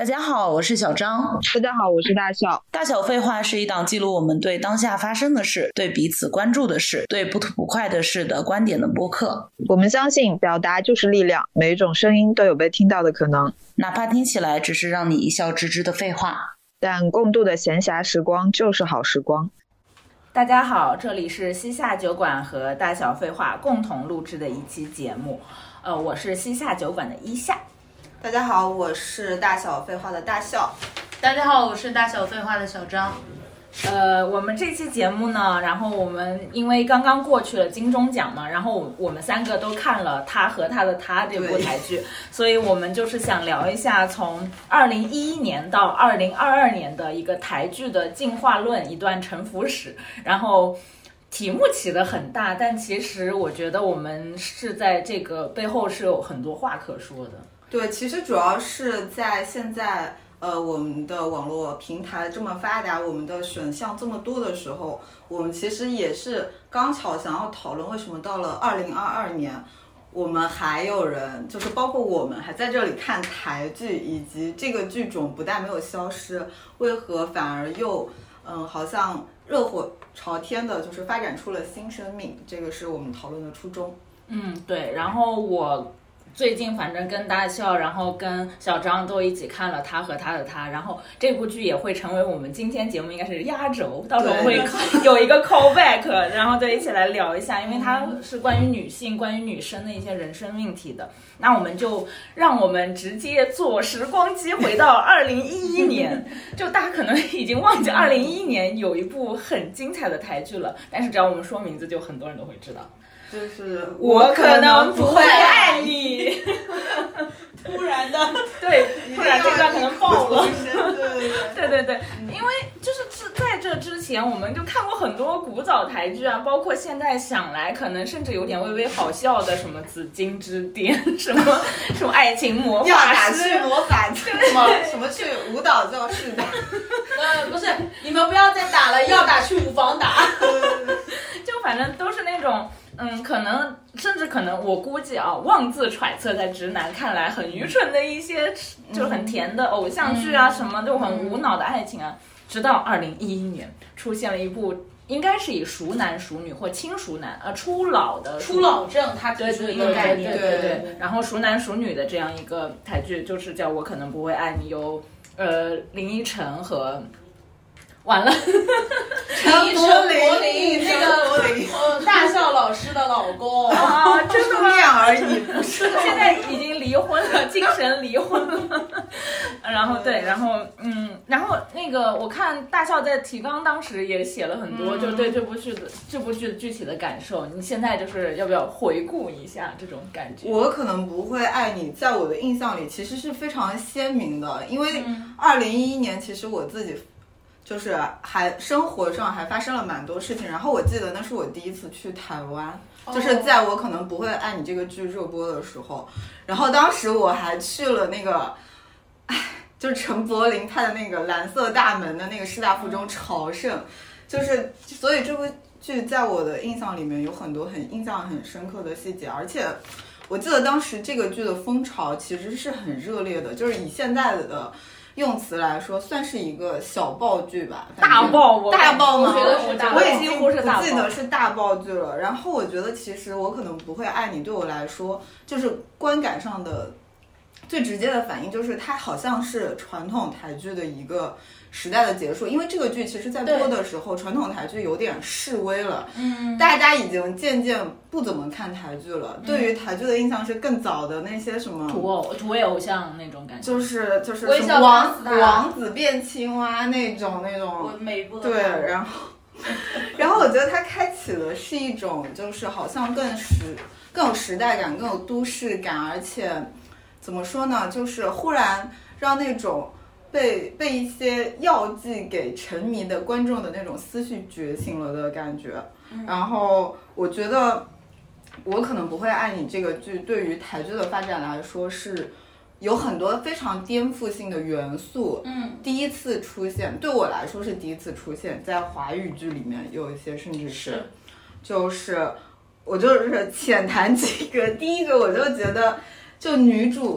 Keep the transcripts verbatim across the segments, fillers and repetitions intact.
大家好，我是小张。 大家好，我是大笑。 大小废话是一档记录我们对当下发生的事、对彼此关注的事、对不吐不快的事的观点的播客。 我们相信表达就是力量，每一种声音都有被听到的可能， 哪怕听起来只是让你一笑置之的废话， 但共度的闲暇时光就是好时光。 大家好，这里是西夏酒馆和大小废话共同录制的一期节目。呃，我是西夏酒馆的一夏。 大家好，我是大小废话的大笑。 大家好，我是大小废话的小张。 呃，我们这期节目呢，然后我们因为刚刚过去了金钟奖嘛，然后我们三个都看了《他和他的他》这部台剧，所以我们就是想聊一下从二零一一年到二零二二年的一个台剧的进化论，一段沉浮史。然后题目起得很大，但其实我觉得我们是在这个背后是有很多话可说的。 对，其实主要是在现在呃我们的网络平台这么发达，我们的选项这么多的时候，我们其实也是刚巧想要讨论为什么到了二零二二年我们还有人，就是包括我们还在这里看台剧，以及这个剧种不但没有消失，为何反而又嗯好像热火朝天的就是发展出了新生命，这个是我们讨论的初衷。 嗯，对。然后我最近反正跟大笑，然后跟小张都一起看了《他和他的他》，然后这部剧也会成为我们今天节目应该是压轴，到时候会有一个 callback， 然后再一起来聊一下，因为它是关于女性、关于女生的一些人生命题的。那我们就让我们直接坐时光机回到二零一一年，就大家可能已经忘记二零一一年有一部很精彩的台剧了，但是只要我们说名字，就很多人都会知道。 就是我可能不会爱你， 突然的， 对，突然这段可能爆了， 对对对对，因为就是在这之前，我们就看过很多古早台剧啊，包括现在想来，可能甚至有点微微好笑的，什么《紫禁之巅》，什么什么爱情魔法师， 要打去魔法什么什么去舞蹈教室打， 呃，不是，你们不要再打了，要打去舞房打， 就反正都是那种。嗯，可能甚至可能我估计啊，妄自揣测，在直男看来很愚蠢的一些，就很甜的偶像剧啊，什么就很无脑的爱情啊。直到二零一一年出现了一部，应该是以熟男熟女或亲熟男呃初老的初老症，他提出的一个概念， 对对 对, 对, 对。然后熟男熟女的这样一个台剧，就是叫我可能不会爱你，由呃林依晨和。完了， 陈柏霖那个呃大笑老师的老公啊，真的吗？ 这样而已，不是。 现在已经离婚了，精神离婚了。然后对，然后嗯，然后那个我看大笑在提纲当时也写了很多，嗯、就对这部剧的这部剧的具体的感受。你现在就是要不要回顾一下这种感觉？ 我可能不会爱你，在我的印象里其实是非常鲜明的，因为二零一一年其实我自己。就是还生活上还发生了蛮多事情，然后我记得那是我第一次去台湾，就是在我可能不会爱你这个剧热播的时候，然后当时我还去了那个，哎，就是陈柏霖他的那个蓝色大门的那个师大附中朝圣，就是所以这部剧在我的印象里面有很多很印象很深刻的细节，而且我记得当时这个剧的风潮其实是很热烈的，就是以现在的。用词来说，算是一个小爆剧吧， 大爆， 大爆吗？ 我觉得是大爆， 我已经不几乎是大爆， 记得是大爆剧了。然后我觉得，其实我可能不会爱你，对我来说，就是观感上的最直接的反应，就是它好像是传统台剧的一个时代的结束。因为这个剧其实在播的时候，传统台剧有点式微了，嗯，大家已经渐渐不怎么看台剧了。嗯、对于台剧的印象是更早的那些什么土偶、土味偶像那种感觉， 就是就是什么王王子变青蛙那种那种， 我每一部都对，然后然后我觉得它开启的是一种就是好像更时更有时代感、更有都市感，而且怎么说呢，就是忽然让那种。被被一些药剂给沉迷的观众的那种思绪觉醒了的感觉，嗯、然后我觉得我可能不会爱你这个剧对于台剧的发展来说是有很多非常颠覆性的元素，嗯，第一次出现，对我来说是第一次出现在华语剧里面，有一些甚至是，是就是我就是浅谈几个，第一个我就觉得就女主。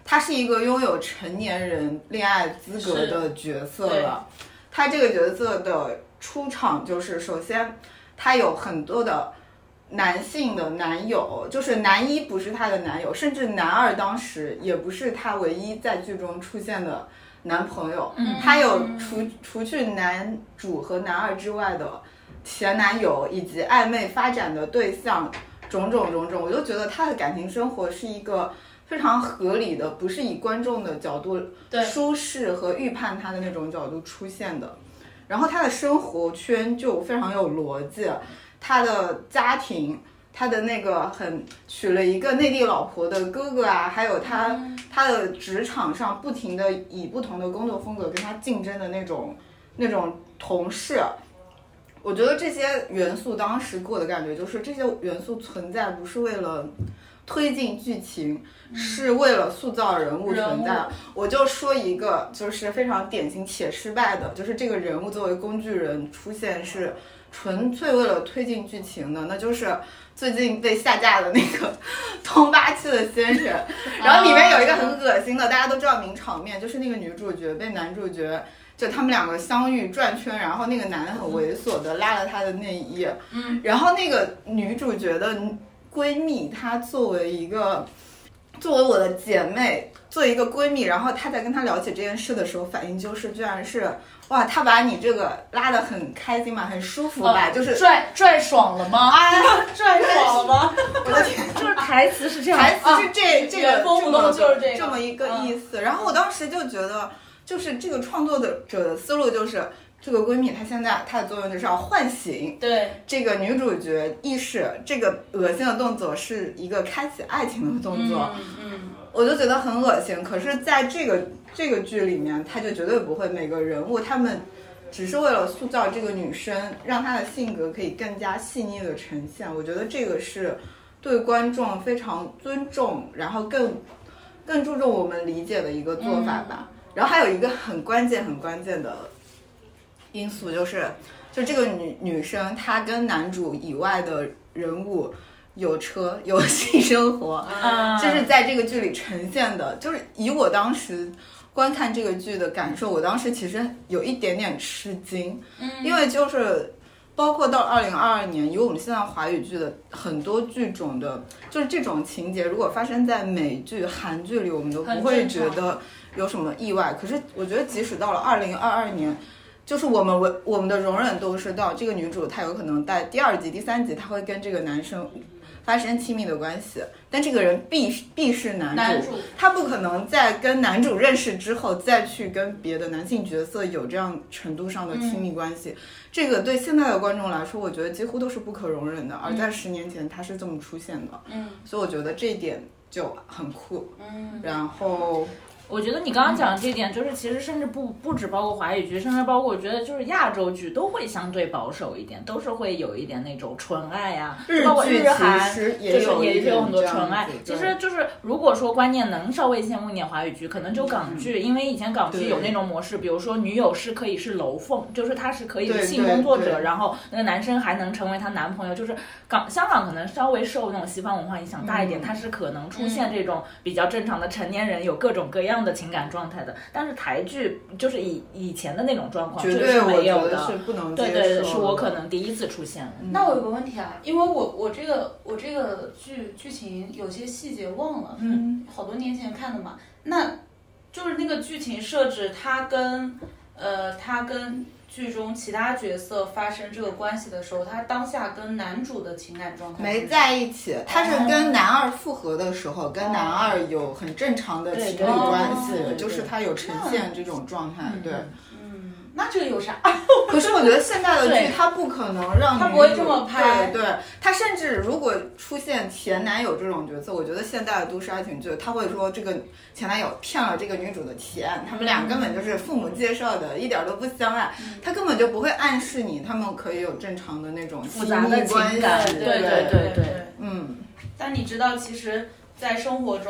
他是一个拥有成年人恋爱资格的角色了。他这个角色的出场就是，首先他有很多的男性的男友，就是男一不是他的男友，甚至男二当时也不是他唯一在剧中出现的男朋友。 嗯， 他有除除去男主和男二之外的前男友以及暧昧发展的对象，种种种种，我就觉得他的感情生活是一个非常合理的，不是以观众的角度舒适和预判他的那种角度出现的。然后他的生活圈就非常有逻辑，他的家庭，他的那个很娶了一个内地老婆的哥哥啊，还有他、嗯、他的职场上不停的以不同的工作风格跟他竞争的那种那种同事。我觉得这些元素当时给我的感觉就是，这些元素存在不是为了推进剧情，是为了塑造人物存在。我就说一个就是非常典型且失败的，就是这个人物作为工具人出现是纯粹为了推进剧情的，那就是最近被下架的那个通八七的先生。然后里面有一个很恶心的，大家都知道名场面，就是那个女主角被男主角就他们两个相遇转圈，然后那个男的很猥琐的拉了她的内衣，嗯，然后那个女主角的闺蜜，她作为一个作为我的姐妹，作为一个闺蜜，然后她在跟她聊起这件事的时候，反应就是居然是哇，她把你这个拉得很开心嘛，很舒服吧，哦、就是拽拽爽了吗？ 啊， 拽爽了吗？ 我的天， 就是台词是这样， 台词是这、啊、这个这么就是这个这么一个意思。嗯、然后我当时就觉得，就是这个创作的者的思路就是。这个闺蜜她现在她的作用就是要唤醒对这个女主角意识，这个恶心的动作是一个开启爱情的动作， 嗯嗯， 我就觉得很恶心。可是在这个这个剧里面，她就绝对不会，每个人物他们只是为了塑造这个女生，让她的性格可以更加细腻的呈现。我觉得这个是对观众非常尊重，然后更更注重我们理解的一个做法吧。嗯、然后还有一个很关键很关键的因素就是，就这个女女生她跟男主以外的人物有车有性生活， 嗯、 就是在这个剧里呈现的。就是以我当时观看这个剧的感受，我当时其实有一点点吃惊， 嗯、 因为就是包括到二零二二年，以我们现在华语剧的很多剧种的，就是这种情节，如果发生在美剧、韩剧里，我们都不会觉得有什么意外。可是我觉得，即使到了二零二二年。就是我们我们的容忍都是到这个女主她有可能在第二集第三集她会跟这个男生发生亲密的关系，但这个人必必是男主， 男主他不可能在跟男主认识之后再去跟别的男性角色有这样程度上的亲密关系，嗯、这个对现在的观众来说我觉得几乎都是不可容忍的，而在十年前他是这么出现的， 嗯， 所以我觉得这一点就很酷， 嗯， 然后我觉得你刚刚讲的这一点，就是其实甚至不不只包括华语剧，甚至包括我觉得就是亚洲剧都会相对保守一点，都是会有一点那种纯爱呀、啊，包括日韩，就是也是有很多纯爱。其实就是如果说观念能稍微羡慕一点华语剧，可能就港剧，嗯、因为以前港剧有那种模式，比如说女友是可以是楼凤，就是她是可以是性工作者，然后那个男生还能成为她男朋友，就是港香港可能稍微受那种西方文化影响大一点，嗯、它是可能出现这种比较正常的成年人有各种各样的情感状态的，但是台剧就是以以前的那种状况绝对没有的， 是不能对对，是我可能第一次出现了。 嗯、那我有个问题啊，因为我我这个我这个剧剧情有些细节忘了， 嗯， 好多年前看的嘛，那就是那个剧情设置，它跟呃它跟剧中其他角色发生这个关系的时候，他当下跟男主的情感状态没在一起，他是跟男二复合的时候，哦、跟男二有很正常的情侣关系，哦、就是他有呈现这种状态， 嗯、 对。 嗯，那这个有啥？ 可是我觉得现在的剧他不可能让他不会这么拍， 对对，他甚至如果出现前男友这种角色，我觉得现代的都市爱情剧他会说这个前男友骗了这个女主的钱，他们俩根本就是父母介绍的，一点都不相爱， 嗯、 他根本就不会暗示你他们可以有正常的那种复杂的情感，对对对对， 嗯。 但你知道，其实，在生活中，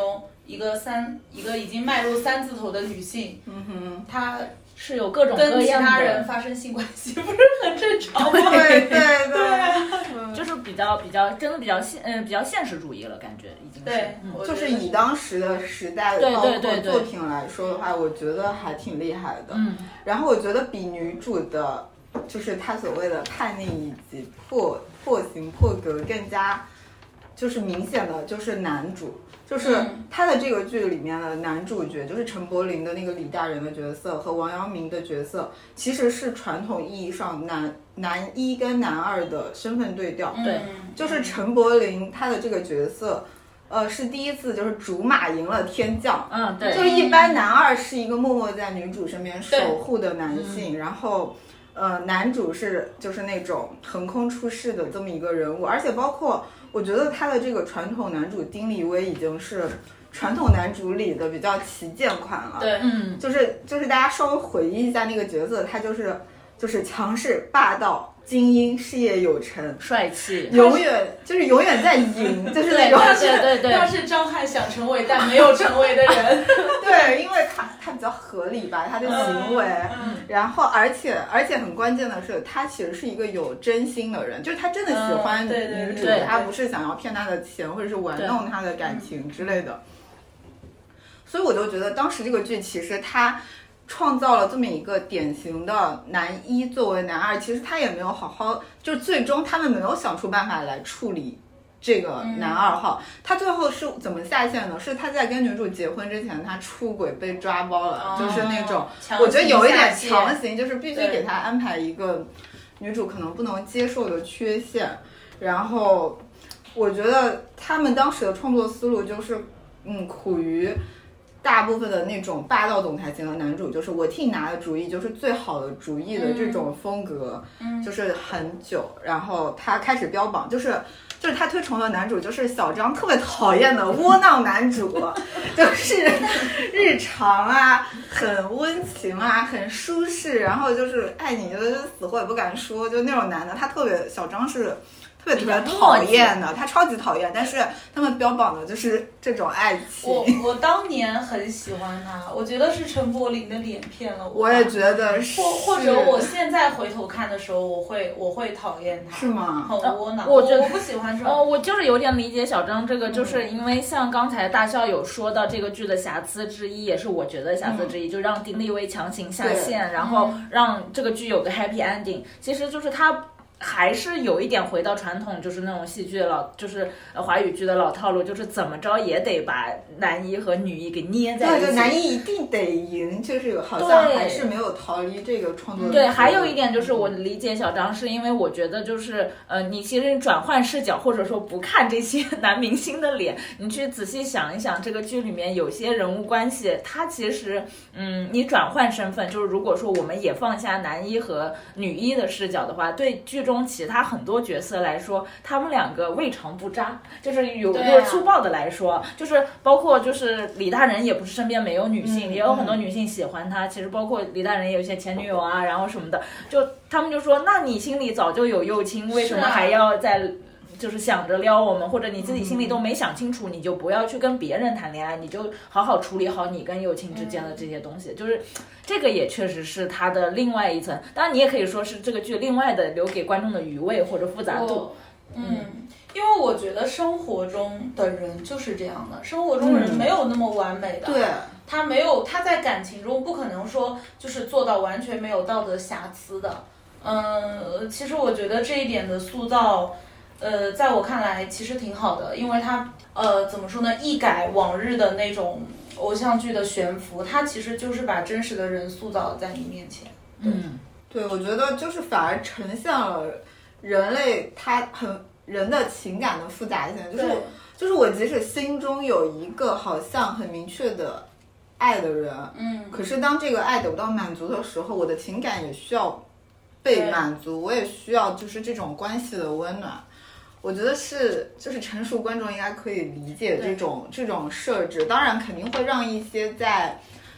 一个三一个已经迈入三字头的女性， 嗯哼， 她是有各种跟其各样的他人发生性关系，不是很正常吗？ 对对对， 就是比较比较真的比较现嗯、呃、比较现实主义了，感觉已经是对， 嗯、 就是以当时的时代对包括对对对作品来说的话，我觉得还挺厉害的。 嗯， 然后我觉得比女主的，就是她所谓的叛逆以及破破形破格更加就是明显的就是男主。就是他的这个剧里面的男主角，就是陈柏霖的那个李大人的角色和王阳明的角色，其实是传统意义上男男一跟男二的身份对调。 对， 就是陈柏霖他的这个角色，呃，是第一次就是竹马赢了天降。 嗯，对， 就是一般男二是一个默默在女主身边守护的男性，然后。呃，男主是就是那种横空出世的这么一个人物，而且包括我觉得他的这个传统男主丁立威已经是传统男主里的比较旗舰款了。 对， 嗯， 就是就是大家稍微回忆一下那个角色，他就是就是强势霸道。精英，事业有成， 帅气， 永远就是永远在赢，就是那种对对对， 他是张翰想成为但没有成为的人。 对，因为他他比较合理吧，他的行为，嗯、然后而且而且很关键的是，他其实是一个有真心的人，就是他真的喜欢女主， 嗯、对对对对他不是想要骗她的钱或者是玩弄她的感情之类的。所以我就觉得当时这个剧其实他。创造了这么一个典型的男一作为男二，其实他也没有好好，就是最终他们没有想出办法来处理这个男二号。嗯、他最后是怎么下线呢？是他在跟女主结婚之前，他出轨被抓包了，哦、就是那种我觉得有一点强行，就是必须给他安排一个女主可能不能接受的缺陷。然后我觉得他们当时的创作思路就是，嗯，苦于。大部分的那种霸道总裁型的男主，就是我替你拿的主意就是最好的主意的这种风格，嗯，就是很久，然后他开始标榜，就是就是他推崇的男主就是小张特别讨厌的窝囊男主，就是日常啊，很温情啊，很舒适，然后就是爱你就是死活也不敢说，就那种男的，他特别小张是。特别特别讨厌的，他超级讨厌，但是他们标榜的就是这种爱情。 我我当年很喜欢他，我觉得是陈柏霖的脸骗了我。 我也觉得是。 或或者我现在回头看的时候，我会我会讨厌他。 是吗？ 很窝囊。 我我我不喜欢这种。 哦，我就是有点理解小张这个，就是因为像刚才大笑有说到这个剧的瑕疵之一，也是我觉得瑕疵之一，嗯、就让丁立威强行下线，然后让这个剧有个 happy ending，其实就是他。还是有一点回到传统，就是那种戏剧的老，就是呃华语剧的老套路，就是怎么着也得把男一和女一给捏在一起。 对，男一一定得赢，就是好像还是没有逃离这个创作。 对，还有一点就是我理解小张，是因为我觉得就是呃，你其实转换视角，或者说不看这些男明星的脸，你去仔细想一想，这个剧里面有些人物关系，他其实嗯，你转换身份，就是如果说我们也放下男一和女一的视角的话，对剧中其他很多角色来说，他们两个未尝不渣，就是有个粗暴的来说，啊、就是包括就是李大人也不是身边没有女性，嗯、也有很多女性喜欢他。其实包括李大人也有一些前女友啊，然后什么的，就他们就说，那你心里早就有右倾，为什么还要在？就是想着撩我们，或者你自己心里都没想清楚，嗯、你就不要去跟别人谈恋爱，你就好好处理好你跟友情之间的这些东西。嗯、就是这个也确实是它的另外一层，当然你也可以说是这个剧另外的留给观众的余味或者复杂度。 嗯，嗯因为我觉得生活中的人就是这样的，生活中人没有那么完美的。 对、嗯， 他没有他在感情中不可能说就是做到完全没有道德瑕疵的。嗯，其实我觉得这一点的塑造。呃，在我看来其实挺好的，因为它呃怎么说呢，一改往日的那种偶像剧的悬浮，它其实就是把真实的人塑造在你面前。 嗯， 对，我觉得就是反而呈现了人类他很人的情感的复杂性，就是我就是我即使心中有一个好像很明确的爱的人，嗯，可是当这个爱得不到满足的时候，我的情感也需要被满足，我也需要就是这种关系的温暖。我觉得是，就是成熟观众应该可以理解这种这种设置，当然肯定会让一些在，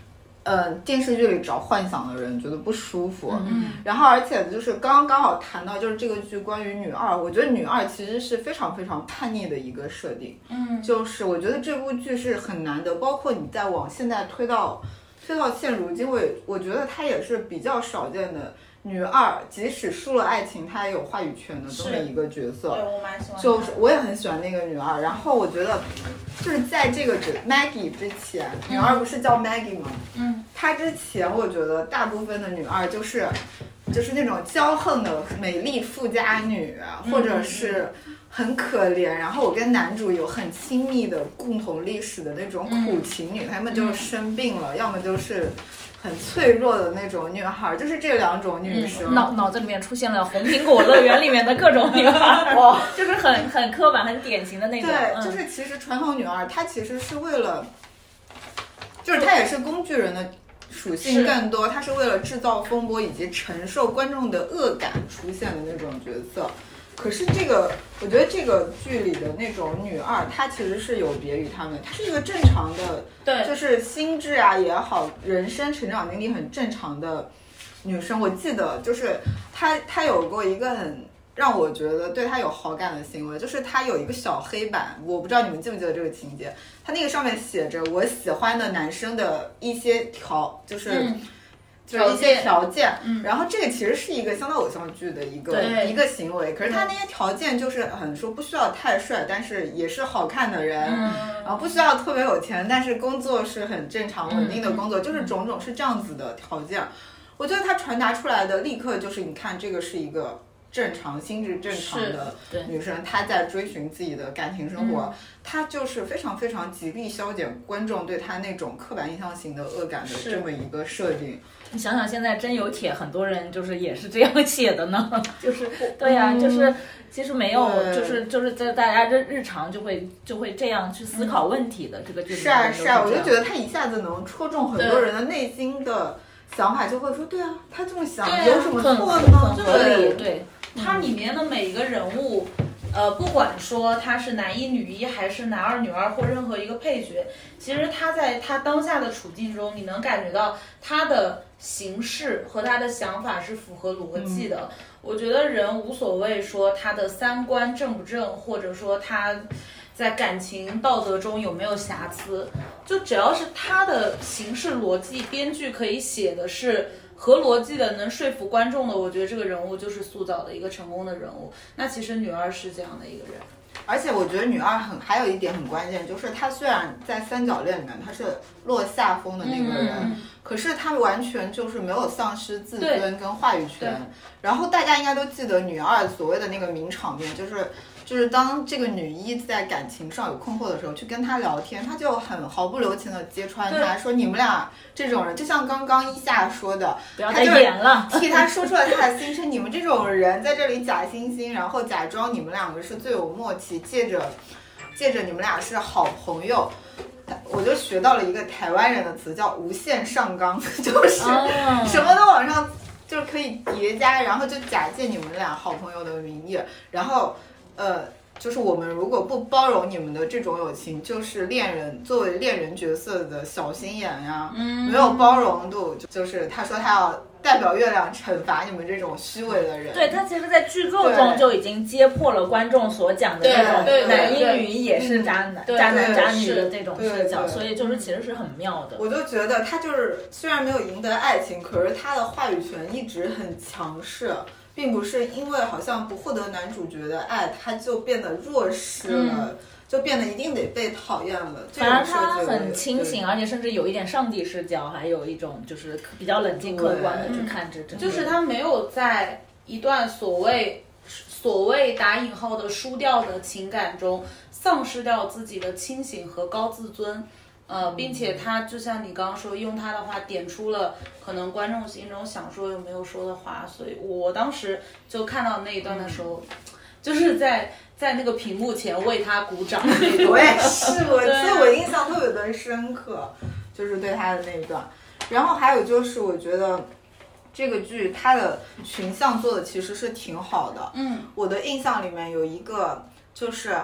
呃，电视剧里找幻想的人觉得不舒服，嗯，然后而且就是刚刚好谈到就是这个剧关于女二，我觉得女二其实是非常非常叛逆的一个设定，嗯，就是我觉得这部剧是很难得，包括你再往现在推到推到现如今，我也我觉得它也是比较少见的。女二即使输了爱情，她也有话语权的这么一个角色。 对，我蛮喜欢。 就是我也很喜欢那个女二。然后我觉得，就是在这个 Maggie 之前，嗯、女二不是叫 Maggie 吗？嗯。她之前，我觉得大部分的女二就是就是那种骄横的美丽富家女，或者是很可怜。然后我跟男主有很亲密的共同历史的那种苦情女，她、嗯、们就是生病了，嗯、要么就是。很脆弱的那种女孩，就是这两种女生。 嗯、脑脑子里面出现了《红苹果乐园》里面的各种女孩，哇，就是很很刻板、很典型的那种。 对， 嗯、 就是其实传统女二，她其实是为了，就是她也是工具人的属性更多，她是为了制造风波以及承受观众的恶感出现的那种角色。可是这个，我觉得这个剧里的那种女二，她其实是有别于她们，她是一个正常的， 对， 就是心智啊也好，人生成长经历很正常的女生。我记得就是她，她有过一个很让我觉得对她有好感的行为，就是她有一个小黑板，我不知道你们记不记得这个情节，她那个上面写着我喜欢的男生的一些条，就是。嗯就是一些条件，嗯，然后这个其实是一个相当偶像剧的一个一个行为，可是他那些条件就是很说不需要太帅，但是也是好看的人，嗯，然后不需要特别有钱，但是工作是很正常稳定的工作，嗯，就是种种是这样子的条件。我觉得他传达出来的立刻就是，你看这个是一个正常心智正常的女生，她在追寻自己的感情生活，她就是非常非常极力消减观众对她那种刻板印象型的恶感的这么一个设定。 你想想，现在真有帖，很多人就是也是这样写的呢，就是对呀、啊嗯，就是其实没有，就是就是在大家日日常就会就会这样去思考问题的、嗯、这个剧是啊是啊，我就觉得他一下子能戳中很多人的内心的想法，就会说对啊，他这么想有什么错呢？ 对对， 它里面的每一个人物。呃，不管说他是男一、女一，还是男二、女二，或任何一个配角，其实他在他当下的处境中，你能感觉到他的形式和他的想法是符合逻辑的。嗯、我觉得人无所谓说他的三观正不正，或者说他在感情道德中有没有瑕疵，就只要是他的形式逻辑，编剧可以写的是。合逻辑的能说服观众的，我觉得这个人物就是塑造的一个成功的人物。那其实女二是这样的一个人， 而且我觉得女二很还有一点很关键，就是她虽然在三角恋里面她是落下风的那个人，嗯、可是她完全就是没有丧失自尊跟话语权。然后大家应该都记得女二所谓的那个名场面，就是。就是当这个女一在感情上有困惑的时候，去跟她聊天，她就很毫不留情的揭穿她，说你们俩这种人，就像刚刚一夏说的， 不要再演了， 替她说出了她的心声。你们这种人在这里假惺惺，然后假装你们两个是最有默契，借着借着你们俩是好朋友。我就学到了一个台湾人的词叫无限上纲，就是什么都往上就是可以叠加，然后就假借你们俩好朋友的名义，然后。呃，就是我们如果不包容你们的这种友情，就是恋人作为恋人角色的小心眼呀，嗯、没有包容度，就是他说他要代表月亮惩罚你们这种虚伪的人。 对，他其实在剧作中就已经揭破了观众所讲的那种男一女一也是渣男、渣男渣女的这种视角，所以就是其实是很妙的。 我就觉得他就是虽然没有赢得爱情，可是他的话语权一直很强势。并不是因为好像不获得男主角的爱，他就变得弱势了，嗯、就变得一定得被讨厌了。 反而他很清醒，而且甚至有一点上帝视角，还有一种就是比较冷静客观的去看这整个。 就是他没有在一段所谓所谓打引号的输掉的情感中丧失掉自己的清醒和高自尊。呃，并且他就像你刚刚说，用他的话点出了可能观众心中想说又没有说的话，所以我当时就看到那一段的时候，嗯、就是在在那个屏幕前为他鼓掌那一段。 我也是，我对我印象特别的深刻，就是对他的那一段。然后还有就是，我觉得这个剧它的群像做的其实是挺好的。嗯，我的印象里面有一个就是。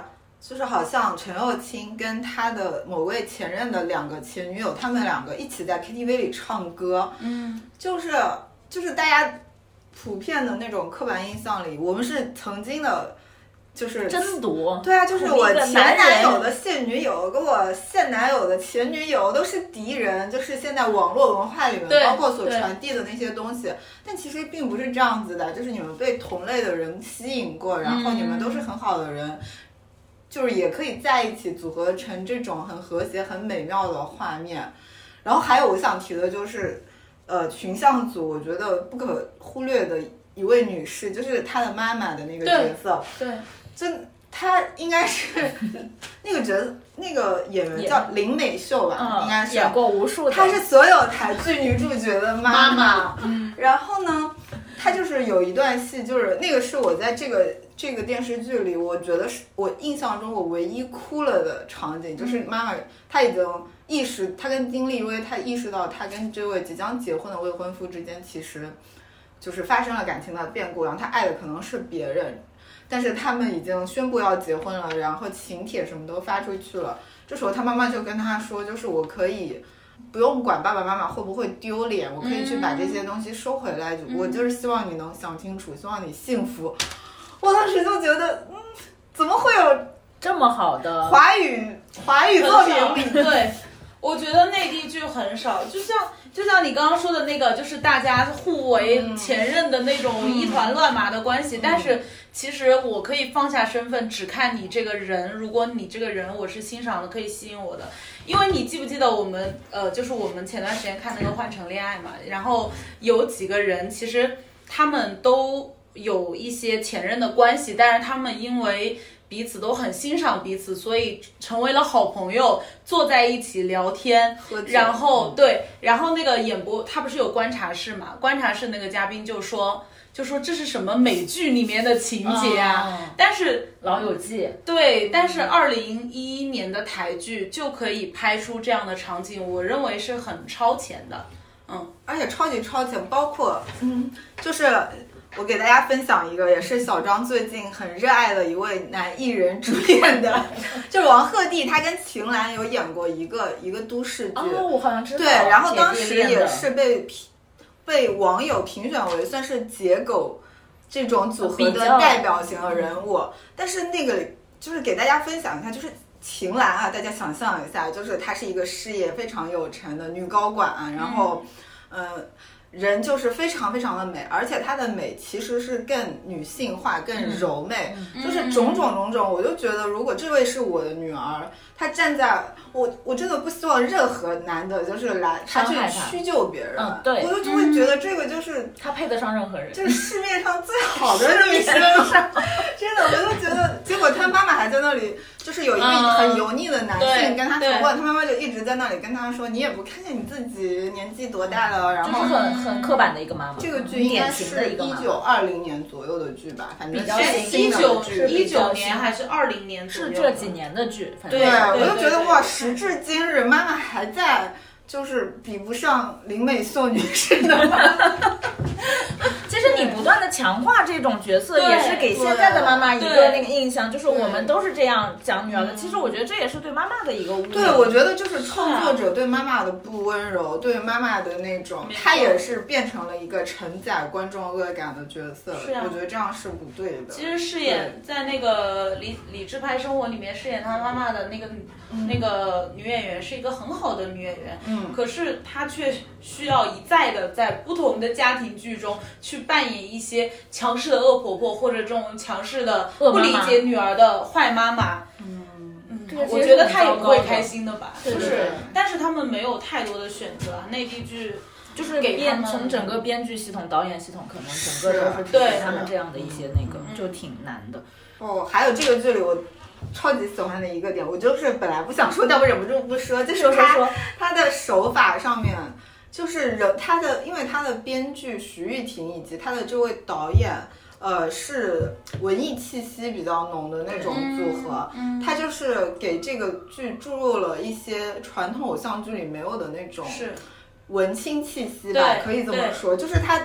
就是好像陈又青跟他的某位前任的两个前女友，他们两个一起在 K T V 里唱歌， 嗯， 就是就是大家普遍的那种刻板印象里，我们是曾经的。就是争夺， 对啊，就是我前男友的现女友跟我现男友的前女友都是敌人，就是现在网络文化里面包括所传递的那些东西，但其实并不是这样子的，就是你们被同类的人吸引过，然后你们都是很好的人，嗯、就是也可以在一起组合成这种很和谐、很美妙的画面。然后还有我想提的就是，呃，群像组我觉得不可忽略的一位女士，就是她的妈妈的那个角色， 对。对就她应该是那个角色，那个演员叫林美秀吧， 嗯、 应该是演过无数的。 她是所有台剧女主角的妈妈。 妈妈嗯、 然后呢，她就是有一段戏，就是那个是我在这个这个电视剧里，我觉得是我印象中我唯一哭了的场景，就是妈妈她已经意识，她跟丁立威，她意识到她跟这位即将结婚的未婚夫之间其实就是发生了感情的变故，然后她爱的可能是别人。但是他们已经宣布要结婚了，然后请帖什么都发出去了。这时候他妈妈就跟他说，就是我可以不用管爸爸妈妈会不会丢脸，我可以去把这些东西收回来。嗯、我就是希望你能想清楚，希望你幸福。我当时就觉得，嗯，怎么会有这么好的华语华语作品里？ 对，我觉得内地剧很少，就像。就像你刚刚说的那个，就是大家互为前任的那种一团乱麻的关系，嗯、但是其实我可以放下身份，只看你这个人。如果你这个人我是欣赏的，可以吸引我的。因为你记不记得我们呃，就是我们前段时间看那个《换乘恋爱》嘛，然后有几个人其实他们都有一些前任的关系，但是他们因为彼此都很欣赏彼此，所以成为了好朋友，坐在一起聊天。然后对，然后那个演播他不是有观察室嘛？观察室那个嘉宾就说，就说这是什么美剧里面的情节啊？哦、但是老友记对，但是二零一一年的台剧就可以拍出这样的场景，我认为是很超前的。嗯， 而且超级超前，包括嗯，就是。我给大家分享一个，也是小张最近很热爱的一位男艺人主演的，就是王鹤棣，他跟秦岚有演过一个一个都市剧。 哦，我好像知道。 对，然后当时也是被被网友评选为算是解狗这种组合的代表型的人物。但是那个就是给大家分享一下，就是秦岚啊，大家想象一下，就是她是一个事业非常有成的女高管，啊，然后嗯。呃人就是非常非常的美，而且她的美其实是更女性化、更柔媚，嗯、就是种种种种。我就觉得，如果这位是我的女儿，她站在我，我真的不希望任何男的，就是来她去屈就别人。 嗯，对， 我就就会觉得这个就是她配得上任何人， 就是市面上最好的女生。真的，我就觉得，结果她妈妈还在那里，就是有一个很油腻的男性跟她谈话，她妈妈就一直在那里跟她说：“你也不看见你自己年纪多大了。”然后就是很。很刻板的一个妈妈， 这个剧应该是一九二零年左右的剧吧，反正比较一九一九年还是二零年左右， 是这几年的剧。 对，我就觉得哇，时至今日，妈妈还在，就是比不上林美秀女士的妈妈。 其实你不断的强化这种角色，也是给现在的妈妈一个那个印象，就是我们都是这样讲女儿的。其实我觉得这也是对妈妈的一个误解。 对，我觉得就是创作者对妈妈的不温柔，对妈妈的那种，她也是变成了一个承载观众恶感的角色。 是啊， 我觉得这样是不对的。 其实饰演在那个理理智派生活里面饰演她妈妈的那个、嗯、那个女演员是一个很好的女演员， 嗯， 可是她却需要一再的在不同的家庭剧中去扮演一些强势的恶婆婆，或者这种强势的不理解女儿的坏妈妈。 嗯嗯，我觉得她也不会开心的吧？ 是， 就是但是他们没有太多的选择啊，内地剧就是给他们从整个编剧系统、导演系统，可能整个都是对他们这样的一些那个，就挺难的。 哦，还有这个剧里我超级喜欢的一个点，我就是本来不想说，但我忍不住不说，就是他他的手法上面。就是人他的，因为他的编剧徐玉婷以及他的这位导演，呃，是文艺气息比较浓的那种组合， 嗯嗯、 他就是给这个剧注入了一些传统偶像剧里没有的那种是文青气息吧，可以这么说，就是他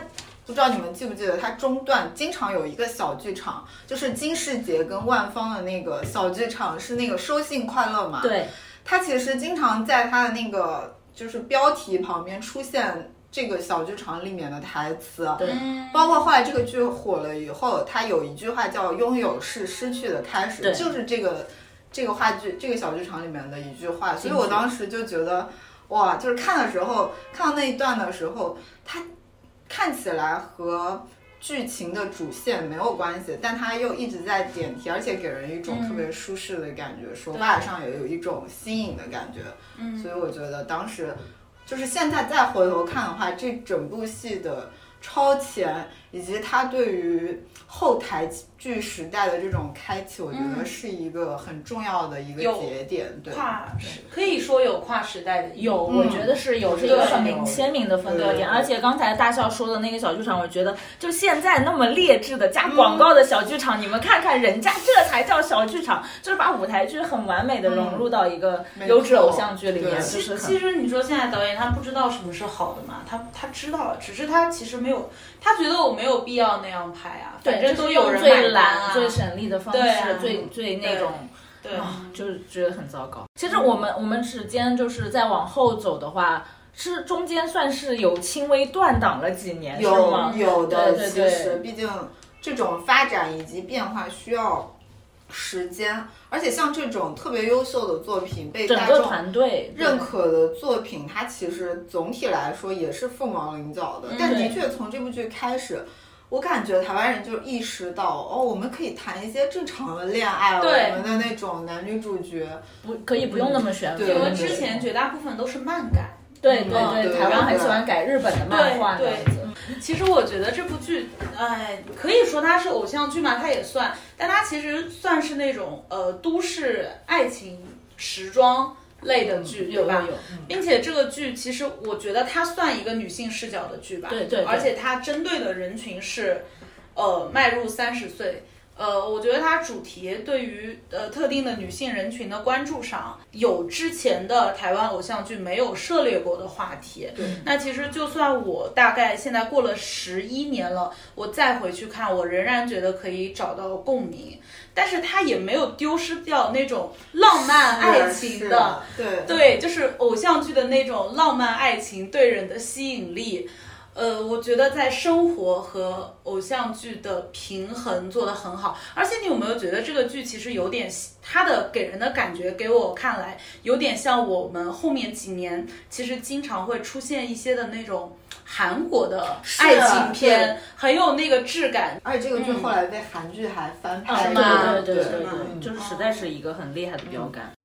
不知道你们记不记得，它中段经常有一个小剧场，就是金世杰跟万芳的那个小剧场，是那个收信快乐嘛？ 对， 它其实经常在它的那个就是标题旁边出现这个小剧场里面的台词。 对， 包括后来这个剧火了以后，它有一句话叫“拥有是失去的开始”，就是这个这个话剧这个小剧场里面的一句话。所以我当时就觉得，哇，就是看的时候，看到那一段的时候，它看起来和剧情的主线没有关系，但它又一直在点题，而且给人一种特别舒适的感觉，嗯、手法上也有一种新颖的感觉。嗯，所以我觉得当时就是现在再回头看的话，这整部戏的超前以及它对于后台剧时代的这种开启，我觉得是一个很重要的一个节点。嗯、对， 跨可以说有跨时代的， 有，嗯、我觉得是有这个很明鲜明的分割点。而且刚才大笑说的那个小剧场，我觉得就现在那么劣质的加广告的小剧场，嗯、你们看看人家这才叫小剧场，就是把舞台剧很完美的融入到一个优质偶像剧里面。 其实其实你说现在导演他不知道什么是好的嘛，他他知道了，只是他其实没有，他觉得我没有必要那样拍啊，反正都有人买单啊， 最省力的方式，啊、最最那种， 对，对啊，就是觉得很糟糕。其实我们我们时间就是再往后走的话，是中间算是有轻微断档了几年， 有是吗？ 有的， 对对对， 其实毕竟这种发展以及变化需要时间，而且像这种特别优秀的作品被大众团队认可的作品，它其实总体来说也是凤毛麟角的。嗯、但的确从这部剧开始，我感觉台湾人就意识到，哦，我们可以谈一些正常的恋爱，我们的那种男女主角不可以不用那么玄乎。 因为之前绝大部分都是漫改。 对对 对, 对，台湾很喜欢改日本的漫画的。其实我觉得这部剧，哎，可以说它是偶像剧嘛，它也算，但它其实算是那种呃都市爱情时装类的剧， 嗯、 对吧？ 有有嗯、并且这个剧其实我觉得它算一个女性视角的剧吧， 对 对, 对， 而且它针对的人群是呃迈入三十岁。呃，我觉得它主题对于呃特定的女性人群的关注上，有之前的台湾偶像剧没有涉猎过的话题。 对， 那其实就算我大概现在过了十一年了，我再回去看，我仍然觉得可以找到共鸣。但是它也没有丢失掉那种浪漫爱情的， 对对，就是偶像剧的那种浪漫爱情对人的吸引力。呃，我觉得在生活和偶像剧的平衡做得很好，而且你有没有觉得这个剧其实有点，它的给人的感觉给我看来有点像我们后面几年其实经常会出现一些的那种韩国的爱情片，很有那个质感。 而且这个剧后来被韩剧还翻拍了， 嗯、 对对对对对，嗯、就是实在是一个很厉害的标杆。嗯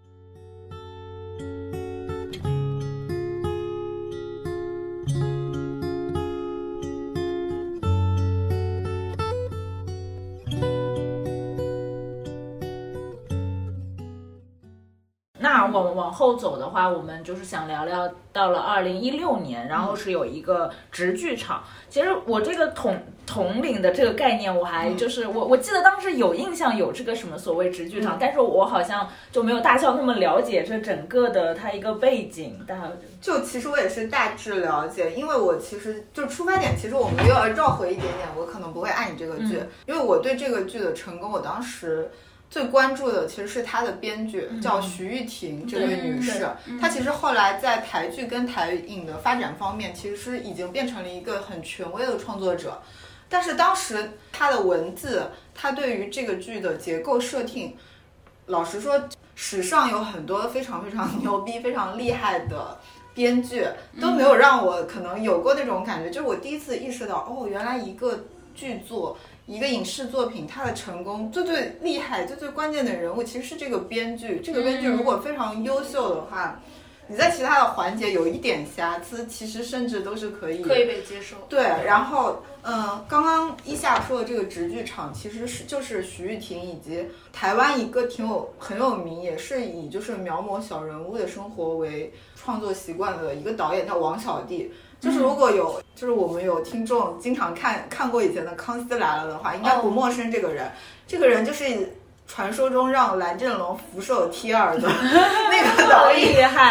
那往往后走的话，我们就是想聊聊到了二零一六年，然后是有一个直剧场。其实我这个统统领的这个概念，我还就是我我记得当时有印象有这个什么所谓直剧场，嗯、但是我好像就没有大笑那么了解这整个的它一个背景。大家就其实我也是大致了解，因为我其实就出发点，其实我们又要绕回一点点，我可能不会爱你这个剧，嗯、因为我对这个剧的成功，我当时最关注的其实是她的编剧，嗯、叫徐玉婷这位女士，嗯、她其实后来在台剧跟台影的发展方面，其实已经变成了一个很权威的创作者。但是当时她的文字，她对于这个剧的结构设定，老实说，史上有很多非常非常牛逼、非常厉害的编剧都没有让我可能有过那种感觉，嗯、就是我第一次意识到，哦，原来一个剧作。一个影视作品它的成功最最厉害最最关键的人物其实是这个编剧，这个编剧如果非常优秀的话，嗯、你在其他的环节有一点瑕疵，其实甚至都是可以可以被接受。 对，然后嗯，刚刚一夏说的这个直剧场其实是就是徐玉婷以及台湾一个挺有很有名也是以就是描摹小人物的生活为创作习惯的一个导演叫王小弟。就是如果有，就是我们有听众经常看看过以前的《康熙来了》的话，应该不陌生这个人。Oh. 这个人就是传说中让蓝正龙福寿 T 二的那个导演， 厉害。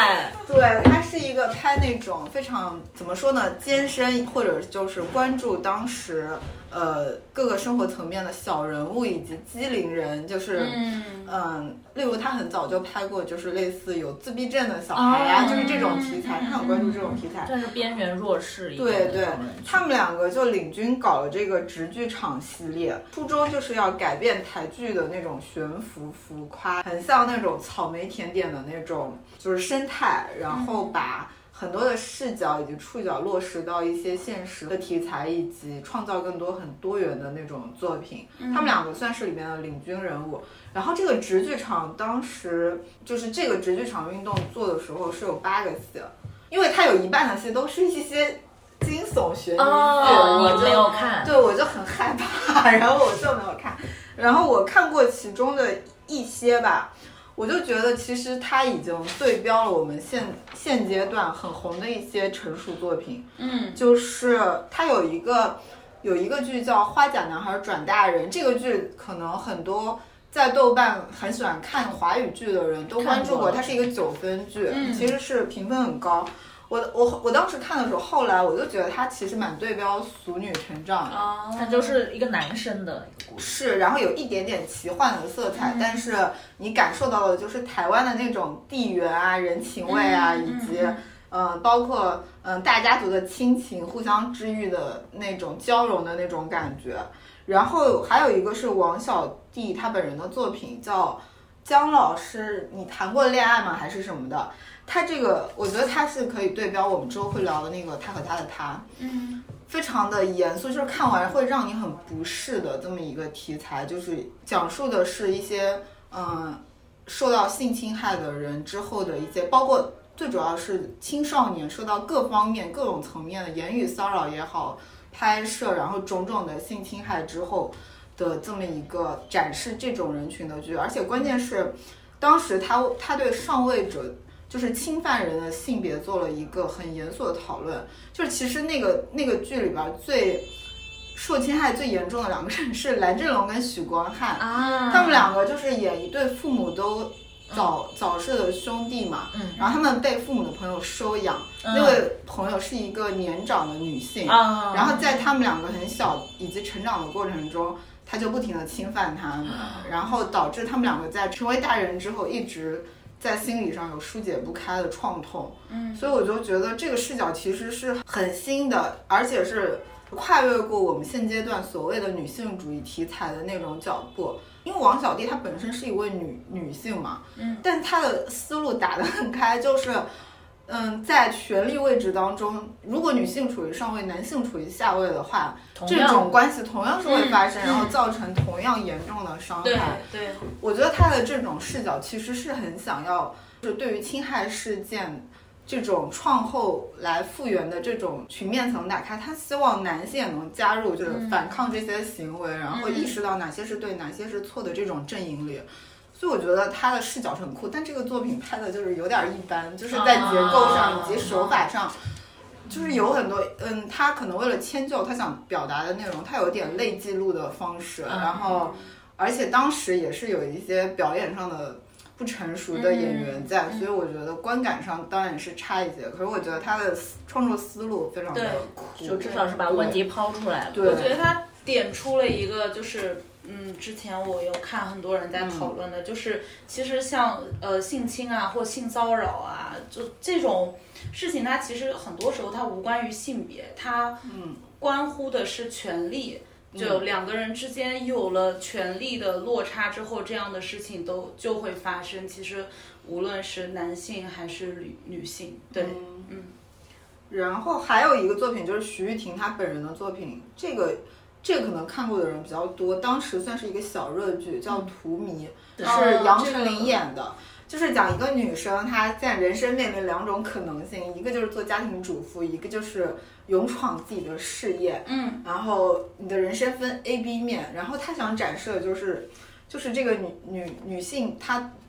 对，他是一个拍那种非常怎么说呢，艰深或者就是关注当时呃各个生活层面的小人物以及机灵人，就是嗯、呃，例如他很早就拍过，就是类似有自闭症的小孩啊，哦、就是这种题材，他很关注这种题材， 算是边缘弱势一对对，他们两个就领军搞了这个直剧场系列，初衷就是要改变台剧的那种悬浮浮夸，很像那种草莓甜点的那种就是生态，然后把很多的视角以及触角落实到一些现实的题材，以及创造更多很多元的那种作品。他们两个算是里面的领军人物。然后这个直剧场当时就是这个直剧场运动做的时候是有八个戏，因为它有一半的戏都是一些惊悚悬疑剧， 哦、 我就没有看， 对我就很害怕，然后我就没有看。然后我看过其中的一些吧，我就觉得其实它已经对标了我们现现阶段很红的一些成熟作品。 嗯， 就是它有一个有一个剧叫《花甲男孩转大人》，这个剧可能很多在豆瓣很喜欢看华语剧的人都关注过，它是一个九分剧， 嗯、 其实是评分很高。我我我当时看的时候，后来我就觉得它其实蛮对标《俗女成长》的， 哦，它就是一个男生的故事， 是，然后有一点点奇幻的色彩，嗯、但是你感受到的就是台湾的那种地缘啊、人情味啊， 嗯、 以及嗯、 呃，包括嗯、呃、大家族的亲情、互相治愈的那种交融的那种感觉。然后还有一个是王小弟他本人的作品，叫姜老师，你谈过恋爱吗？还是什么的？他这个我觉得他是可以对标我们之后会聊的那个他和他的他， 嗯， 非常的严肃，就是看完会让你很不适的这么一个题材，就是讲述的是一些嗯受到性侵害的人之后的一些，包括最主要是青少年受到各方面各种层面的言语骚扰也好，拍摄然后种种的性侵害之后的这么一个展示这种人群的剧，而且关键是当时他他对上位者就是侵犯人的性别做了一个很严肃的讨论，就是其实那个那个剧里边最受侵害最严重的两个人是蓝正龙跟许光汉啊， 他们两个就是演一对父母都早、嗯、早逝的兄弟嘛， 嗯， 然后他们被父母的朋友收养，嗯、那位朋友是一个年长的女性， 啊， 然后在他们两个很小以及成长的过程中，他就不停的侵犯他们，然后导致他们两个在成为大人之后一直在心理上有疏解不开的创痛， 嗯， 所以我就觉得这个视角其实是很新的，而且是跨越过我们现阶段所谓的女性主义题材的那种脚步。因为王小弟她本身是一位女女性嘛， 嗯， 但她的思路打得很开，就是嗯，在权力位置当中，如果女性处于上位，男性处于下位的话，这种关系同样是会发生， 嗯、 然后造成同样严重的伤害。 对，对， 我觉得他的这种视角其实是很想要，就是对于侵害事件这种创后来复原的这种群面层打开，他希望男性也能加入，就是反抗这些行为，嗯、然后意识到哪些是对，哪些是错的这种阵营里。所以我觉得他的视角是很酷，但这个作品拍的就是有点一般，就是在结构上以及手法上，就是有很多嗯，他可能为了迁就他想表达的内容，他有点类记录的方式，然后而且当时也是有一些表演上的不成熟的演员在，所以我觉得观感上当然是差一些。可是我觉得他的创作思路非常的酷， 就至少是把问题抛出来了。 对， 我觉得他点出了一个就是嗯，之前我有看很多人在讨论的，嗯、就是其实像呃性侵啊或性骚扰啊，就这种事情，它其实很多时候它无关于性别，它关乎的是权利。嗯、就两个人之间有了权力的落差之后，这样的事情都就会发生。其实无论是男性还是女女性，对，嗯。嗯然后还有一个作品就是徐誉庭她本人的作品，这个。这个可能看过的人比较多，当时算是一个小热剧，叫《荼蘼》，嗯、是杨丞琳演的，哦、就是讲一个女生她在人生面临两种可能性，一个就是做家庭主妇，一个就是勇闯自己的事业。 嗯， 然后你的人生分 A、B 面，然后她想展示的就是，就是这个女女女性她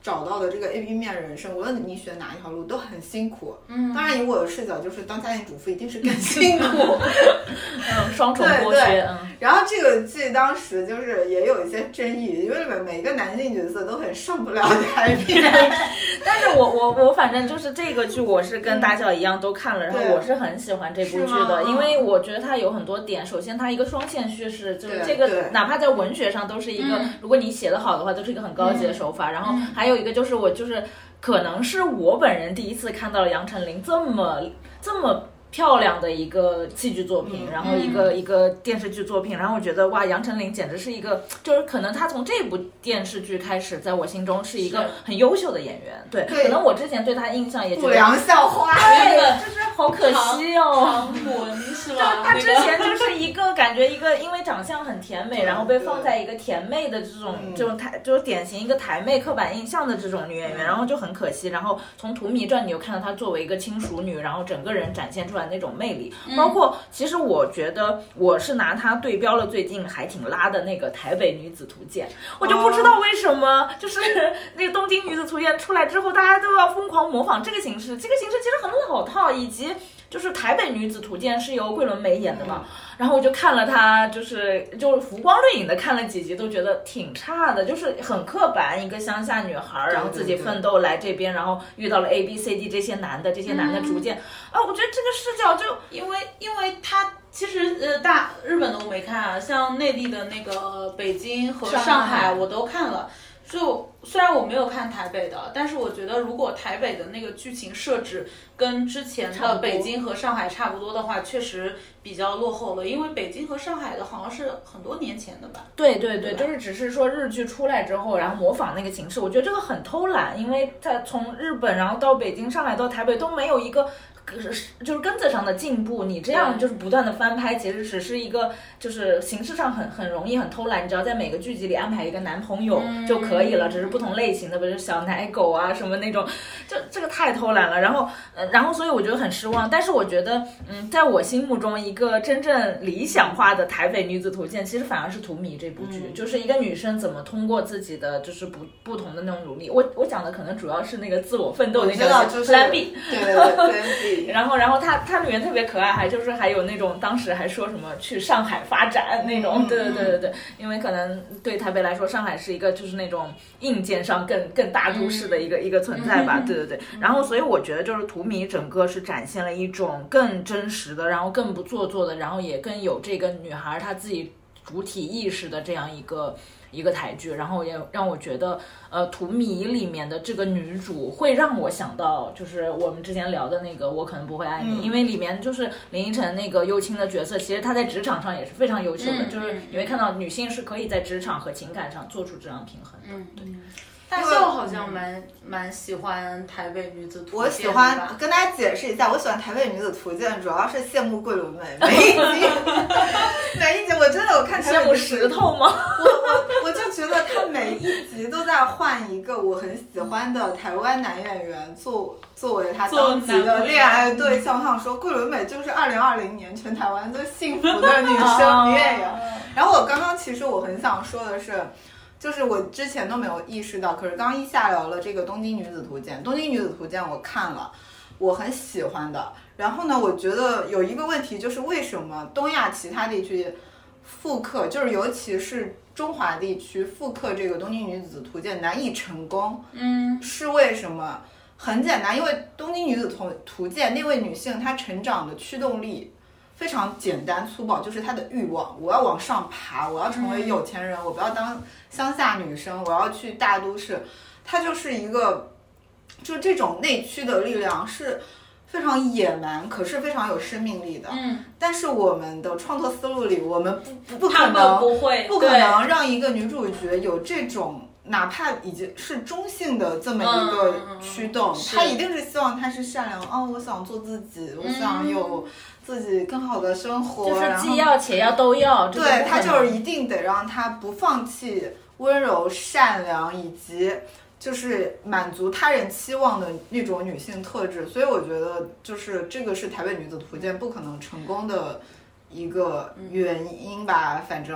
找到的这个 A B 面人生，无论你选哪一条路都很辛苦。嗯，当然以我的视角，就是当家庭主妇一定是更辛苦。 嗯，双重剥削。嗯。 然后这个剧当时就是也有一些争议，因为里面每个男性角色都很上不了台面。 但是我我我反正就是这个剧，我是跟大笑一样都看了，然后我是很喜欢这部剧的，因为我觉得它有很多点。首先，它一个双线叙事，就是这个哪怕在文学上都是一个，如果你写得好的话，都是一个很高级的手法。然后还有一个就是我就是可能是我本人第一次看到了杨丞琳这么这么漂亮的一个戏剧作品，然后一个、嗯、一个电视剧作品，然后我觉得哇，杨丞琳简直是一个，就是可能她从这部电视剧开始，在我心中是一个很优秀的演员。对，对可能我之前对她印象也觉得不良校花， 对，就是好可惜哦。 唐文是吧？ 她之前就是一个感觉一个，因为长相很甜美，然后被放在一个甜妹的这种、嗯、这种台，就是典型一个台妹刻板印象的这种女演员，然后就很可惜。然后从《荼蘼传》你又看到她作为一个亲熟女，然后整个人展现出来那种魅力，包括其实我觉得我是拿它对标了最近还挺拉的那个台北女子图鉴，我就不知道为什么就是那个东京女子图鉴出来之后，大家都要疯狂模仿这个形式，这个形式其实很老套，以及就是台北女子图鉴是由桂纶镁演的嘛，然后我就看了她就是就是浮光掠影的看了几集，都觉得挺差的，就是很刻板，一个乡下女孩然后自己奋斗来这边，然后遇到了 A B C D 这些男的，这些男的逐渐、嗯、啊，我觉得这个视角就因为因为他其实呃大日本的我没看啊，像内地的那个北京和上海我都看了。就虽然我没有看台北的，但是我觉得如果台北的那个剧情设置跟之前的北京和上海差不多的话，确实比较落后了。因为北京和上海的好像是很多年前的吧？ 对对对，就是只是说日剧出来之后，然后模仿那个形式，我觉得这个很偷懒，因为它从日本然后到北京、上海到台北都没有一个。就是根子上的进步，你这样就是不断的翻拍，其实只是一个就是形式上很很容易很偷懒，你只要在每个剧集里安排一个男朋友就可以了，只是不同类型的，比如小奶狗啊什么那种，就这个太偷懒了。然后呃，然后所以我觉得很失望。但是我觉得，嗯，在我心目中一个真正理想化的台北女子图鉴，其实反而是《荼蘼》这部剧、嗯，就是一个女生怎么通过自己的就是不不同的那种努力。我我讲的可能主要是那个自我奋斗的那个蓝碧， 对对对。 然后，然后它它里面特别可爱，还就是还有那种当时还说什么去上海发展那种，嗯、对对对对对，因为可能对台北来说，上海是一个就是那种硬件上更更大都市的一个、嗯、一个存在吧，对对对。然后，所以我觉得就是《荼蘼》整个是展现了一种更真实的，然后更不做作的，然后也更有这个女孩她自己主体意识的这样一个。一个台剧，然后也让我觉得，呃，《荼蘼》里面的这个女主会让我想到，就是我们之前聊的那个《我可能不会爱你》嗯，因为里面就是林依晨那个优青的角色，其实她在职场上也是非常优秀的，嗯、就是你会看到女性是可以在职场和情感上做出这样平衡的。嗯，对。 大笑好像蛮蛮喜欢台北女子图鉴， 我喜欢跟大家解释一下，我喜欢台北女子图鉴，主要是羡慕桂纶镁，每一集每一集我真的我看台北羡慕石头吗？ 我我我就觉得他每一集都在换一个我很喜欢的台湾男演员作作为他当集的恋爱对象，想说桂纶镁就是二零二零年全台湾最幸福的女生女演员。然后我刚刚其实我很想说的是。就是我之前都没有意识到，可是刚一下聊了这个《东京女子图鉴》，《东京女子图鉴》我看了，我很喜欢的。然后呢，我觉得有一个问题就是为什么东亚其他地区复刻，就是尤其是中华地区复刻这个《东京女子图鉴》难以成功？嗯，是为什么？很简单，因为《东京女子图图鉴》那位女性她成长的驱动力。非常简单粗暴，就是她的欲望，我要往上爬，我要成为有钱人，我不要当乡下女生，我要去大都市。她就是一个，就这种内驱的力量是非常野蛮，可是非常有生命力的。嗯，但是我们的创作思路里，我们不不可能不会不可能让一个女主角有这种。哪怕已经是中性的这么一个驱动，嗯、他一定是希望他是善良哦，我想做自己，嗯、我想有自己更好的生活， 就是既要且要都要。 对，他就是一定得让他不放弃温柔、善良以及就是满足他人期望的那种女性特质。所以我觉得，就是这个是台北女子图鉴不可能成功的一个原因吧，反正。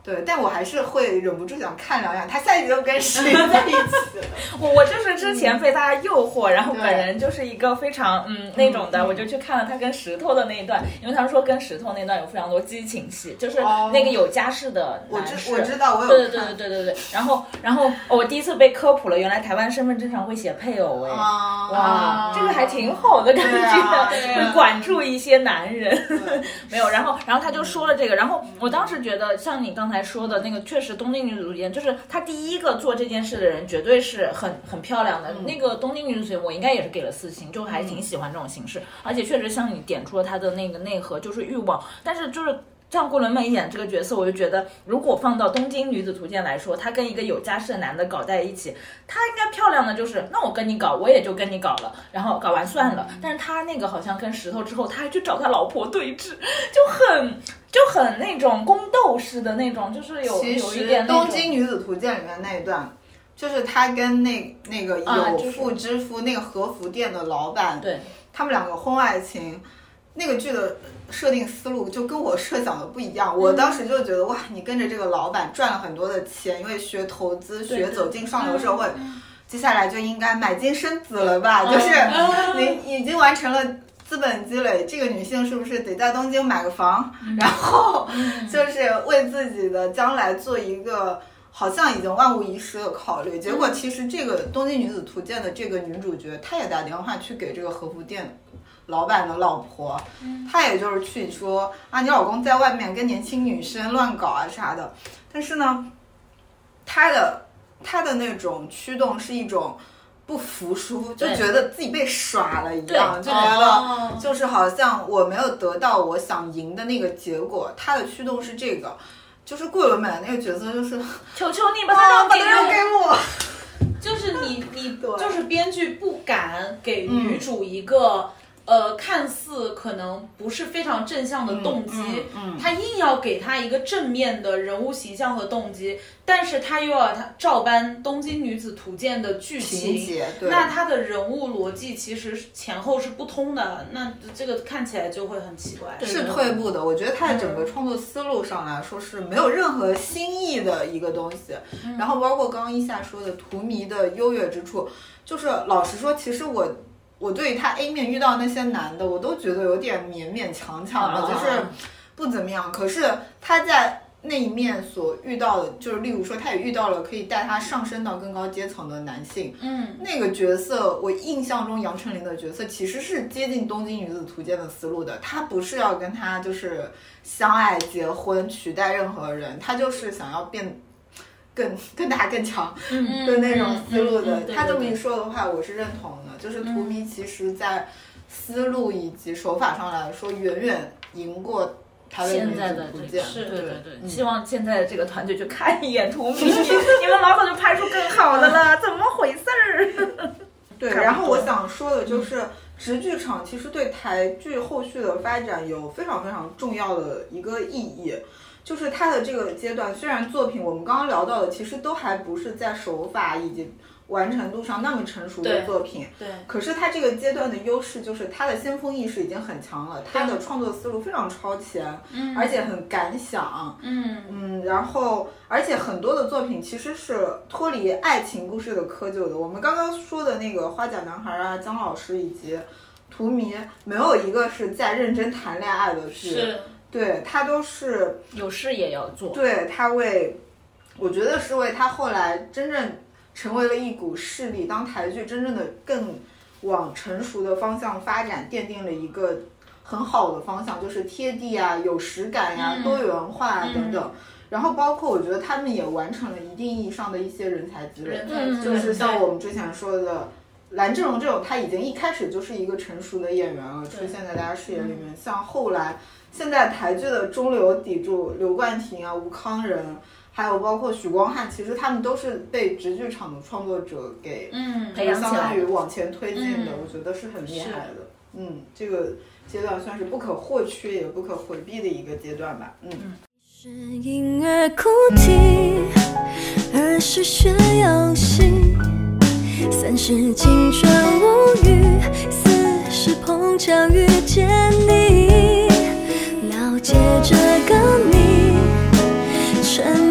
对，但我还是会忍不住想看两眼，他下一集又跟谁在一起了？ 我我就是之前被他诱惑，然后本人就是一个非常嗯那种的， 嗯我就去看了他跟石头的那一段，因为他们说跟石头那段有非常多激情戏，就是那个有家室的男士。 我知我知道，我有对对对对对对对。然后然后我第一次被科普了，原来台湾身份证上会写配偶哎， 啊、 哇，这个还挺好的感觉， 啊、 会管住一些男人。没有，然后然后他就说了这个，然后我当时觉得像你刚才说的那个，确实东京女子图鉴就是他第一个做这件事的人，绝对是很很漂亮的。嗯、那个东京女子图鉴我应该也是给了四星，就还挺喜欢这种形式，嗯、而且确实像你点出了他的那个内核，就是欲望，但是就是。像桂纶镁演这个角色，我就觉得，如果放到《东京女子图鉴》来说，她跟一个有家室的男的搞在一起，她应该漂亮的就是，那我跟你搞，我也就跟你搞了，然后搞完算了。但是她那个好像跟石头之后，他还去找他老婆对峙，就很就很那种宫斗式的那种，就是有有一点那种。 《东京女子图鉴》里面那一段。就是他跟那那个有妇之夫、啊就是、那个和服店的老板， 对， 他们两个婚外情，那个剧的设定思路就跟我设想的不一样。嗯、我当时就觉得哇，你跟着这个老板赚了很多的钱，因为学投资、学走进上流社会，嗯、接下来就应该买金生子了吧？嗯、就是你已经完成了资本积累，这个女性是不是得在东京买个房，嗯、然后就是为自己的将来做一个。好像已经万无一失的考虑，结果其实这个《东京女子图鉴》的这个女主角，她也打电话去给这个和服店老板的老婆，她也就是去说啊，你老公在外面跟年轻女生乱搞啊啥的。但是呢，她的她的那种驱动是一种不服输，就觉得自己被耍了一样，就觉得就是好像我没有得到我想赢的那个结果。她的驱动是这个。就是桂纶镁那个角色，就是求求你把它让给我，给我。 就是你，你就是编剧不敢给女主一个、嗯、呃，看似可能不是非常正向的动机， 嗯嗯嗯、 他硬要给她一个正面的人物形象和动机，但是他又要他照搬《东京女子图鉴》的剧情，那他的人物逻辑其实前后是不通的，那这个看起来就会很奇怪。 是退步的，我觉得他的整个创作思路上来说是没有任何新意的一个东西。嗯、然后包括刚刚一夏说的荼蘼的优越之处，就是老实说，其实我我对他 A 面遇到那些男的，我都觉得有点勉勉强强的，啊、就是不怎么样。可是他在那一面所遇到的，就是例如说，他也遇到了可以带他上升到更高阶层的男性。 嗯， 那个角色，我印象中杨丞琳的角色其实是接近《东京女子图鉴》的思路的。他不是要跟他就是相爱、结婚、取代任何人，他就是想要变更更大、更强的那种思路的。他这么一说的话，我是认同的。就是荼蘼其实在思路以及手法上来说，远远赢过。 现在的这个是， 对对对，嗯、希望现在的这个团队去看一眼荼蘼，你们老早就拍出更好的了，怎么回事儿？ 对，然后我想说的就是，直剧场其实对台剧后续的发展有非常非常重要的一个意义。就是它的这个阶段，虽然作品我们刚刚聊到的，其实都还不是在手法以及完成度上那么成熟的作品， 对，对， 可是它这个阶段的优势就是它的先锋意识已经很强了，它的创作思路非常超前， 嗯， 而且很敢想， 嗯嗯，然后而且很多的作品其实是脱离爱情故事的窠臼的。我们刚刚说的那个花甲男孩啊，姜老师以及荼蘼，没有一个是在认真谈恋爱的剧， 是， 对，他都是有事也要做， 对，他为，我觉得是为他后来真正成为了一股势力，当台剧真正的更往成熟的方向发展，奠定了一个很好的方向，就是贴地啊、有实感呀、 嗯、 多元化啊等等。 嗯、 然后包括我觉得他们也完成了一定意义上的一些人才积累， 嗯、 就是像我们之前说的蓝正龙这种，他已经一开始就是一个成熟的演员了，出现在大家视野里面。 嗯、 像后来现在台剧的中流砥柱刘冠廷啊、吴康仁。还有包括许光汉，其实他们都是被直剧场的创作者给嗯培养起来， 相当于往前推进的， 嗯、 我觉得是很厉害的。嗯，这个阶段算是不可或缺也不可回避的一个阶段吧。嗯。 是婴儿哭啼，二十学游戏，三十青春无语，四十碰巧遇见你，了解这个你。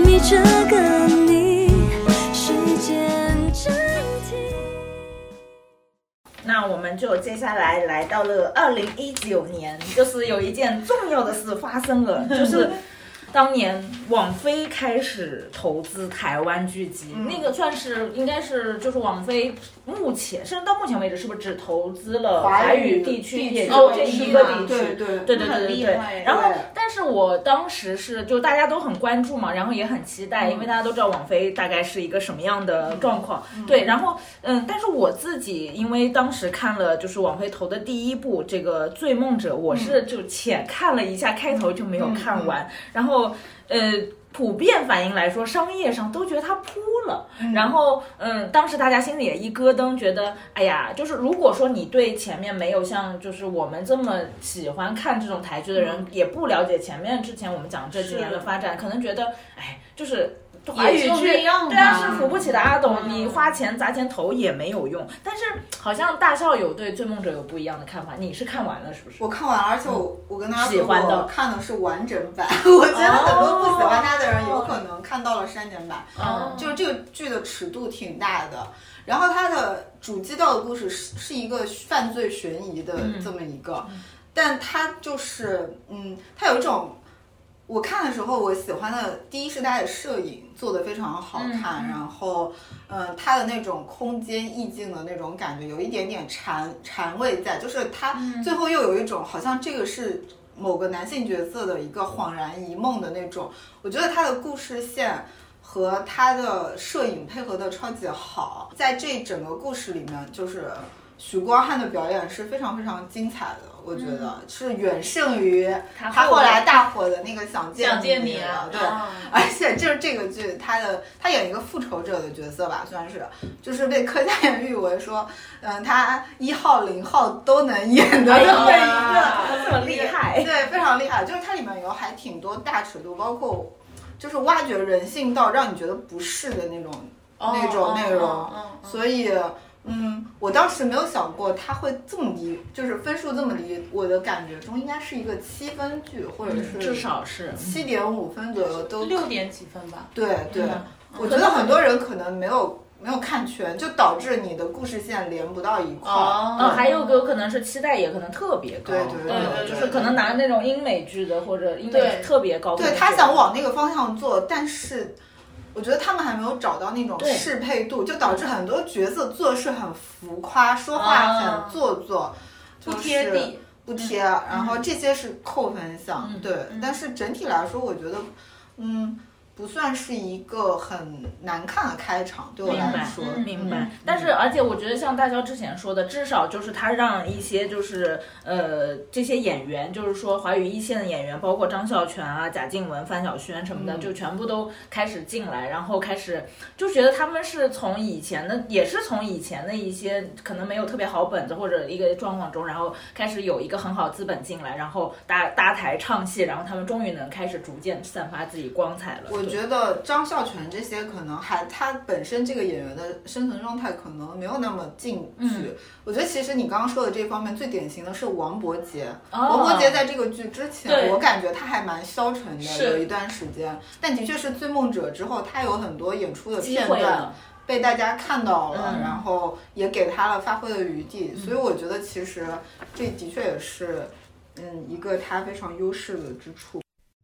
就接下来来到了二零一九年，就是有一件重要的事发生了，就是当年网飞开始投资台湾剧集，嗯、那个算是应该是就是网飞目前甚至到目前为止是不是只投资了华语地区，也就这一个地区？ 对对对对对对对。然后，但是我当时是就大家都很关注嘛，然后也很期待，嗯、因为大家都知道网飞大概是一个什么样的状况。嗯、对，然后嗯，但是我自己因为当时看了就是网飞投的第一部这个《醉梦者》，我是就浅看了一下开头就没有看完，嗯、然后。呃，普遍反应来说，商业上都觉得它扑了。嗯、然后，嗯，当时大家心里也一咯噔，觉得，哎呀，就是如果说你对前面没有像就是我们这么喜欢看这种台剧的人，嗯、也不了解前面之前我们讲这几年的发展，可能觉得，哎，就是。华语剧对啊，是扶不起的阿斗，嗯、你花钱砸钱投也没有用。但是好像大笑有对《醉梦者》有不一样的看法，你是看完了是不是？ 我看完了，而且我、嗯、我跟他喜欢的看的是完整版，我觉得很多不喜欢他的人有可能看到了删减版， 哦、 就是这个剧的尺度挺大的。然后它的主基调的故事是是一个犯罪悬疑的这么一个，嗯、但它就是嗯，它有一种。我看的时候，我喜欢的第一是它的摄影做得非常好看，嗯、然后，嗯、呃，它的那种空间意境的那种感觉，有一点点禅禅味在，就是它最后又有一种好像这个是某个男性角色的一个恍然一梦的那种。我觉得它的故事线和它的摄影配合的超级好，在这整个故事里面，就是许光汉的表演是非常非常精彩的。我觉得是远胜于他后来大火的那个想见你了，对，哦、而且就是这个剧，他的他演一个复仇者的角色吧，算是，就是被柯佳嬿誉为说，嗯，他一号零号都能演的这么一个， 这么厉害， 对，非常厉害，就是它里面有还挺多大尺度，包括就是挖掘人性到让你觉得不适的那种、哦、那种内容，哦哦哦、所以。嗯，我当时没有想过它会这么低，就是分数这么低。我的感觉中应该是一个七分剧，或者是至少是七点五分左右，都六点几分吧。 对对，嗯、我觉得很多人可能没有没有看全，就导致你的故事线连不到一块。 哦，嗯、还有个有可能是期待也可能特别高， 对对 对, 对, 对，就是可能拿那种英美剧的或者英美特别高分， 对他想往那个方向做，但是。我觉得他们还没有找到那种适配度，就导致很多角色做事很浮夸，说话很做作， 不贴地， 不贴。然后这些是扣分项， 嗯、 对。嗯、但是整体来说，我觉得，嗯。不算是一个很难看的开场，对我来说， 明白。明白嗯、但是，而且我觉得像大肖之前说的，至少就是他让一些就是呃这些演员，就是说华语一线的演员，包括张孝全啊、贾静雯、范晓萱什么的，嗯、就全部都开始进来，然后开始就觉得他们是从以前的，也是从以前的一些可能没有特别好本子或者一个状况中，然后开始有一个很好资本进来，然后搭搭台唱戏，然后他们终于能开始逐渐散发自己光彩了。 我觉得张孝全这些可能还他本身这个演员的生存状态可能没有那么进去。嗯、我觉得其实你刚刚说的这方面最典型的是王柏杰。哦、王柏杰在这个剧之前，我感觉他还蛮消沉的，有一段时间。但的确是《醉梦者》之后，他有很多演出的片段被大家看到了，嗯、然后也给他了发挥的余地。嗯、所以我觉得其实这的确也是嗯一个他非常优势的之处。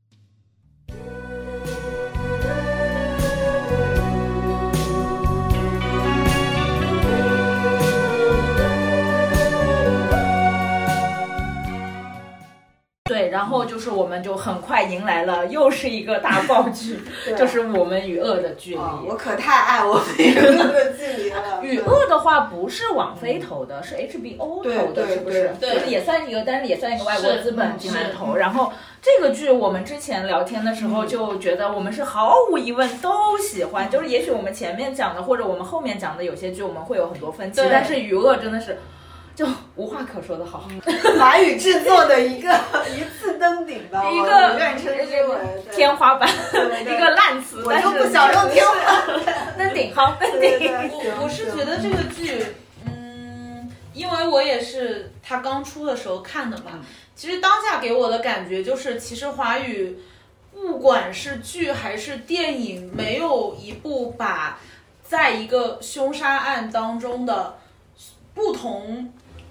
对，然后就是我们就很快迎来了又是一个大爆剧，就是我们与恶的距离。 哦、我可太爱我们与恶的距离了。 与恶的话不是网飞投的，是 H B O 投的，是不是？ 对， 就是也算一个，但是也算一个外国资本进来投。然后这个剧我们之前聊天的时候就觉得我们是毫无疑问都喜欢，嗯、就是也许我们前面讲的或者我们后面讲的有些剧我们会有很多分歧，但是与恶真的是。就无话可说的好， 华语制作的一个一次登顶吧， 一个愿称之为天花板，一个烂词， 我就不想用天花板登顶，好登顶。 我我是觉得这个剧，嗯，因为我也是他刚出的时候看的嘛，其实当下给我的感觉就是，其实华语不管是剧还是电影，没有一部把在一个凶杀案当中的不同。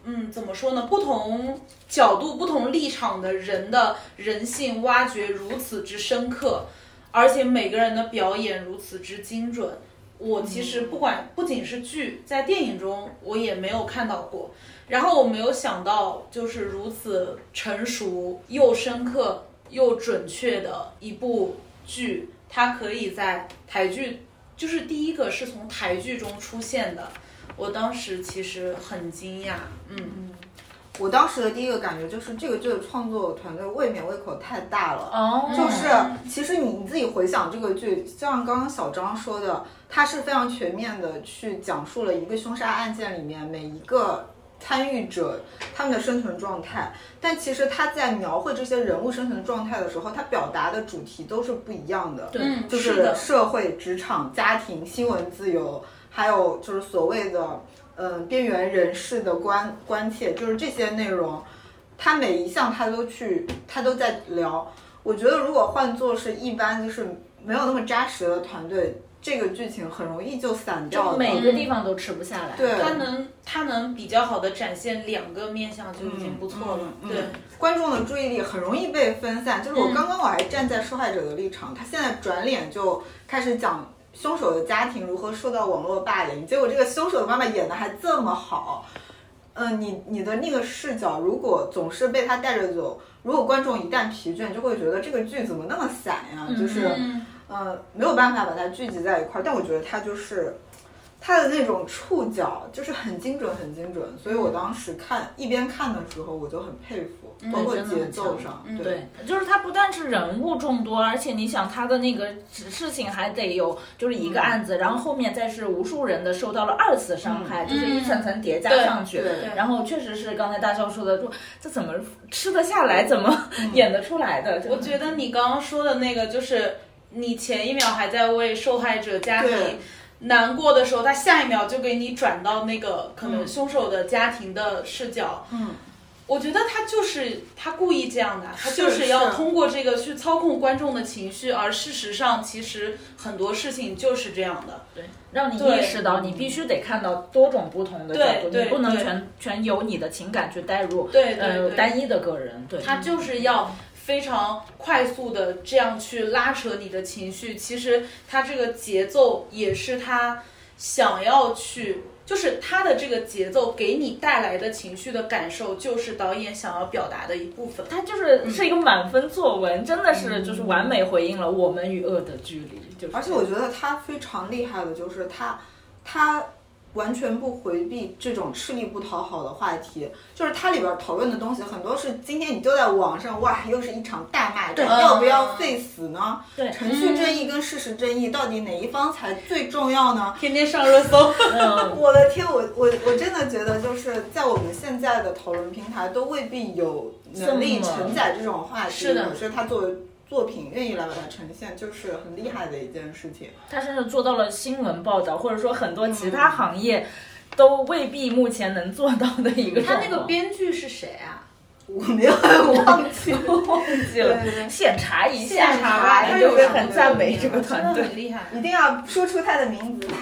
嗯，怎么说呢？不同角度、不同立场的人的人性挖掘如此之深刻，而且每个人的表演如此之精准。我其实不管，不仅是剧，在电影中我也没有看到过。然后我没有想到，就是如此成熟又深刻又准确的一部剧，它可以在台剧，就是第一个是从台剧中出现的。我当时其实很惊讶，嗯， 我当时的第一个感觉就是这个剧的创作团队未免胃口太大了。 哦， 就是其实你你自己回想这个剧，像刚刚小张说的，它是非常全面的去讲述了一个凶杀案件里面每一个参与者他们的生存状态，但其实他在描绘这些人物生存状态的时候，他表达的主题都是不一样的。 对， 就是社会、职场、家庭、新闻自由，还有就是所谓的嗯、呃、边缘人士的关关切，就是这些内容，他每一项他都去他都在聊。我觉得如果换作是一般就是没有那么扎实的团队，这个剧情很容易就散掉了， 就每个地方都吃不下来。 对， 它能它能比较好的展现两个面向就已经不错了。 嗯嗯、 对、 嗯，观众的注意力很容易被分散。就是我刚刚我还站在受害者的立场，他现在转脸就开始讲凶手的家庭如何受到网络霸凌，结果这个凶手的妈妈演的还这么好。嗯、呃，你你的那个视角如果总是被他带着走，如果观众一旦疲倦，就会觉得这个剧怎么那么散呀？就是。 嗯呃，没有办法把它聚集在一块儿，但我觉得它就是它的那种触角就是很精准很精准，所以我当时看一边看的时候我就很佩服， 嗯、 包括节奏上， 嗯、 对, 对，就是它不但是人物众多，而且你想它的那个事情还得有，就是一个案子，嗯、然后后面再是无数人的受到了二次伤害，嗯、就是一层层叠加上去， 对然后确实是刚才大笑说的，这怎么吃得下来，怎么演得出来的？ 嗯、我觉得你刚刚说的那个就是你前一秒还在为受害者家庭难过的时候，他下一秒就给你转到那个可能凶手的家庭的视角。 嗯， 我觉得他就是他故意这样的，他就是要通过这个去操控观众的情绪，而事实上其实很多事情就是这样的。 对，让你意识到你必须得看到多种不同的角度，你不能全全由你的情感去带入对对对呃单一的个人。对， 他就是要非常快速的这样去拉扯你的情绪，其实他这个节奏也是他想要去，就是他的这个节奏给你带来的情绪的感受，就是导演想要表达的一部分。 他就是是一个满分作文，嗯、真的是就是完美回应了我们与恶的距离。就是， 而且我觉得他非常厉害的就是他他。完全不回避这种吃力不讨好的话题，就是它里边讨论的东西很多是今天你丢在网上，哇，又是一场大骂战，要不要废死呢？ 对， 程序正义跟事实正义到底哪一方才最重要呢？ 天天上热搜。 嗯、我的天，我我我真的觉得就是在我们现在的讨论平台都未必有能力承载这种话题， 是的， 可是它作为作品愿意来把它呈现，就是很厉害的一件事情。 他甚至做到了新闻报道，或者说很多其他行业都未必目前能做到的一个状况。 他那个编剧是谁啊？ 我没有忘记了， 忘记了，对对对，现查一下， 现查吧， 他就会很赞美这个团队， 很厉害， 一定要说出他的名字。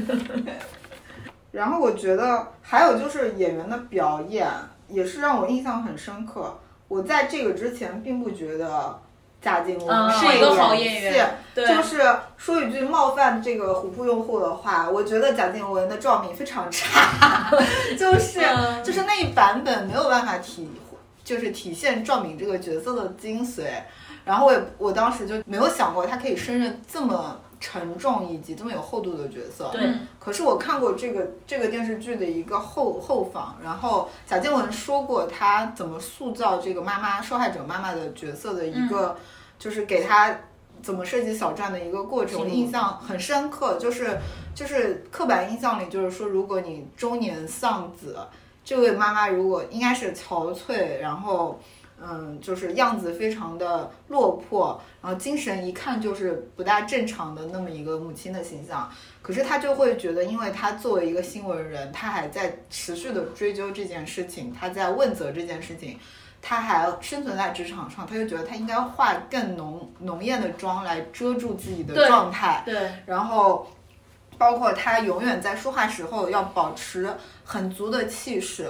然后我觉得还有就是演员的表演也是让我印象很深刻。我在这个之前并不觉得贾静雯、 嗯、是一个好演员，对， 就是说一句冒犯这个虎扑用户的话，我觉得贾静雯的照明非常差，就是、嗯、就是那一版本没有办法体，就是体现赵敏这个角色的精髓。然后我也我当时就没有想过她可以胜任这么沉重以及这么有厚度的角色。 对。 可是我看过这个这个电视剧的一个后后访，然后贾静雯说过她怎么塑造这个妈妈受害者妈妈的角色的一个，嗯、就是给她怎么设计小站的一个过程，我印象很深刻。就是就是刻板印象里就是说，如果你中年丧子，这位妈妈如果应该是憔悴，然后。嗯，就是样子非常的落魄，然后精神一看就是不大正常的那么一个母亲的形象。可是他就会觉得，因为他作为一个新闻人，他还在持续的追究这件事情，他在问责这件事情，他还生存在职场上，他就觉得他应该化更浓浓艳的妆来遮住自己的状态。 对，对， 然后包括他永远在说话时候要保持很足的气势。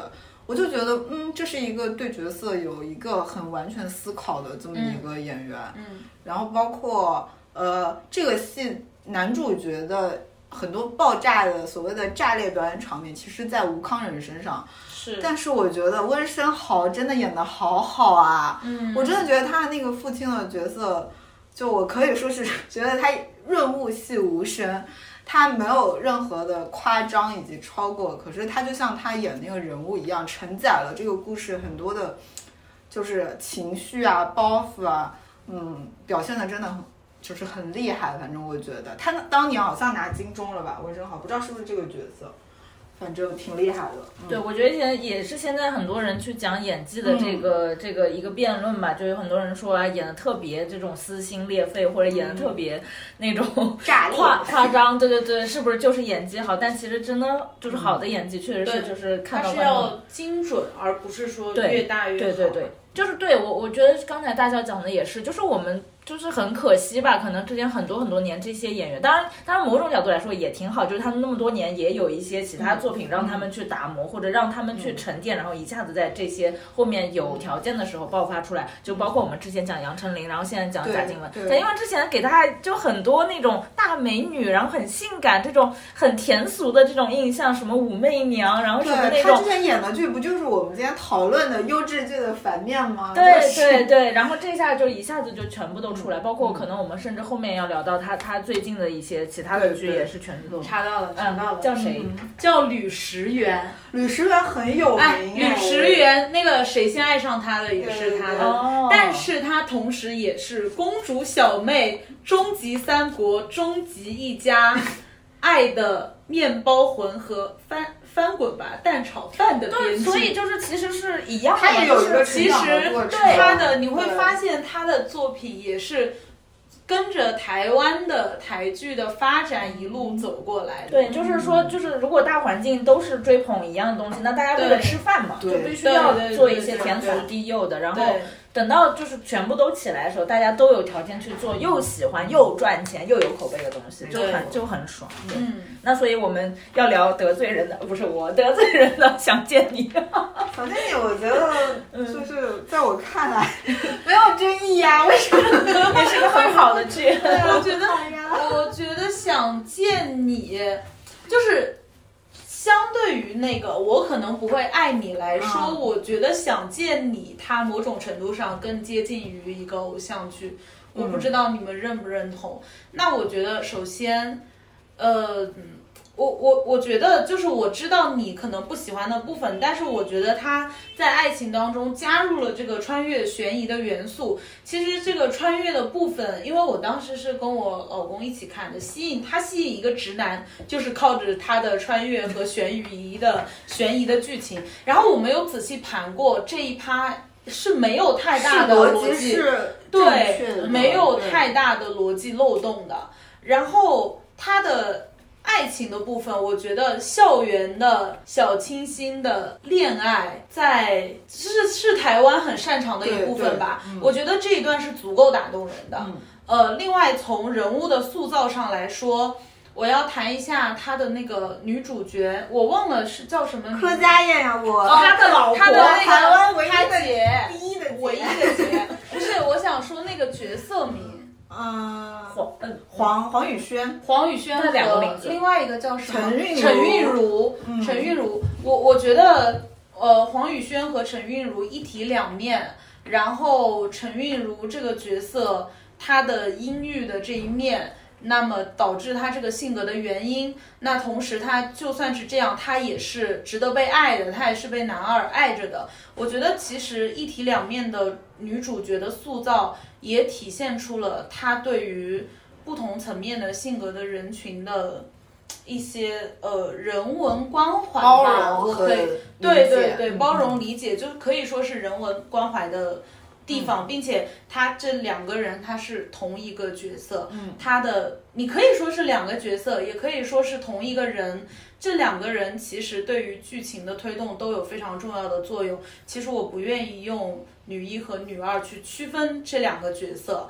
我就觉得，嗯，这是一个对角色有一个很完全思考的这么一个演员。 嗯， 然后包括呃，这个戏男主角的很多爆炸的所谓的炸裂表演场面，其实在吴慷仁身上。 是， 但是我觉得温升豪真的演得好好啊！ 嗯， 我真的觉得他的那个父亲的角色，就我可以说是觉得他润物细无声。他没有任何的夸张以及超过，可是他就像他演那个人物一样，承载了这个故事很多的，就是情绪啊、包袱啊，嗯，表现的真的很就是很厉害。反正我觉得他当年好像拿金钟了吧，温升豪不知道是不是这个角色，反正挺厉害的。嗯、 对，我觉得现在也是现在很多人去讲演技的这个、嗯、这个一个辩论吧，就有很多人说啊，演的特别这种撕心裂肺，或者演的特别那种炸夸夸张，对对对，是不是就是演技好？但其实真的就是好的演技，确实是就是看到它是要精准，而不是说越大越好。 对对对对，就是对我我觉得刚才大笑讲的也是，就是我们。就是很可惜吧，可能之前很多很多年这些演员，当然当然某种角度来说也挺好，就是他们那么多年也有一些其他作品让他们去打磨、嗯、或者让他们去沉淀、嗯、然后一下子在这些后面有条件的时候爆发出来，就包括我们之前讲杨丞琳，然后现在讲贾静雯。贾静雯之前给大家就很多那种大美女，然后很性感，这种很甜俗的这种印象，什么武媚娘，然后什么那种。 她之前演的剧不就是我们今天讨论的优质剧的反面吗？ 对对对，然后这下就一下子就全部都出来，包括可能我们甚至后面要聊到他他最近的一些其他的剧也是全部都查到了，查到了， 嗯、叫谁、 嗯？叫吕石原。 吕石原很有名。 哎，吕石原那个谁先爱上他的也是他的， 哦、 但是他同时也是公主小妹、终极三国、终极一家、爱的面包魂和翻。翻滚吧蛋炒饭的编剧， 所以就是其实是一样的， 他也有一个其实对他的你会发现他的作品也是跟着台湾的台剧的发展一路走过来的。 对，就是说，就是如果大环境都是追捧一样的东西，那大家为了吃饭嘛，就必须要做一些甜俗低幼的，然后等到就是全部都起来的时候，大家都有条件去做又喜欢又赚钱又有口碑的东西，就很就很爽。 嗯， 那所以我们要聊得罪人的，不是我得罪人的，想见你。 想见你，我觉得就是在我看来没有争议呀、啊，为什么？ 也是个很好的剧。 我觉得，我觉得想见你，就是。相对于那个我可能不会爱你来说、嗯、我觉得想见你它某种程度上更接近于一个偶像剧、嗯、我不知道你们认不认同。那我觉得首先呃我我我觉得就是我知道你可能不喜欢的部分，但是我觉得他在爱情当中加入了这个穿越悬疑的元素。其实这个穿越的部分，因为我当时是跟我老公一起看的，吸引他吸引一个直男就是靠着他的穿越和悬疑的悬疑的剧情。然后我没有仔细盘过这一趴是没有太大的逻辑，对，没有太大的逻辑漏洞的。然后他的爱情的部分，我觉得校园的小清新的恋爱在是是台湾很擅长的一部分吧、嗯、我觉得这一段是足够打动人的、嗯、呃，另外从人物的塑造上来说，我要谈一下她的那个女主角，我忘了是叫什么名字， 柯佳燕呀、啊，我她、哦、的老婆，她的那个台湾唯一的姐， 第一的唯一的姐，不是，我想说那个角色名。 嗯， 黄嗯黄黄宇轩， 黄宇轩和两个名字， 另外一个叫什么？ 陈韵陈韵如， 嗯、 陈韵如，我我觉得呃黄宇轩和陈韵如一体两面，然后陈韵如这个角色她的阴郁的这一面，那么导致她这个性格的原因，那同时她就算是这样，她也是值得被爱的，她也是被男二爱着的。我觉得其实一体两面的女主角的塑造也体现出了她对于不同层面的性格的人群的一些呃人文关怀吧，我可以对对对包容理解，就可以说是人文关怀的地方，并且他这两个人他是同一个角色，嗯，他的你可以说是两个角色，也可以说是同一个人。这两个人其实对于剧情的推动都有非常重要的作用。其实我不愿意用女一和女二去区分这两个角色。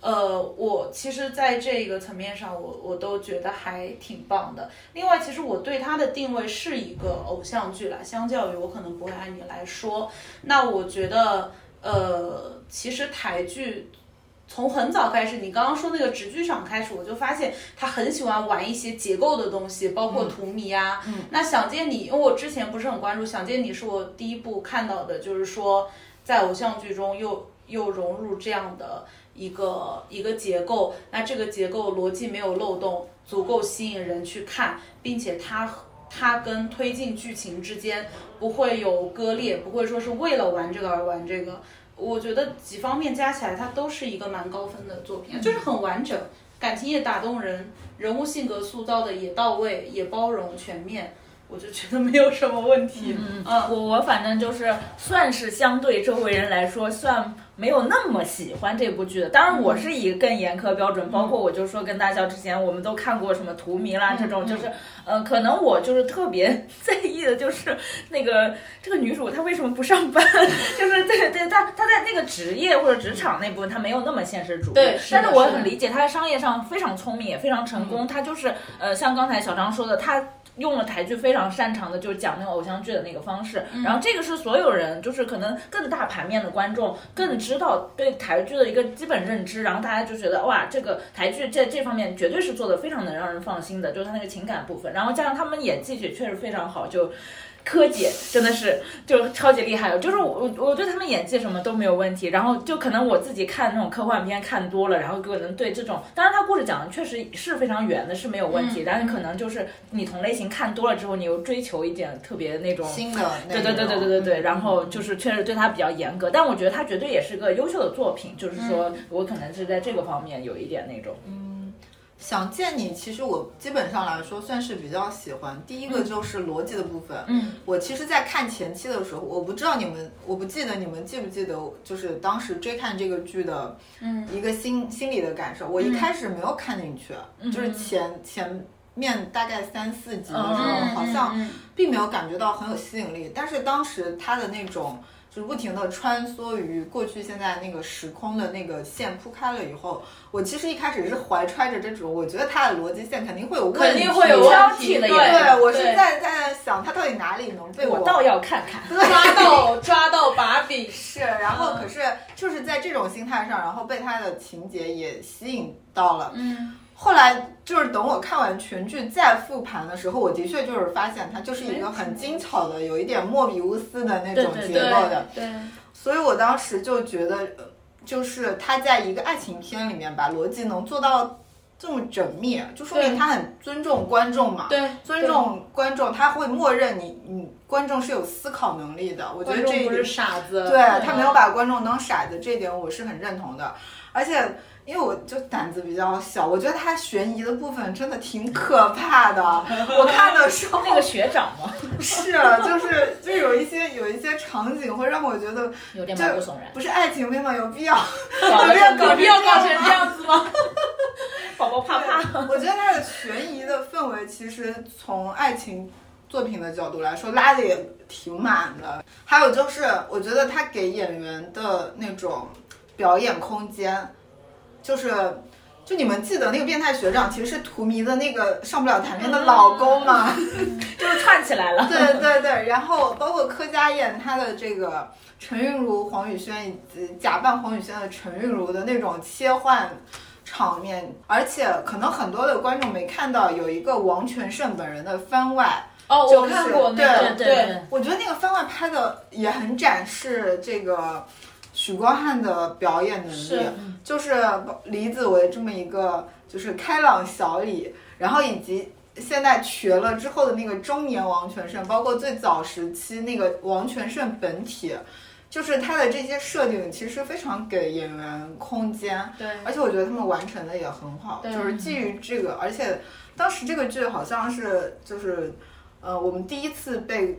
呃，我其实在这个层面上我，我都觉得还挺棒的。另外，其实我对它的定位是一个偶像剧啦，相较于我可能不会按你来说，那我觉得，呃，其实台剧从很早开始，你刚刚说那个直剧场开始，我就发现他很喜欢玩一些结构的东西，包括荼蘼啊。嗯。那想见你，因为我之前不是很关注，想见你是我第一部看到的，就是说在偶像剧中又又融入这样的。一个一个结构，那这个结构逻辑没有漏洞，足够吸引人去看，并且它它跟推进剧情之间不会有割裂，不会说是为了玩这个而玩这个。我觉得几方面加起来，它都是一个蛮高分的作品，就是很完整，感情也打动人，人物性格塑造的也到位，也包容全面。我就觉得没有什么问题。 嗯嗯，我我反正就是算是相对周围人来说，算没有那么喜欢这部剧的。当然，我是以更严苛标准，嗯、包括我就说跟大笑之前，我们都看过什么荼蘼啦、嗯、这种，就是、嗯、呃，可能我就是特别在意的就是那个这个女主她为什么不上班，就是对对，她她在那个职业或者职场那部分她没有那么现实主义， 对， 但是我很理解她在商业上非常聪明，也非常成功，她、嗯、就是呃，像刚才小张说的，她。用了台剧非常擅长的，就是讲那个偶像剧的那个方式，嗯、然后这个是所有人，就是可能更大盘面的观众更知道对台剧的一个基本认知，然后大家就觉得哇，这个台剧在这方面绝对是做的非常能让人放心的，就是它那个情感部分，然后加上他们演技也确实非常好，就。柯姐真的是就超级厉害，就是我我对他们演技什么都没有问题，然后就可能我自己看那种科幻片看多了，然后可能对这种，当然他故事讲的确实是非常远的，是没有问题，嗯、但是可能就是你同类型看多了之后，你又追求一点特别那种新的， 对对对对对对对，然后就是确实对他比较严格，但我觉得他绝对也是个优秀的作品，就是说我可能是在这个方面有一点那种。 嗯想见你，其实我基本上来说算是比较喜欢。第一个就是逻辑的部分，嗯，我其实，在看前期的时候，我不知道你们，我不记得你们记不记得，就是当时追看这个剧的，嗯，一个心、嗯、心理的感受。我一开始没有看进去，嗯、就是前前面大概三四集的时候，嗯、好像并没有感觉到很有吸引力。但是当时它的那种。就是不停的穿梭于过去现在那个时空的那个线铺开了以后，我其实一开始是怀揣着这种，我觉得它的逻辑线肯定会有问题， 肯定会有问题的。 对，对我是在在想它到底哪里能被我， 我倒要看看， 抓到抓到把柄是，然后可是就是在这种心态上，然后被它的情节也吸引到了，嗯。后来就是等我看完全剧再复盘的时候，我的确就是发现它就是一个很精巧的，有一点莫比乌斯的那种结构的。 对，对对对， 所以我当时就觉得，就是他在一个爱情片里面把逻辑能做到这么缜密，就说明他很尊重观众嘛。 对， 尊重观众，他会默认你，你观众是有思考能力的。我觉得这一点不是傻子， 对，他没有把观众当傻子，这一点我是很认同的，而且。因为我就胆子比较小，我觉得他悬疑的部分真的挺可怕的。我看的时候， 那个学长吗？ 是，就是就有一些有一些场景会让我觉得有点毛骨悚然。 不是爱情片吗？有必要有必要有必要搞成这样子吗？ 宝宝怕怕。 我觉得他的悬疑的氛围其实从爱情作品的角度来说拉的也挺满的。还有就是，我觉得他给演员的那种表演空间。就是，就你们记得那个变态学长其实是荼蘼的那个上不了台面的老公嘛， 就是串起来了。 对对对，然后包括柯佳燕她的这个陈韵如、黄宇轩以及假扮黄宇轩的陈韵如的那种切换场面，而且可能很多的观众没看到有一个王全胜本人的番外。 哦， 就是、 我看过， 对对 对, 对， 我觉得那个番外拍的也很展示这个。许光汉的表演能力，是就是李子维这么一个就是开朗小李，然后以及现在瘸了之后的那个中年王全胜，包括最早时期那个王全胜本体，就是他的这些设定其实非常给演员空间， 对， 而且我觉得他们完成的也很好，就是基于这个，而且当时这个剧好像是就是呃我们第一次被。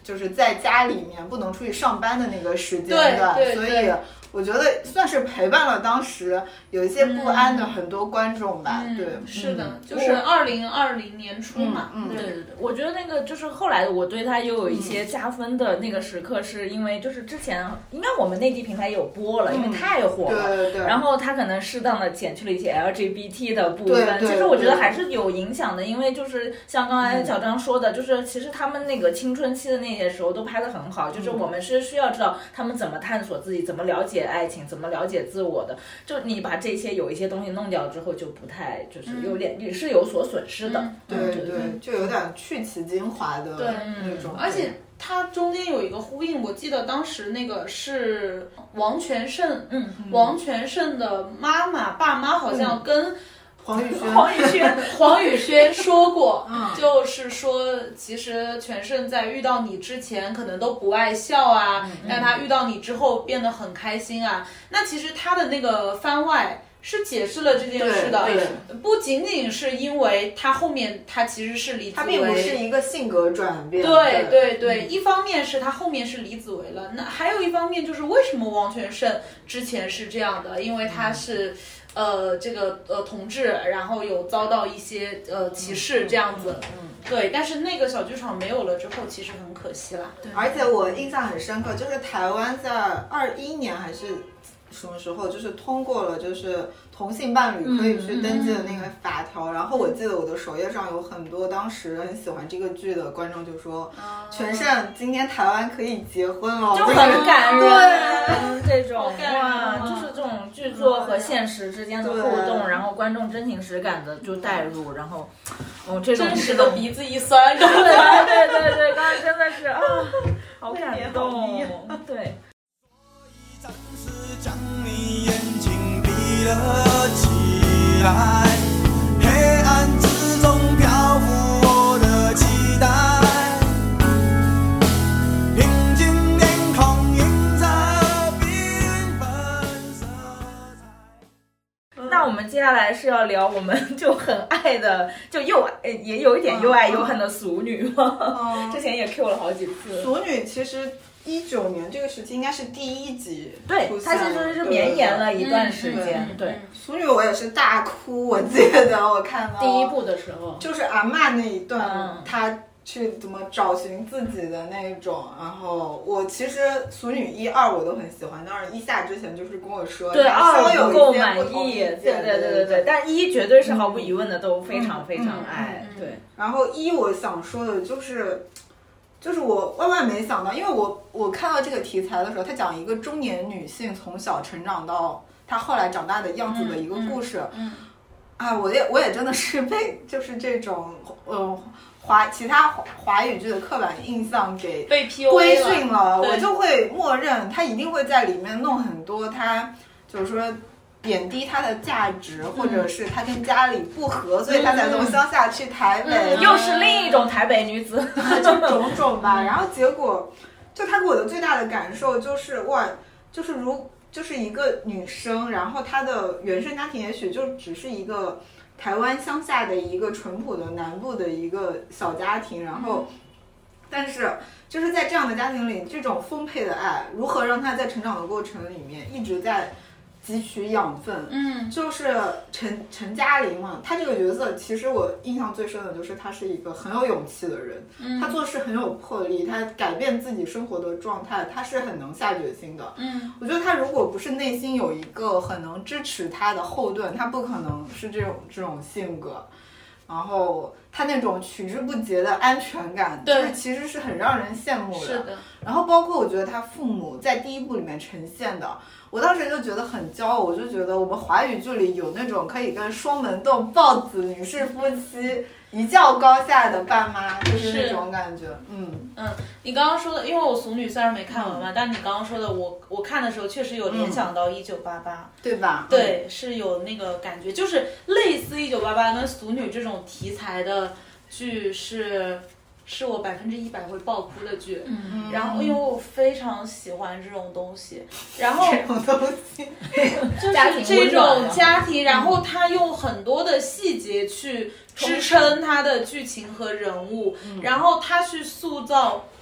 就是在家里面不能出去上班的那个时间段， 对对所以对我觉得算是陪伴了当时有一些不安的很多观众吧。 嗯、 对， 是的， 嗯、 就是二零二零年初嘛。 嗯，嗯对对对，我觉得那个就是后来我对他又有一些加分的那个时刻，是因为就是之前应该我们内地平台有播了， 嗯、 因为太火了， 对对对。 然后他可能适当的减去了一些 L G B T 的部分， 对对其实我觉得还是有影响的，因为就是像刚才小张说的，嗯、就是其实他们那个青春期的那些时候都拍得很好，就是我们是需要知道他们怎么探索自己，怎么了解爱情，怎么了解自我的。就你把这些有一些东西弄掉之后，就不太就是有点也、嗯、是有所损失的。 嗯、 对对对，就有点去其精华的那种。 而且它中间有一个呼应，我记得当时那个是王全胜，嗯，王全胜的妈妈爸妈好像跟、嗯。 黄宇轩， 黄宇轩，黄宇轩说过，嗯、就是说，其实全胜在遇到你之前可能都不爱笑啊，嗯、但他遇到你之后变得很开心啊。那其实他的那个番外是解释了这件事的，不仅仅是因为他后面他其实是李子维， 他并不是一个性格转变， 对对对，嗯、一方面是他后面是李子维了，那还有一方面就是为什么王全胜之前是这样的，因为他是。呃，这个呃同志，然后有遭到一些呃歧视这样子，嗯，对，但是那个小剧场没有了之后，其实很可惜啦。 对，而且我印象很深刻，就是台湾在二一年还是什么时候，就是通过了就是同性伴侣可以去登记的那个法条，嗯、然后我记得我的首页上有很多当时很喜欢这个剧的观众就说，嗯、全胜今天台湾可以结婚了， 就很感人， 对， 这种哇，就是这种剧作和现实之间的互动，然后观众真情实感的就带入，然后哦这种真实的鼻子一酸， 对对对对对，刚才真的是啊，好感动，对。 将你眼睛闭了起来，黑暗之中漂浮我的期待，平静脸孔映着缤纷色彩。 那我们接下来是要聊我们就很爱的，就又也有一点又爱又恨的俗女吗？嗯、之前也 Q 了好几次。 俗女其实。一九年这个时期应该是第一集， 对，它其实是绵延了一段时间。对，对俗女我也是大哭，我记得我看到第一部的时候， 就是阿嬷那一段， 嗯、 她去怎么找寻自己的那种。然后我其实俗女一二我都很喜欢，当然一下之前就是跟我说， 对二不够满意， 对对对对对对，但一绝对是毫无疑问的都非常非常爱。 嗯、 对， 然后一我想说的就是。就是我万万没想到，因为我我看到这个题材的时候，他讲一个中年女性从小成长到她后来长大的样子的一个故事。 嗯，嗯啊，我也我也真的是被就是这种呃华其他华华语剧的刻板印象给被 P U A 规训了，我就会默认他一定会在里面弄很多他就是说。贬低他的价值，或者是他跟家里不和，嗯、所以他才从乡下去台北， 嗯、又是另一种台北女子， 就种种吧。然后结果，就他给我的最大的感受就是哇，就是如就是一个女生，然后她的原生家庭也许就只是一个台湾乡下的一个淳朴的南部的一个小家庭，然后，嗯、但是就是在这样的家庭里，这种丰沛的爱如何让她在成长的过程里面一直在。汲取养分， 嗯， 就是陈陈嘉玲嘛，她这个角色其实我印象最深的就是她是一个很有勇气的人，嗯，她做事很有魄力，她改变自己生活的状态，她是很能下决心的， 嗯， 我觉得她如果不是内心有一个很能支持她的后盾，她不可能是这种这种性格，然后她那种取之不竭的安全感， 对， 就是其实是很让人羡慕的， 是的， 然后包括我觉得她父母在第一部里面呈现的。我当时就觉得很骄傲，我就觉得我们华语剧里有那种可以跟双门洞豹子女士夫妻一较高下的爸妈，就是那种感觉。嗯嗯，你刚刚说的，因为我俗女虽然没看完嘛，嗯、但你刚刚说的，我我看的时候确实有联想到一九八八， 对吧？ 对，是有那个感觉，就是类似一九八八跟俗女这种题材的剧是。是我百分之一百会爆哭的剧， 嗯， 然后因为我非常喜欢这种东西，然后这种东西就是这种家庭，然后他用很多的细节去支撑他的剧情和人物， 嗯、 然后他去塑造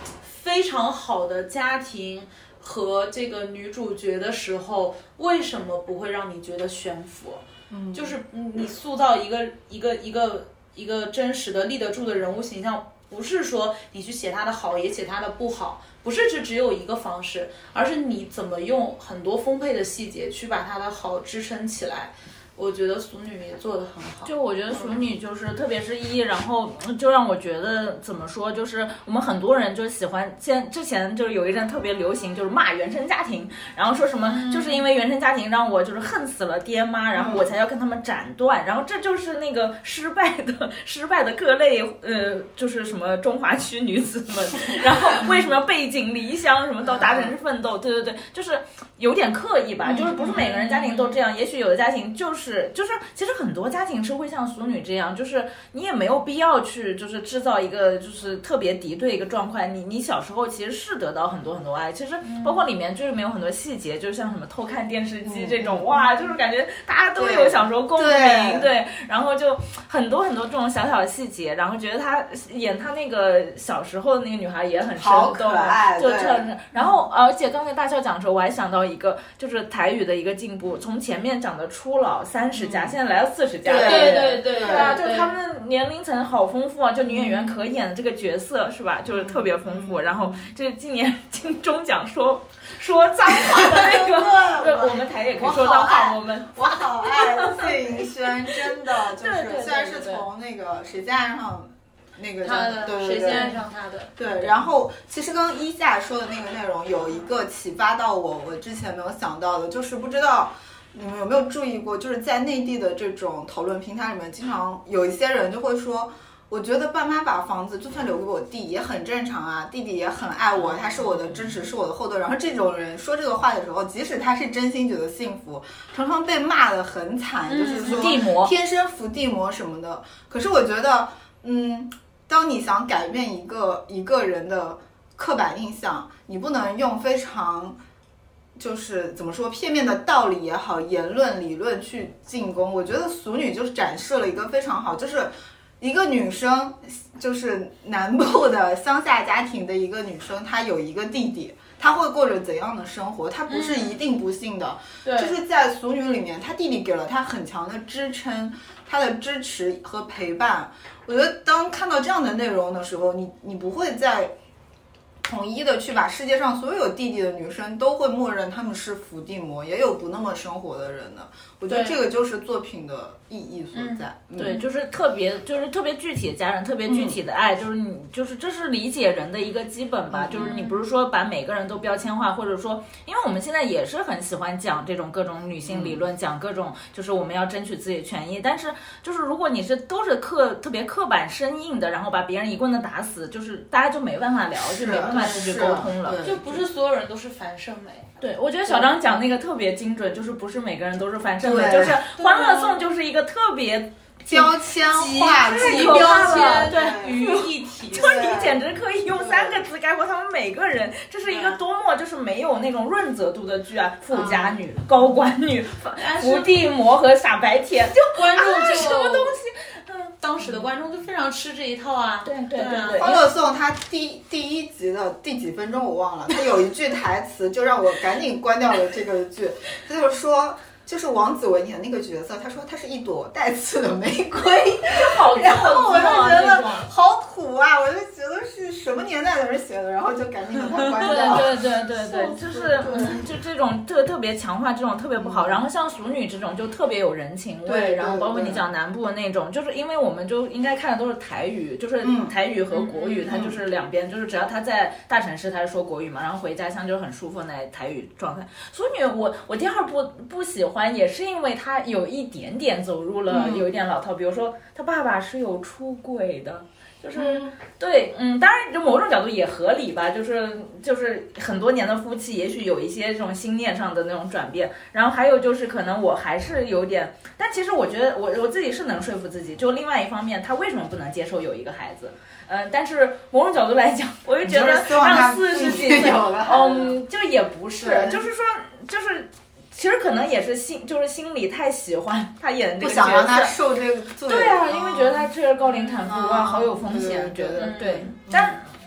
非常好的家庭和这个女主角的时候，为什么不会让你觉得悬浮？嗯，就是你塑造一个一个一个一个真实的立得住的人物形象，不是说你去写他的好也写他的不好，不是只只有一个方式，而是你怎么用很多丰沛的细节去把他的好支撑起来。我觉得《俗女》也做得很好。就我觉得《俗女》就是特别是一，然后就让我觉得怎么说，就是我们很多人就喜欢，现之前就是有一阵特别流行，就是骂原生家庭，然后说什么、嗯、就是因为原生家庭让我就是恨死了爹妈，然后我才要跟他们斩断，然后这就是那个失败的失败的各类呃，就是什么中华区女子们，然后为什么要背井离乡，什么到大城市奋斗，对对对，就是有点刻意吧，就是不是每个人家庭都这样，也许有的家庭就是。就是其实很多家庭是会像俗女这样，就是你也没有必要去就是制造一个就是特别敌对一个状况，你你小时候其实是得到很多很多爱，其实包括里面就是没有很多细节，就像什么偷看电视机这种、嗯、哇，就是感觉大家都有小时候共鸣， 对, 对，然后就很多很多这种小小的细节，然后觉得他演他那个小时候的那个女孩也很生动， 可爱， 就趁然后而且刚才大笑讲的时候，我还想到一个就是台语的一个进步，从前面讲的初老三十加、嗯、现在来到四十加， 对对对对对啊，就是他们年龄层好丰富啊，就女演员可演的这个角色是吧，就是特别丰富。然后这今年金钟奖说说脏话的那个，我们台也可以说脏话，我们我好爱谢盈萱，真的就是虽然是从那个谁家上。那个他的对谁先爱上他的对，然后其实刚刚一夏说的那个内容有一个启发到我，我之前没有想到的，就是不知道你们有没有注意过，就是在内地的这种讨论平台里面，经常有一些人就会说，我觉得爸妈把房子就算留给我弟也很正常啊，弟弟也很爱我，他是我的支持，是我的后盾。然后这种人说这个话的时候，即使他是真心觉得幸福，常常被骂得很惨、嗯、就是说伏地魔天生伏地魔什么的。可是我觉得嗯当你想改变一个一个人的刻板印象，你不能用非常就是怎么说片面的道理也好，言论理论去进攻。我觉得俗女就是展示了一个非常好，就是一个女生，就是南部的乡下家庭的一个女生，她有一个弟弟，她会过着怎样的生活，她不是一定不幸的、嗯、就是在俗女里面，她弟弟给了她很强的支撑，她的支持和陪伴。我觉得当看到这样的内容的时候，你你不会再统一的去把世界上所有弟弟的女生都会默认他们是伏地魔，也有不那么生活的人的。我觉得这个就是作品的意义所在。 嗯、对，就是特别就是特别具体的家人，特别具体的爱，嗯、就是你就是这是理解人的一个基本吧。嗯、就是你不是说把每个人都标签化，或者说，因为我们现在也是很喜欢讲这种各种女性理论，嗯、讲各种就是我们要争取自己的权益。但是就是如果你是都是刻特别刻板生硬的，然后把别人一棍子打死，就是大家就没办法聊，就没办法继续沟通了。 就不是所有人都是樊胜美。 对，我觉得小张讲那个特别精准，就是不是每个人都是樊胜美，就是《欢乐颂》就是一个特别标签化、 极标签对于一体， 就是你简直可以用三个词概括他们每个人。这是一个多么就是没有那种润泽度的剧啊！富家女、嗯、高官女、伏地魔和傻白甜，就观众就、 啊、什么东西。 当时的观众就非常吃这一套啊！ 对对对对， 欢乐颂它第第一集的第几分钟我忘了，它有一句台词就让我赶紧关掉了这个剧，他就是说。就是王子文演那个角色，他说他是一朵带刺的玫瑰， 就好， 然后我就觉得好土啊！我就觉得是什么年代的人写的，然后就赶紧把它关掉。 对对对对对，就是嗯，就这种特特别强化这种特别不好。然后像俗女这种就特别有人情味，然后包括你讲南部的那种，就是因为我们就应该看的都是台语，就是台语和国语，它就是两边，就是只要他在大城市他是说国语嘛，然后回家乡就是很舒服在台语状态。俗女我我第二部不喜欢。也是因为他有一点点走入了、嗯、有一点老套，比如说他爸爸是有出轨的，就是、嗯、对，嗯，当然就某种角度也合理吧，就是就是很多年的夫妻，也许有一些这种心念上的那种转变。然后还有就是可能我还是有点，但其实我觉得我我自己是能说服自己，就另外一方面，他为什么不能接受有一个孩子？嗯，但是某种角度来讲，我就觉得让四十几岁，嗯，就也不是，就是说就是。其实可能也是心，就是心里太喜欢他演的这个角色， 不想让他受这个罪。 对啊，因为觉得他这个高龄产妇哇，好有风险，觉得对。但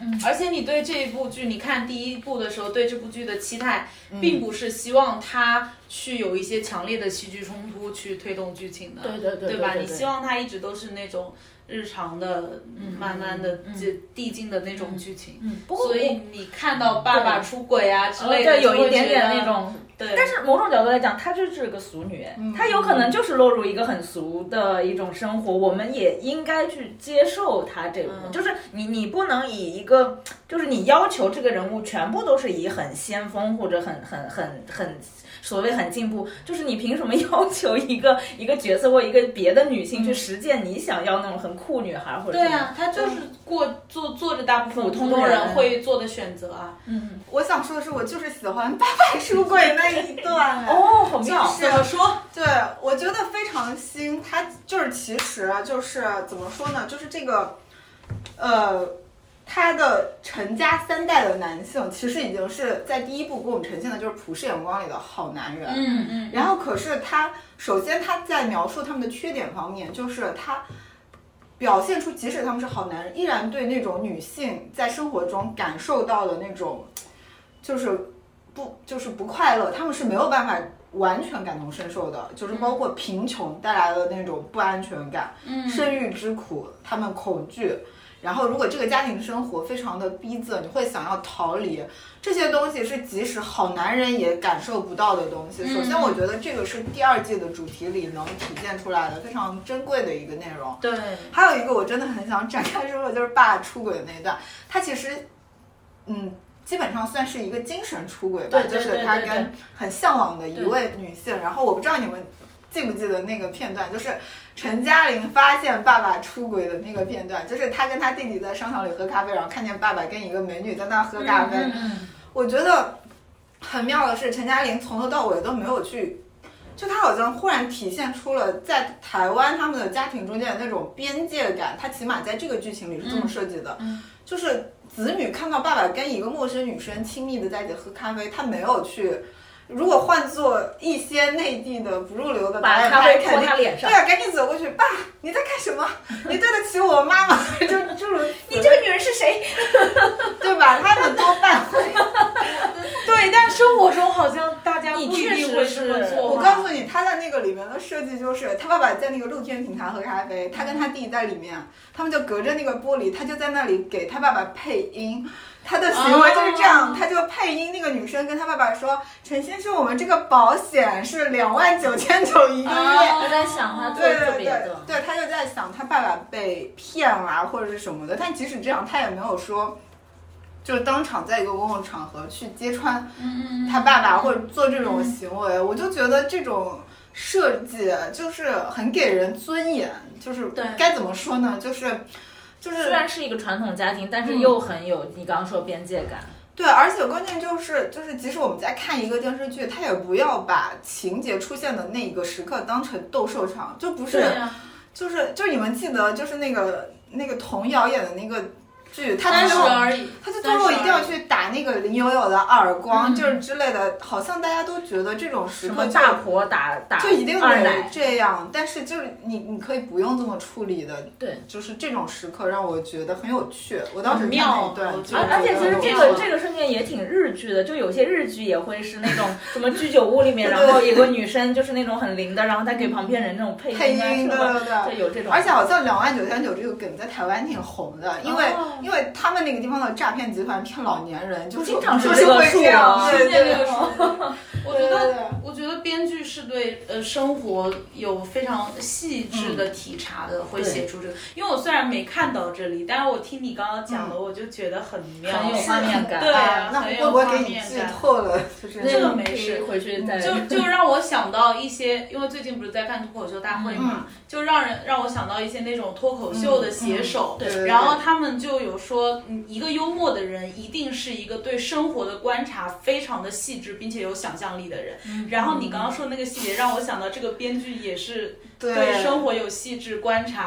嗯，而且你对这一部剧，你看第一部的时候，对这部剧的期待，并不是希望它去有一些强烈的戏剧冲突去推动剧情的， 对对对， 对吧？ 对对对你希望它一直都是那种日常的、嗯、慢慢的、嗯、递进的那种剧情。 嗯，不过所以你看到爸爸出轨啊之类的， 对，有一点点那种。 对， 但是某种角度来讲，她就是个俗女，嗯、她有可能就是落入一个很俗的一种生活，我们也应该去接受她这个，嗯、就是你你不能以一个，就是你要求这个人物全部都是以很先锋或者很很很很所谓很进步，就是你凭什么要求一个一个角色或一个别的女性去实践你想要那种很酷女孩或者？ 对啊，她就是过做做着大部分普通人会做的选择啊。 嗯， 我想说的是，我就是喜欢爸爸出轨那一段。 哦，好妙！ 怎么说？对，我觉得非常新。他就是其实就是怎么说呢？就是这个，呃，他的陈家三代的男性，其实已经是在第一部给我们呈现的就是普世眼光里的好男人。 嗯嗯。 然后可是他首先他在描述他们的缺点方面，就是他表现出即使他们是好男人，依然对那种女性在生活中感受到的那种，就是。不就是不快乐，他们是没有办法完全感同身受的，就是包括贫穷带来的那种不安全感， 嗯， 生育之苦，他们恐惧，然后如果这个家庭生活非常的逼仄，你会想要逃离，这些东西是即使好男人也感受不到的东西。首先我觉得这个是第二季的主题里能体现出来的非常珍贵的一个内容。 对， 还有一个我真的很想展开说的就是爸出轨的那一段，他其实嗯基本上算是一个精神出轨吧，就是他跟很向往的一位女性，然后我不知道你们记不记得那个片段，就是陈嘉玲发现爸爸出轨的那个片段，就是他跟他弟弟在商场里喝咖啡，然后看见爸爸跟一个美女在那喝咖啡。 嗯嗯、 我觉得很妙的是，陈嘉玲从头到尾都没有去，就他好像忽然体现出了在台湾他们的家庭中间的那种边界感，他起码在这个剧情里是这么设计的， 嗯嗯、 就是子女看到爸爸跟一个陌生女生亲密的在一起喝咖啡，他没有去。如果换做一些内地的不入流的导演， 把咖啡泼他脸上， 对啊，赶紧走过去，爸，你在干什么？你对得起我妈妈？就诸如你这个女人是谁？ 对吧？他们多半会。 对，但生活中好像大家不一定会是这么做。 我告诉你，他在那个里面的设计就是，他爸爸在那个露天平台喝咖啡，他跟他弟在里面，他们就隔着那个玻璃，他就在那里给他爸爸配音。他的行为就是这样， oh. 他就配音那个女生跟他爸爸说：“陈先生，我们这个保险是两万九千九一个月。” 他在想他做对别的， 对对，他就在想他爸爸被骗了或者是什么的。但即使这样，他也没有说，就当场在一个公共场合去揭穿他爸爸或者做这种行为。我就觉得这种设计就是很给人尊严，就是该怎么说呢？就是。就是虽然是一个传统家庭，但是又很有你刚刚说边界感。 对，而且关键就是就是即使我们在看一个电视剧，他也不要把情节出现的那个时刻当成斗兽场，就不是， 啊、 就是就是你们记得就是那个那个童瑶演的那个剧，他最后他就最后一定要去打那个林有有的耳光，就是之类的，好像大家都觉得这种时刻大婆打打就一定得这样，但是就是你你可以不用这么处理的， 对， 就是这种时刻让我觉得很有趣。我当时妙， 对， 而而且其实这个这个瞬间也挺日剧的，就有些日剧也会是那种什么居酒屋里面，然后有个女生就是那种很灵的，然后再给旁边人那种配配音， 对对对， 就有这种。 而且好像两万九千九这个梗在台湾挺红的，因为。哦因为他们那个地方的诈骗集团骗老年人，就经常是这个数啊， 出现这个数。 我觉得，我觉得编剧是对呃生活有非常细致的体察的，嗯、会写出这个。因为我虽然没看到这里，但是我听你刚刚讲的，嗯、我就觉得很妙， 很有画面感。 对啊， 那很有画面感。 我给你剧透了，就是这个没事， 回去再就就让我想到一些，因为最近不是在看脱口秀大会嘛， 嗯、 就让人让我想到一些那种脱口秀的写手， 嗯嗯、对， 然后他们就有说，嗯，一个幽默的人一定是一个对生活的观察非常的细致，并且有想象力的人。嗯、然后你刚刚说那个细节，让我想到这个编剧也是对生活有细致观察，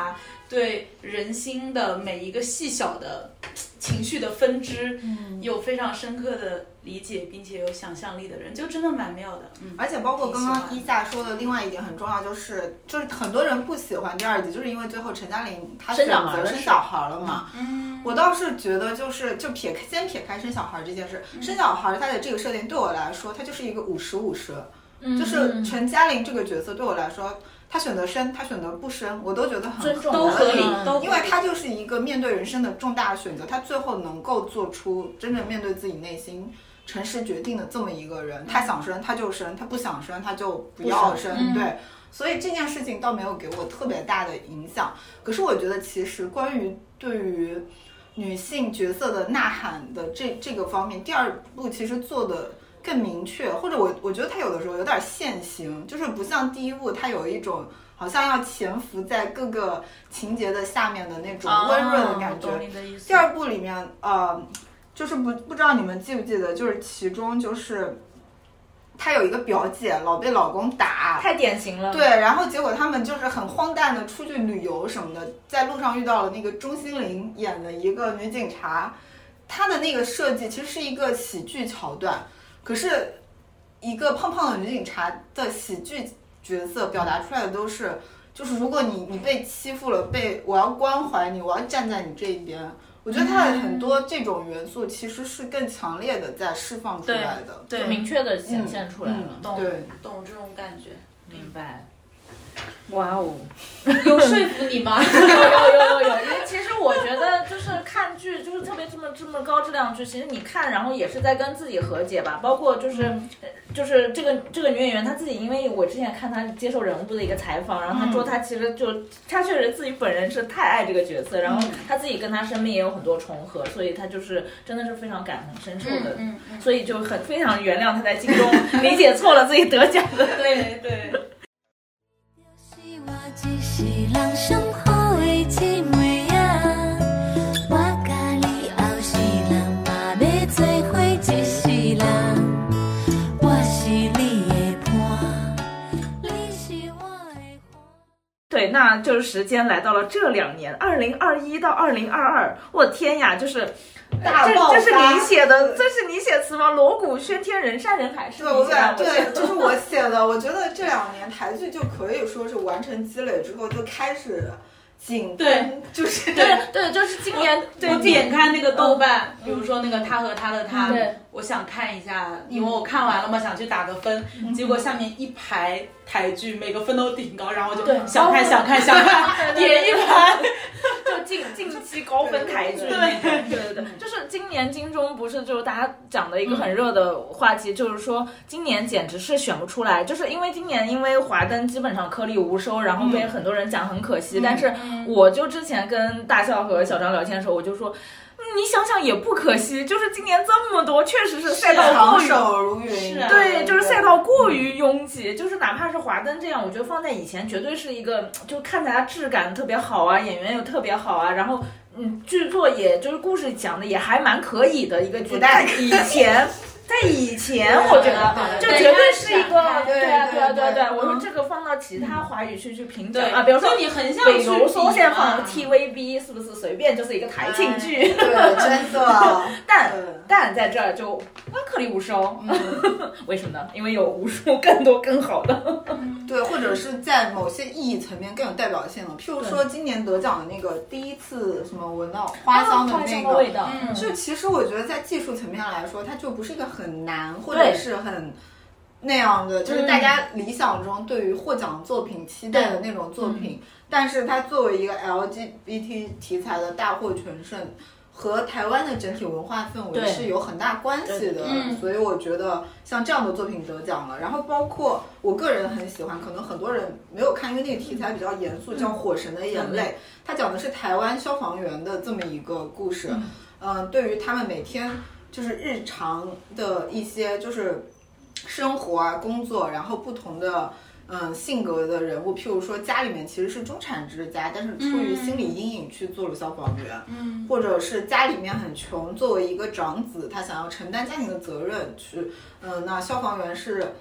对人心的每一个细小的情绪的分支，嗯，有非常深刻的理解，并且有想象力的人，就真的蛮妙的。嗯， 而且包括刚刚伊夏说的另外一点很重要，就是就是很多人不喜欢第二集，就是因为最后陈嘉玲她选择生小孩了嘛。嗯，我倒是觉得就是就撇开先撇开生小孩这件事，嗯、生小孩它的这个设定对我来说，它就是一个五十五十，就是陈嘉玲这个角色对我来说。他选择生，他选择不生，我都觉得很都合理，都因为他就是一个面对人生的重大选择，他最后能够做出真正面对自己内心诚实决定的这么一个人。他想生他就生，他不想生他就不要生，嗯、对。所以这件事情倒没有给我特别大的影响。可是我觉得，其实关于对于女性角色的呐喊的这这个方面，第二部其实做的。更明确，或者我我觉得他有的时候有点现行，就是不像第一部，他有一种好像要潜伏在各个情节的下面的那种温润的感觉。哦、第二部里面，呃，就是不不知道你们记不记得，就是其中就是她有一个表姐老被老公打， 太典型了。 对，然后结果他们就是很荒诞的出去旅游什么的，在路上遇到了那个钟欣凌演的一个女警察，她的那个设计其实是一个喜剧桥段。可是，一个胖胖的女警察的喜剧角色表达出来的都是，就是如果你你被欺负了，被我要关怀你，我要站在你这一边。我觉得它的很多这种元素其实是更强烈的在释放出来的， 对，对明确的显现出来了。 嗯、 懂对， 懂这种感觉， 明白。 哇哦， 有说服你吗？ 有有有有有，因为其实我觉得就是看剧，就是特别这么这么高质量剧，其实你看，然后也是在跟自己和解吧。包括就是、嗯、就是这个这个女演员她自己，因为我之前看她接受人物部的一个采访，然后她说她其实就她确实自己本人是太爱这个角色，然后她自己跟她生命也有很多重合，所以她就是真的是非常感同身受的，嗯嗯嗯、所以就很非常原谅她在镜中理解错了自己得奖的， 对对。 一世人上好的姊妹啊，我甲你后世人嘛要做伙一世人，我是你的伴，你是我的花。 对，那就是时间来到了这两年，二零二一到二零二二，我天呀，就是。 大爆这这是你写的，这是你写词吗？锣鼓喧天，人山人海，是你写的？ 对对，就是我写的。我觉得这两年台剧就可以说是完成积累之后就开始紧跟，就是对对，就是今年对点开那个豆瓣，比如说那个他和他的他，我想看一下，因为我看完了嘛，想去打个分，结果下面一排台剧，每个分都挺高，然后就想看想看想看，点一排。 就近近期高分台剧，对对对对，就是今年金钟不是就是大家讲的一个很热的话题，嗯、就是说今年简直是选不出来，就是因为今年因为华灯基本上颗粒无收，然后被很多人讲很可惜，嗯、但是我就之前跟大笑和小张聊天的时候，我就说。你想想也不可惜，就是今年这么多，确实是赛道过于手如云， 对，就是赛道过于拥挤，就是哪怕是华灯这样，我觉得放在以前绝对是一个，就看起来质感特别好啊，演员又特别好啊，然后嗯，剧作也就是故事讲的也还蛮可以的一个剧，但以前。在以前，我觉得就绝对是一个，对啊，对啊，对啊，对啊。我说这个放到其他华语区去评奖啊，比如说你很像北邮说现在放 T V B 是不是随便就是一个台庆剧？ 对，真的。 但但在这儿就颗粒无收，为什么呢？因为有无数更多更好的。 对，或者是在某些意义层面更有代表性了。譬如说今年得奖的那个第一次什么闻到花香的那个味道， 就其实我觉得在技术层面来说，它就不是一个很难或者是很那样的，就是大家理想中对于获奖作品期待的那种作品，但是它作为一个 L G B T 题材的大获全胜，和台湾的整体文化氛围是有很大关系的，所以我觉得像这样的作品得奖了。然后包括我个人很喜欢，可能很多人没有看，因为那个题材比较严肃，叫《火神的眼泪》，它讲的是台湾消防员的这么一个故事。嗯、呃，对于他们每天就是日常的一些就是生活啊、工作，然后不同的。嗯，性格的人物，譬如说家里面其实是中产之家，但是出于心理阴影去做了消防员，嗯，或者是家里面很穷，作为一个长子，他想要承担家庭的责任去，嗯，那消防员是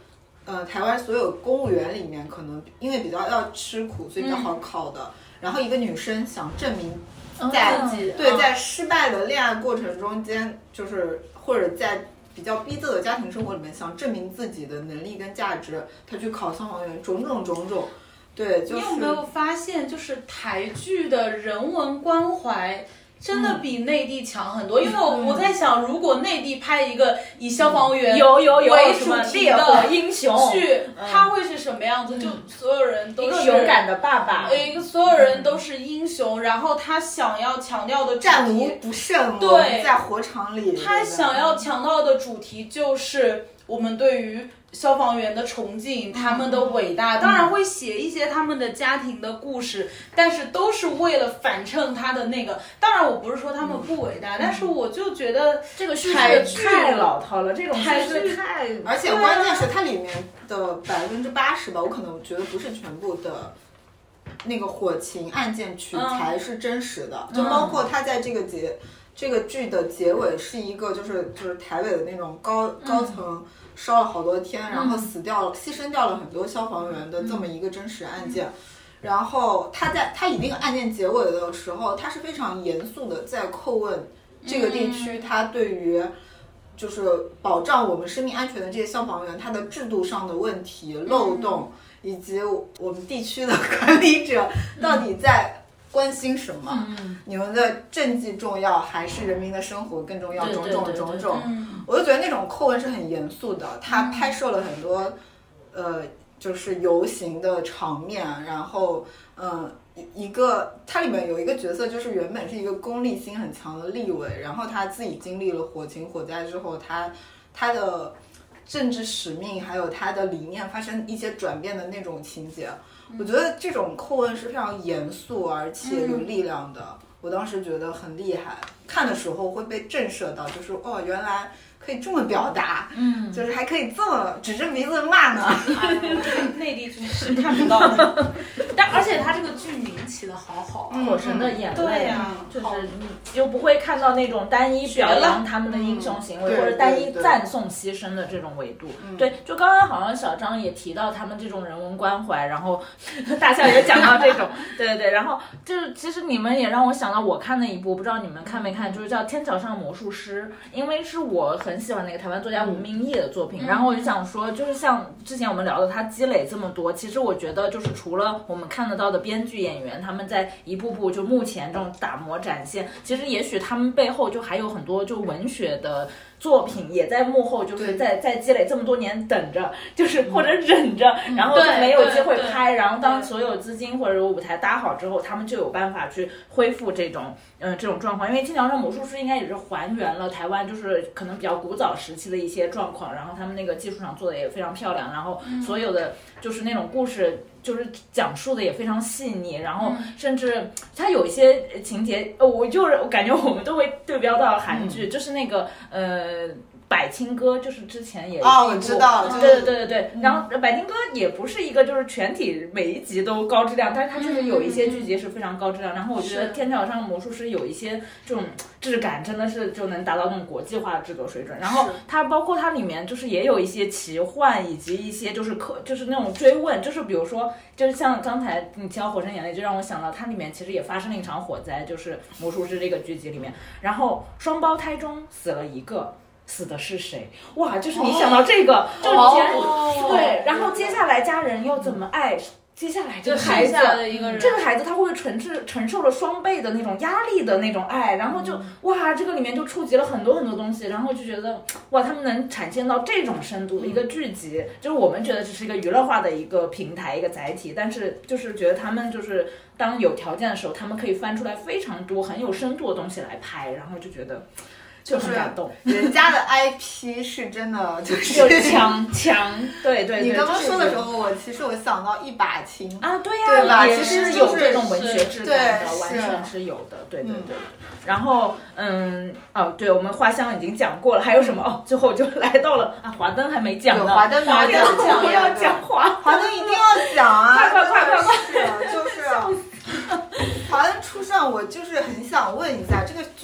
呃台湾所有公务员里面，可能因为比较要吃苦，所以比较好考的。嗯、然后一个女生想证明在、 哦、 对在失败的恋爱过程中间，就是或者在比较逼仄的家庭生活里面，想证明自己的能力跟价值，她去考消防员，种种种种。对，就是、 你有没有发现，就是台剧的人文关怀真的比内地强很多？嗯、因为我我在想，如果内地拍一个以消防员有有有为什么主题烈火的英雄剧， 嗯、 它会是什么样子？就所有人都是一个勇敢的爸爸， 呃，一个所有人都是英雄，然后他想要强调的主题战无不胜， 对， 在火场里， 他想要强调的主题就是我们对于消防员的崇敬，他们的伟大，当然会写一些他们的家庭的故事，但是都是为了反衬他的那个。当然，我不是说他们不伟大，但是我就觉得这个叙事太老套了，这种叙事太…… 而且关键是它里面的百分之八十吧，我可能觉得不是全部的。那个火情案件取材是真实的， 嗯、 就包括他在这个结这个剧的结尾是一个就是就是台北的那种高高层烧了好多天，嗯、然后死掉了，牺牲掉了很多消防员的这么一个真实案件。嗯、然后他在他以那个案件结尾的时候，他是非常严肃的在叩问这个地区他对于就是保障我们生命安全的这些消防员，他的制度上的问题漏洞。嗯以及我们地区的管理者到底在关心什么？嗯、你们的政绩重要还是人民的生活更重要？种种种种，我就觉得那种叩问是很严肃的。他拍摄了很多，呃，就是游行的场面，然后，嗯、呃，一个它里面有一个角色，就是原本是一个功利心很强的立委，然后他自己经历了火情火灾之后，他他的。政治使命还有他的理念发生一些转变的那种情节，嗯、我觉得这种叩问是非常严肃而且有力量的。嗯、我当时觉得很厉害，看的时候会被震慑到，就是哦，原来可以这么表达，嗯，就是还可以这么指着鼻子骂呢。 哎，这个内地剧是看不到的，但而且他这个剧名起的好好， 嗯、火神的眼泪， 对呀、啊， 就是你就不会看到那种单一表扬他们的英雄行为，嗯、或者单一赞颂牺牲的这种维度。对, 对，就刚刚好像小张也提到他们这种人文关怀，然后大象也讲到这种，对对对，然后就是其实你们也让我想到我看的一部，不知道你们看没看，就是叫《天桥上魔术师》，因为是我很喜欢那个台湾作家吴明义的作品，嗯、然后我就想说，就是像之前我们聊的，他积累这么多，其实我觉得就是除了我们看得到的编剧演员他们在一步步就目前这种打磨展现，其实也许他们背后就还有很多就文学的作品也在幕后，就是在在积累这么多年，等着就是或者忍着，嗯、然后就没有机会拍，然后当所有资金或者舞台搭好之后，他们就有办法去恢复这种嗯、呃、这种状况。因为《天桥上魔术师》应该也是还原了台湾就是可能比较古早时期的一些状况，然后他们那个技术上做的也非常漂亮，然后所有的就是那种故事就是讲述的也非常细腻，然后甚至它有一些情节，呃，我就是我感觉我们都会对标到韩剧，嗯、就是那个呃。百青哥就是之前也哦，我知道， 对对对对对。嗯、然后百青哥也不是一个就是全体每一集都高质量，但是它确实有一些剧集是非常高质量。嗯、然后我觉得《天桥上魔术师》有一些这种质感，真的是就能达到那种国际化的制作水准。然后它包括它里面就是也有一些奇幻，以及一些就是可就是那种追问，就是比如说就是像刚才你提到《火神眼泪》，就让我想到它里面其实也发生了一场火灾，就是魔术师这个剧集里面，然后双胞胎中死了一个。死的是谁？哇，就是你想到这个，哦、就你接、哦、对，然后接下来家人要怎么爱？接下来这个孩子， 的一个人这个孩子他会不会承受承受了双倍的那种压力的那种爱？然后就、嗯、哇，这个里面就触及了很多很多东西，然后就觉得哇，他们能展现到这种深度的一个剧集，嗯、就是我们觉得只是一个娱乐化的一个平台一个载体，但是就是觉得他们就是当有条件的时候，他们可以翻出来非常多很有深度的东西来拍，然后就觉得。就很感动， 人家的 I P 是真的就是就强强，对对对。 你刚刚说的时候，我其实我想到一把青啊，对呀、 啊，对吧？ 也是有这种文学质感的， 完全是有的，对对对。嗯、然后嗯哦，对，我们花香已经讲过了，还有什么哦？最后就来到了啊，华灯还没讲呢， 华灯华灯讲不要讲华， 华灯一定要讲啊！ 快快快快快， 就是。华灯初上，我就是很想问一下，这个剧它就包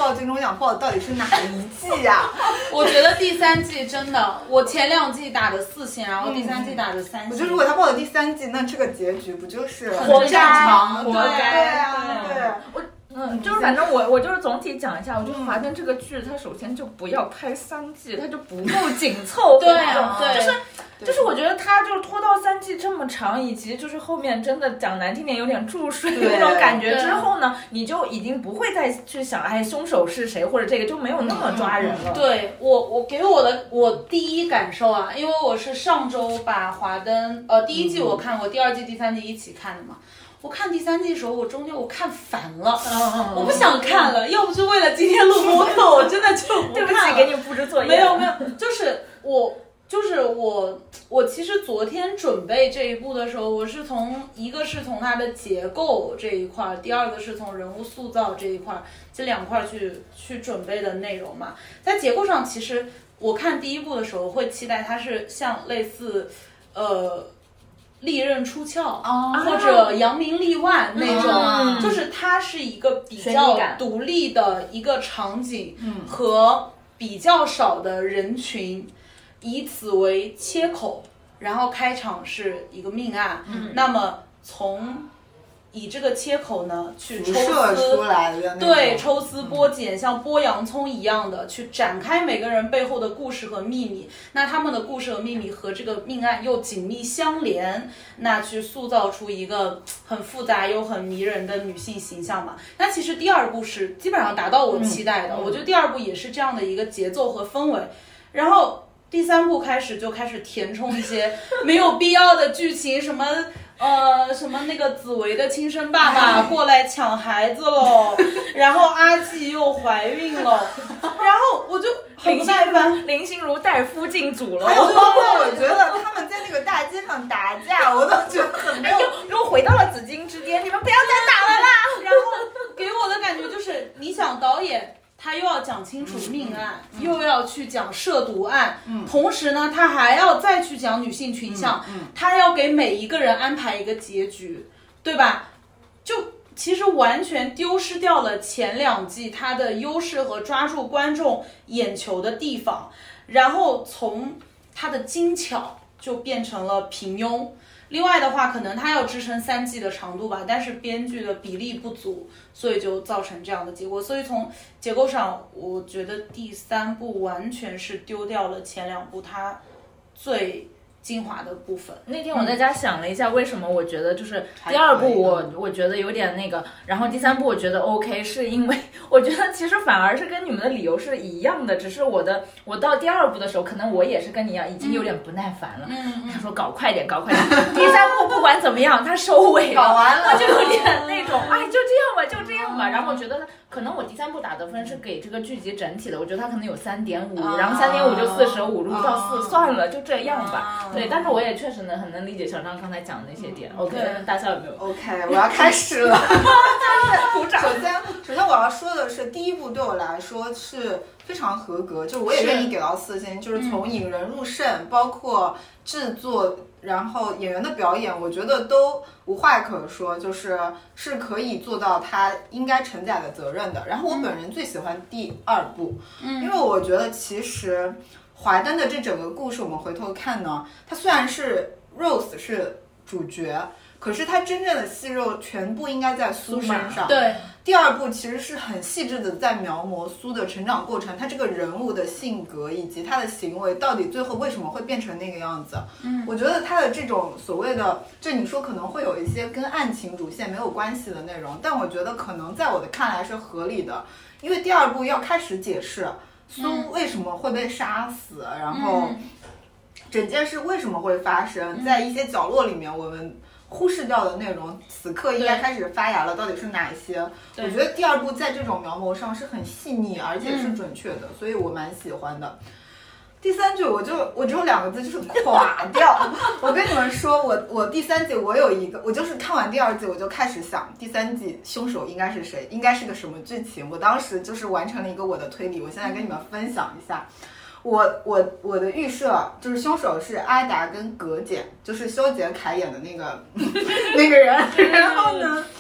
报金钟奖报的到底是哪一季呀、啊？ 我觉得第三季真的，我前两季打的四星，然后第三季打的三星。 我觉得如果他报的第三季，那这个结局不就是活该， 正常？ 活该。 对啊，对。 我嗯，就是反正我我就是总体讲一下，我觉得华灯这个剧，它首先就不要拍三季，它就不够紧凑。 对啊，对， 就是就是我觉得它就是拖到三季这么长，以及就是后面真的讲难听点有点注水那种感觉之后呢，你就已经不会再去想哎凶手是谁或者这个就没有那么抓人了。 对我我给我的我第一感受啊，因为我是上周把华灯呃第一季我看过，第二季第三季一起看的嘛。我看第三季的时候，我中间我看烦了， 嗯、 我不想看了。要不是为了今天录播课，我真的就不看了。 对不起，给你布置作业。 没有没有，就是我就是我我其实昨天准备这一部的时候，我是从一个是从它的结构这一块，第二个是从人物塑造这一块，这两块去去准备的内容嘛。在结构上，其实我看第一部的时候会期待它是像类似呃。利刃出鞘、哦、或者扬名立万那种、嗯、就是它是一个比较独立的一个场景和比较少的人群，以此为切口，然后开场是一个命案、嗯、那么从以这个切口呢去抽丝出来的对抽丝剥茧、嗯、像剥洋葱一样的去展开每个人背后的故事和秘密，那他们的故事和秘密和这个命案又紧密相连，那去塑造出一个很复杂又很迷人的女性形象嘛。那其实第二部是基本上达到我期待的、嗯、我觉得第二部也是这样的一个节奏和氛围，然后第三部开始就开始填充一些没有必要的剧情，什么呃，什么那个紫薇的亲生爸爸过来抢孩子了，然后阿纪又怀孕了，然后我就很不耐烦。 林心如带夫进组了， 还有包括我觉得他们在那个大街上打架，我都觉得很没有。 又回到了紫禁之巅，你们不要再打了啦！ 然后给我的感觉就是，你想导演。他又要讲清楚命案、嗯嗯、又要去讲涉毒案、嗯、同时呢他还要再去讲女性群像、嗯嗯、他要给每一个人安排一个结局，对吧？就其实完全丢失掉了前两季它的优势和抓住观众眼球的地方，然后从它的精巧就变成了平庸。另外的话可能它要支撑三季的长度吧，但是编剧的比例不足，所以就造成这样的结果。所以从结构上我觉得第三部完全是丢掉了前两部它最精华的部分。 那天我在家想了一下，为什么我觉得就是第二部我我觉得有点那个，然后第三部我觉得 OK， 是因为我觉得其实反而是跟你们的理由是一样的，只是我的我到第二部的时候，可能我也是跟你一样，已经有点不耐烦了。嗯嗯。他说搞快点，搞快点。第三部不管怎么样，他收尾了， 搞完了， 我就有点那种，哎，就这样吧，就这样吧。然后我觉得可能我第三部打的分是给这个剧集整体的，我觉得它可能有三点五，然后三点五就四舍五入到四，算了，就这样吧。对，但是我也确实能很能理解小张刚才讲的那些点。嗯、OK， 大笑有没有 ？OK， 我要开始了。 鼓掌。 首先，首先我要说的是，第一部对我来说是非常合格，就是我也愿意给到四星，就是从引人入胜，嗯、包括制作，然后演员的表演，我觉得都无话可说，就是是可以做到他应该承载的责任的。然后我本人最喜欢第二部，嗯、因为我觉得其实。华灯的这整个故事我们回头看呢，它虽然是 Rose 是主角，可是它真正的戏肉全部应该在苏身上。 对， 第二部其实是很细致的在描摹苏的成长过程，他这个人物的性格以及他的行为到底最后为什么会变成那个样子。嗯，我觉得他的这种所谓的，就你说可能会有一些跟案情主线没有关系的内容，但我觉得可能在我的看来是合理的，因为第二部要开始解释苏为什么会被杀死，嗯、然后整件事为什么会发生，嗯、在一些角落里面我们忽视掉的内容，此刻应该开始发芽了，到底是哪一些？我觉得第二部在这种描摹上是很细腻，而且是准确的，嗯、所以我蛮喜欢的。第三句我就我只有两个字，就是垮掉。我跟你们说，我我第三季我有一个，我就是看完第二季我就开始想第三季凶手应该是谁，应该是个什么剧情。我当时就是完成了一个我的推理，我现在跟你们分享一下。我我我的预设就是凶手是阿达跟葛简，就是修杰楷演的那个那个人。然后呢，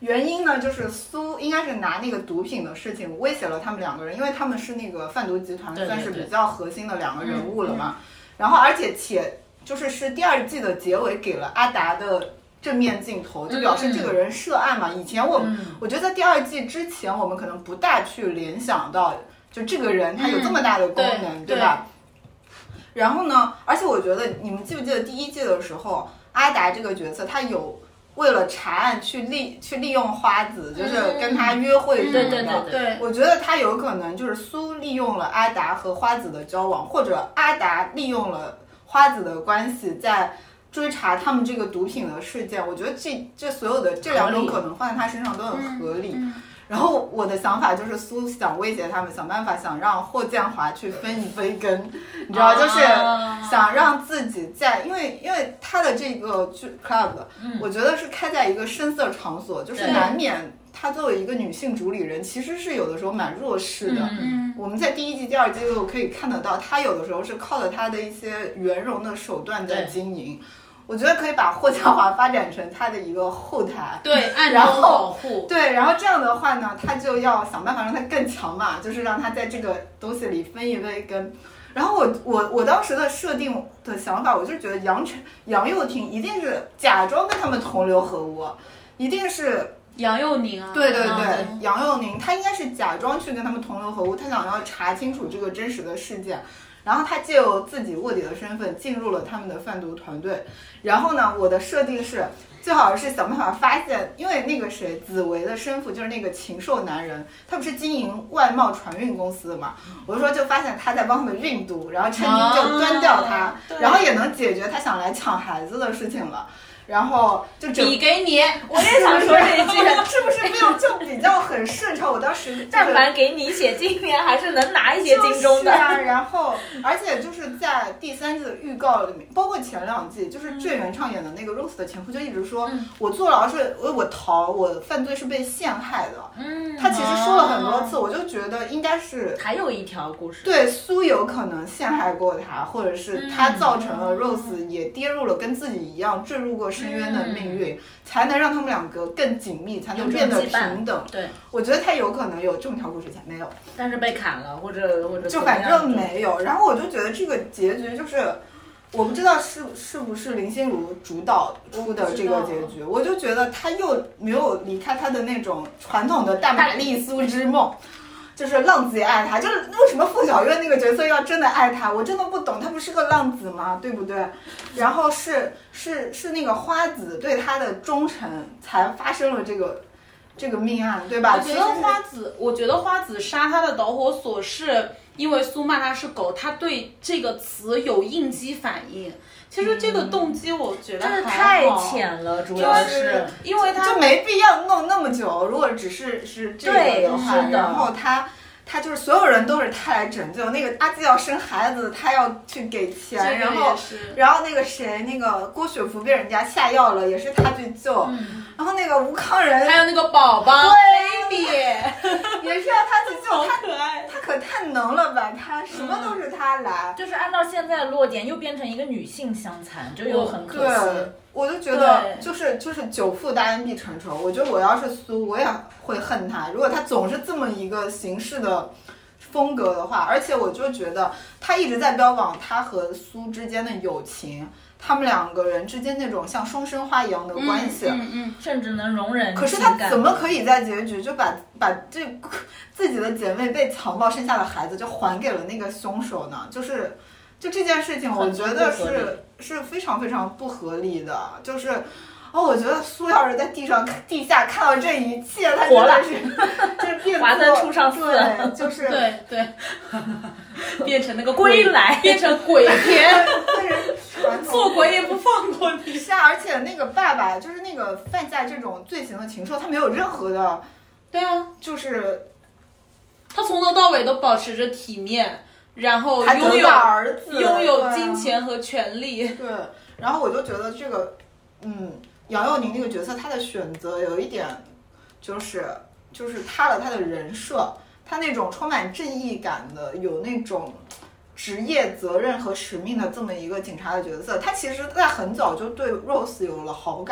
原因呢，就是苏应该是拿那个毒品的事情威胁了他们两个人，因为他们是那个贩毒集团对对对算是比较核心的两个人物了嘛。 嗯嗯、 然后而且且就是是第二季的结尾给了阿达的正面镜头，就表示这个人涉案嘛。嗯、以前我、嗯、我觉得在第二季之前，我们可能不大去联想到，就这个人他有这么大的功能， 嗯、 对, 对吧？然后呢，而且我觉得你们记不记得第一季的时候，阿达这个角色他有。为了查案去利去利用花子，就是跟他约会什么的。 对对对对， 我觉得他有可能就是苏利用了阿达和花子的交往，或者阿达利用了花子的关系，在追查他们这个毒品的事件。我觉得这这所有的这两种可能放在他身上都很合理。 嗯嗯、 然后我的想法就是苏想威胁他们，想办法想让霍建华去分一杯羹，你知道，就是想让自己在，因为因为他的这个剧 club，、嗯、我觉得是开在一个声色场所，就是难免他作为一个女性主理人，其实是有的时候蛮弱势的。 嗯、 我们在第一季、第二季都可以看得到，他有的时候是靠着他的一些圆融的手段在经营。我觉得可以把霍建华发展成他的一个后台， 对，暗中保护， 对，然后这样的话呢，他就要想办法让他更强嘛，就是让他在这个东西里分一杯羹。然后我我我当时的设定的想法，我就觉得杨晨杨佑廷一定是假装跟他们同流合污，一定是杨佑宁啊， 对对对，嗯、杨佑宁他应该是假装去跟他们同流合污，他想要查清楚这个真实的事件。然后他借由自己卧底的身份进入了他们的贩毒团队，然后呢，我的设定是最好是想办法发现，因为那个谁紫薇的生父就是那个禽兽男人，他不是经营外贸船运公司的嘛，我就说就发现他在帮他们运毒，然后趁机就端掉他， 啊、 然后也能解决他想来抢孩子的事情了。然后就比给你， 我也想说这一句，是不是没有就比较很顺畅？我当时但凡给你写金莲，还是能拿一些金钟的。 就是啊，然后而且就是在第三季的预告里面，包括前两季，就是郑元畅演的那个 Rose 的前夫就一直说，嗯、我坐牢是我我逃，我犯罪是被陷害的。 嗯， 他其实说了很多次，哦、我就觉得应该是还有一条故事。 对，苏有可能陷害过他，或者是他造成了 Rose 也跌入了跟自己一样坠入过深渊的命运。嗯，才能让他们两个更紧密，才能变得平等。 对， 我觉得他有可能有这么条故事线，没有， 但是被砍了，或者或者就反正没有。然后我就觉得这个结局就是，我不知道是是不是林心如主导出的这个结局，我, 我就觉得他又没有离开他的那种传统的大玛丽苏之梦。就是浪子也爱他，就是为什么傅小月那个角色要真的爱他？我真的不懂，他不是个浪子吗？对不对？然后是是是那个花子对他的忠诚，才发生了这个这个命案，对吧？ 我觉得花子，我觉得花子杀他的导火索是因为苏骂他是狗，他对这个词有应激反应。其实这个动机我觉得真的太浅了，主要是因为他就没必要弄那么久。如果只是是这个的话，然后他他就是所有人都是他来拯救。那个阿基要生孩子，他要去给钱，然后然后那个谁，那个郭雪芙被人家下药了，也是他去救。嗯、然后那个吴康仁， 还有那个宝宝 baby， 也是要他去救。 好可爱， 他可太能了吧？他什么都是他来。 嗯、就是按照现在的落点，又变成一个女性相残，就又很可惜。 我就觉得就是就是久负大恩必承仇。我觉得我要是苏，我也会恨他。如果他总是这么一个行事的风格的话，而且我就觉得他一直在标榜他和苏之间的友情，他们两个人之间那种像双生花一样的关系， 嗯 嗯, 嗯，甚至能容忍。 可是他怎么可以在结局就把把这自己的姐妹被强暴生下的孩子就还给了那个凶手呢？就是就这件事情，我觉得是是非常非常不合理的。就是哦，我觉得苏要是在地上地下看到这一切，他真的是就是变华灯初上四， 对，就是对对，变成那个归来， 变成鬼片， 做鬼也不放过你。 是啊，而且那个爸爸就是那个犯下这种罪行的禽兽，他没有任何的， 对啊， 就是他从头到尾都保持着体面。然后拥有儿子， 拥有金钱和权利。 对，然后我就觉得这个，嗯，杨佑宁那个角色，他的选择有一点，就是就是塌了他的人设，他那种充满正义感的，有那种职业责任和使命的这么一个警察的角色，他其实在很早就对 Rose 有了好感。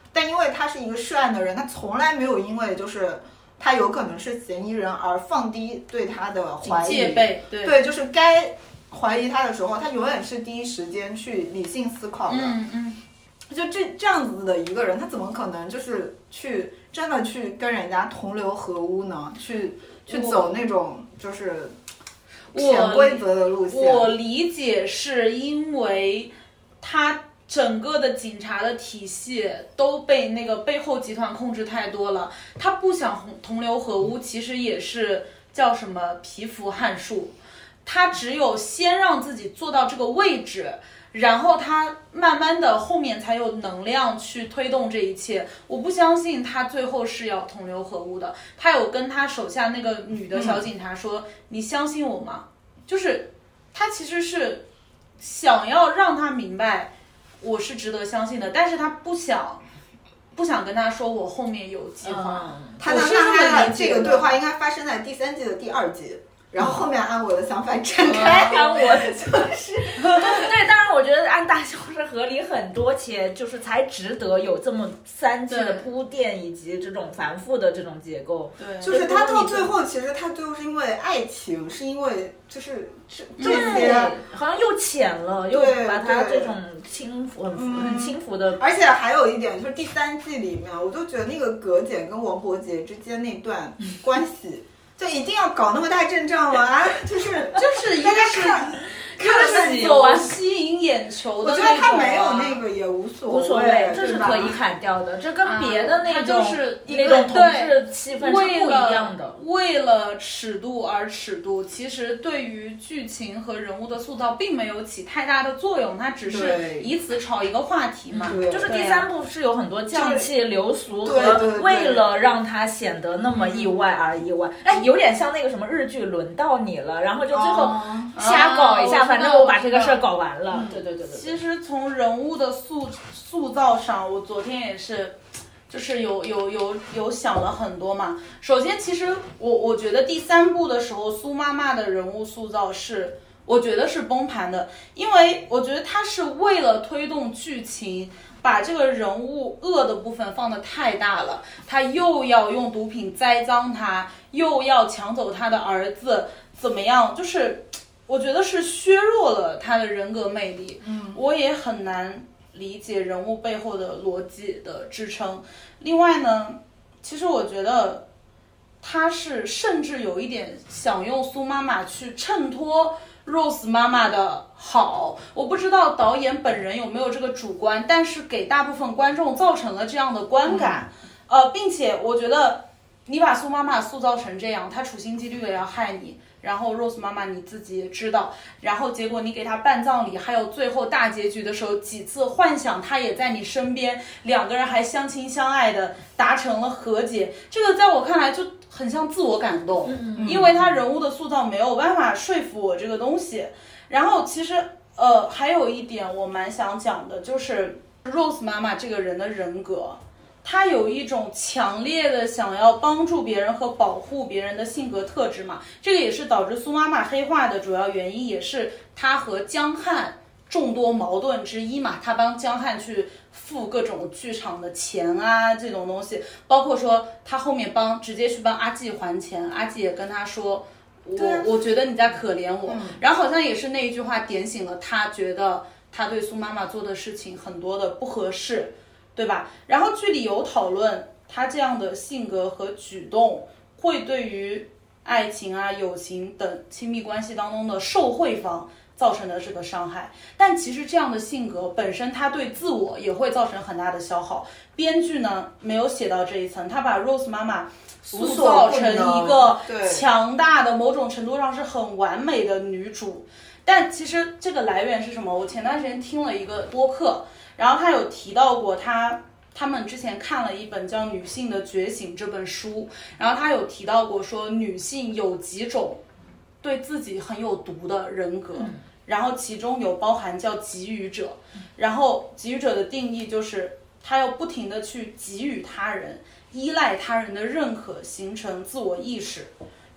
但因为他是一个涉案的人，他从来没有因为就是他有可能是嫌疑人而放低对他的怀疑， 戒备，对对，就是该怀疑他的时候，他永远是第一时间去理性思考的。 嗯嗯， 就这这样子的一个人，他怎么可能就是去真的去跟人家同流合污呢？去去走那种就是潜规则的路线。 我理解是因为他整个的警察的体系都被那个背后集团控制太多了，他不想同流合污，其实也是叫什么蚍蜉撼树，他只有先让自己做到这个位置，然后他慢慢的后面才有能量去推动这一切。我不相信他最后是要同流合污的，他有跟他手下那个女的小警察说、嗯、你相信我吗？就是他其实是想要让他明白我是值得相信的，但是他不想不想跟他说我后面有计划、嗯、 他那他这个对话应该发生在第三季的第二集，然后后面按我的想法展开， 按我的就是对，当然我觉得按大雄是合理很多，且就是才值得有这么三季的铺垫以及这种繁复的这种结构。 对， 就是他到最后，其实他最后是因为爱情，是因为就是这这些好像又浅了，又把他这种轻浮很很轻浮的、 嗯。而且还有一点就是第三季里面，我就觉得那个葛简跟王伯杰之间那段关系。就一定要搞那么大阵仗吗？啊，就是就是一个是看是有吸引眼球的那种、啊， 我觉得他没有那个也无所谓， 无所谓，这是可以砍掉的。这跟别的那种、 啊、就是那种同志气氛是不一样的。 为了尺度而尺度，其实对于剧情和人物的塑造并没有起太大的作用，它只是以此炒一个话题嘛。 就是第三部是有很多匠气流俗和为了让它显得那么意外而意外。哎，有点像那个什么日剧轮到你了，然后就最后瞎搞一下，哦、反正我把这个事儿搞完了。嗯、对对对对。 其实从人物的塑塑造上，我昨天也是。就是有有有有想了很多嘛。首先，其实我我觉得第三部的时候，苏妈妈的人物塑造是，我觉得是崩盘的，因为我觉得她是为了推动剧情，把这个人物恶的部分放得太大了。她又要用毒品栽赃他，又要抢走他的儿子，怎么样？就是我觉得是削弱了他的人格魅力。嗯，我也很难理解人物背后的逻辑的支撑。另外呢，其实我觉得他是甚至有一点想用苏妈妈去衬托 Rose 妈妈的好，我不知道导演本人有没有这个主观，但是给大部分观众造成了这样的观感。嗯、呃，并且我觉得你把苏妈妈塑造成这样，她处心积虑的要害你，然后 Rose 妈妈你自己也知道，然后结果你给她办葬礼，还有最后大结局的时候，几次幻想她也在你身边，两个人还相亲相爱的达成了和解，这个在我看来就很像自我感动，嗯嗯，因为她人物的塑造没有办法说服我这个东西。然后其实呃还有一点我蛮想讲的，就是 Rose 妈妈这个人的人格，他有一种强烈的想要帮助别人和保护别人的性格特质嘛，这个也是导致苏妈妈黑化的主要原因，也是他和江汉众多矛盾之一嘛。他帮江汉去付各种剧场的钱啊，这种东西，包括说他后面帮直接去帮阿纪还钱，阿纪也跟他说我我觉得你在可怜我、嗯、然后好像也是那一句话点醒了他，觉得他对苏妈妈做的事情很多的不合适，对吧？然后剧里有讨论他这样的性格和举动会对于爱情啊、友情等亲密关系当中的受惠方造成的这个伤害，但其实这样的性格本身他对自我也会造成很大的消耗。编剧呢没有写到这一层，他把 Rose 妈妈塑造成一个强大的，某种程度上是很完美的女主。但其实这个来源是什么？我前段时间听了一个播客，然后他有提到过他他们之前看了一本叫《女性的觉醒》这本书，然后他有提到过说女性有几种对自己很有毒的人格、嗯、然后其中有包含叫给予者，然后给予者的定义就是他要不停的去给予他人，依赖他人的认可，形成自我意识。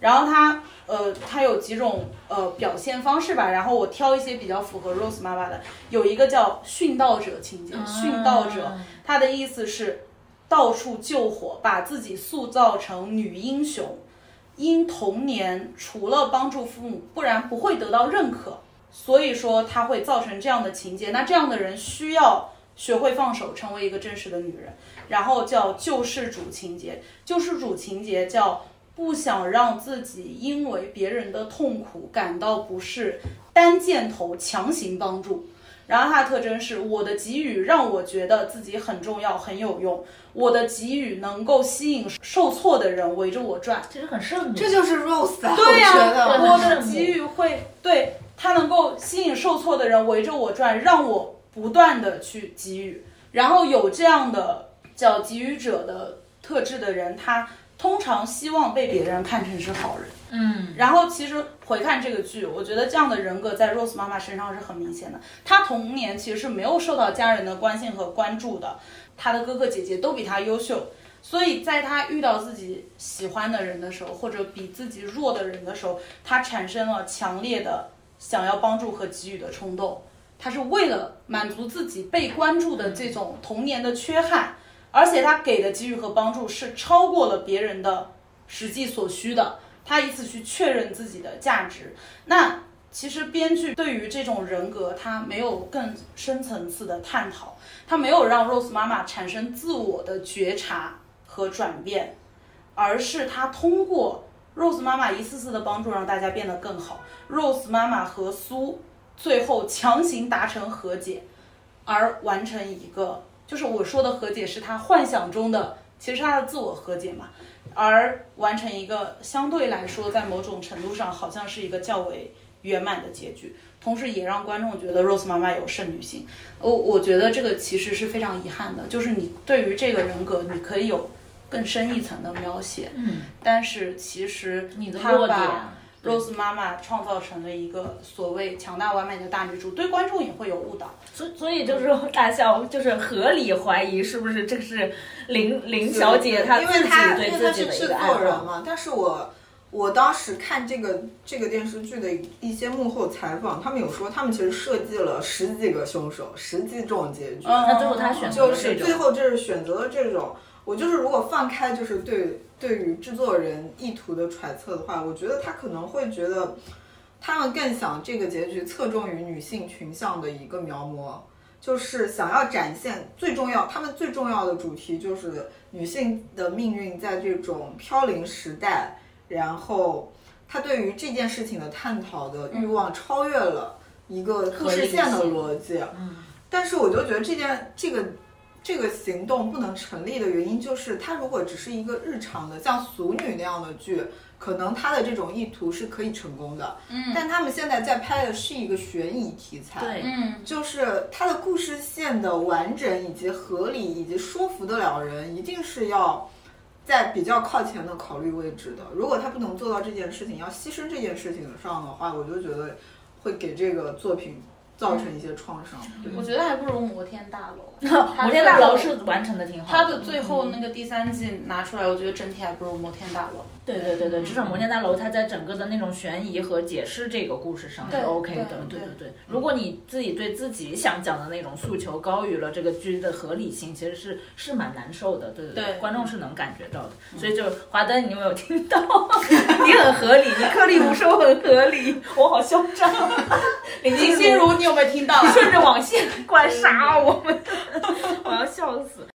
然后他呃他有几种呃表现方式吧，然后我挑一些比较符合 Rose 妈妈的，有一个叫殉道者情节，殉道者，他的意思是到处救火，把自己塑造成女英雄，因童年除了帮助父母，不然不会得到认可，所以说他会造成这样的情节。那这样的人需要学会放手，成为一个真实的女人。然后叫救世主情节，救世主情节叫不想让自己因为别人的痛苦感到不适，单箭头强行帮助。然后它的特征是，我的给予让我觉得自己很重要很有用，我的给予能够吸引受挫的人围着我转， 其实很圣母， 这就是 Rose 啊。 对呀、 啊， 我的给予会对它能够吸引受挫的人围着我转，让我不断的去给予。然后有这样的叫给予者的特质的人，他通常希望被别人看成是好人。 嗯， 然后其实回看这个剧，我觉得这样的人格在 Rose 妈妈身上是很明显的。她童年其实是没有受到家人的关心和关注的，她的哥哥姐姐都比她优秀，所以在她遇到自己喜欢的人的时候，或者比自己弱的人的时候，她产生了强烈的想要帮助和给予的冲动。她是为了满足自己被关注的这种童年的缺憾，而且她给的给予和帮助是超过了别人的实际所需的。他以此去确认自己的价值。那其实编剧对于这种人格，他没有更深层次的探讨，他没有让 Rose 妈妈产生自我的觉察和转变，而是他通过 Rose 妈妈一次次的帮助让大家变得更好。Rose 妈妈和苏最后强行达成和解，而完成一个，就是我说的和解是他幻想中的，其实是他的自我和解嘛。而完成一个相对来说在某种程度上好像是一个较为圆满的结局，同时也让观众觉得 Rose 妈妈有圣女性。我我觉得这个其实是非常遗憾的，就是你对于这个人格你可以有更深一层的描写， 嗯， 但是其实你的弱点 Rose 妈妈创造成了一个所谓强大完美的大女主，对观众也会有误导。 所所以就是大笑，就是合理怀疑是不是这是林林小姐她自己对自己的一个爱好嘛。但是我我当时看这个这个电视剧的一些幕后采访，他们有说他们其实设计了十几个凶手，十几种结局。 那最后他选择了就是最后就是选择了这种。我就是如果放开就是对对于制作人意图的揣测的话，我觉得他可能会觉得他们更想这个结局侧重于女性群像的一个描摹，就是想要展现最重要他们最重要的主题就是女性的命运在这种飘零时代，然后他对于这件事情的探讨的欲望超越了一个故事线的逻辑。 嗯， 但是我就觉得这件这个这个行动不能成立的原因就是，它如果只是一个日常的像俗女那样的剧，可能它的这种意图是可以成功的。 嗯， 但他们现在在拍的是一个悬疑题材， 对， 嗯， 就是它的故事线的完整以及合理以及说服得了人，一定是要在比较靠前的考虑位置的。如果他不能做到这件事情，要牺牲这件事情上的话，我就觉得会给这个作品造成一些创伤。 我觉得还不如摩天大楼。 摩天大楼是完成的挺好的， 它的最后那个第三季拿出来，我觉得整体还不如摩天大楼。 对对对对，至少摩天大楼它在整个的那种悬疑和解释这个故事上是 OK 的。对对对，如果你自己对自己想讲的那种诉求高于了这个剧的合理性，其实是是蛮难受的。对对对，观众是能感觉到的。所以就华灯，你有没有听到？你很合理，你颗粒无收很合理，我好嚣张。林心如， 你有没有听到？ 顺着网线过来杀我们，我要笑死。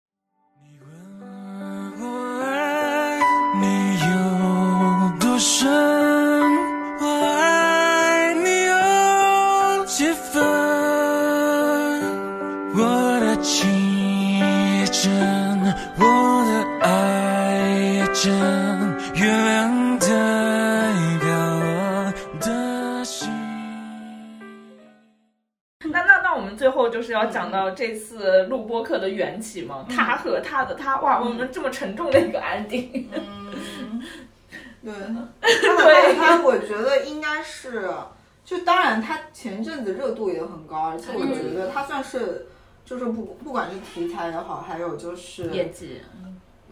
你有多深，我爱你有几分，我的情也真，我的爱也真，月亮代表我的心。 那那那我们最后就是要讲到这次录播课的缘起嘛，嗯、他和他的他，哇，我们这么沉重的一个安定。 嗯，对，对他，我觉得应该是，就当然他前阵子热度也很高，而且我觉得他算是，就是不不管是题材也好，还有就是业绩，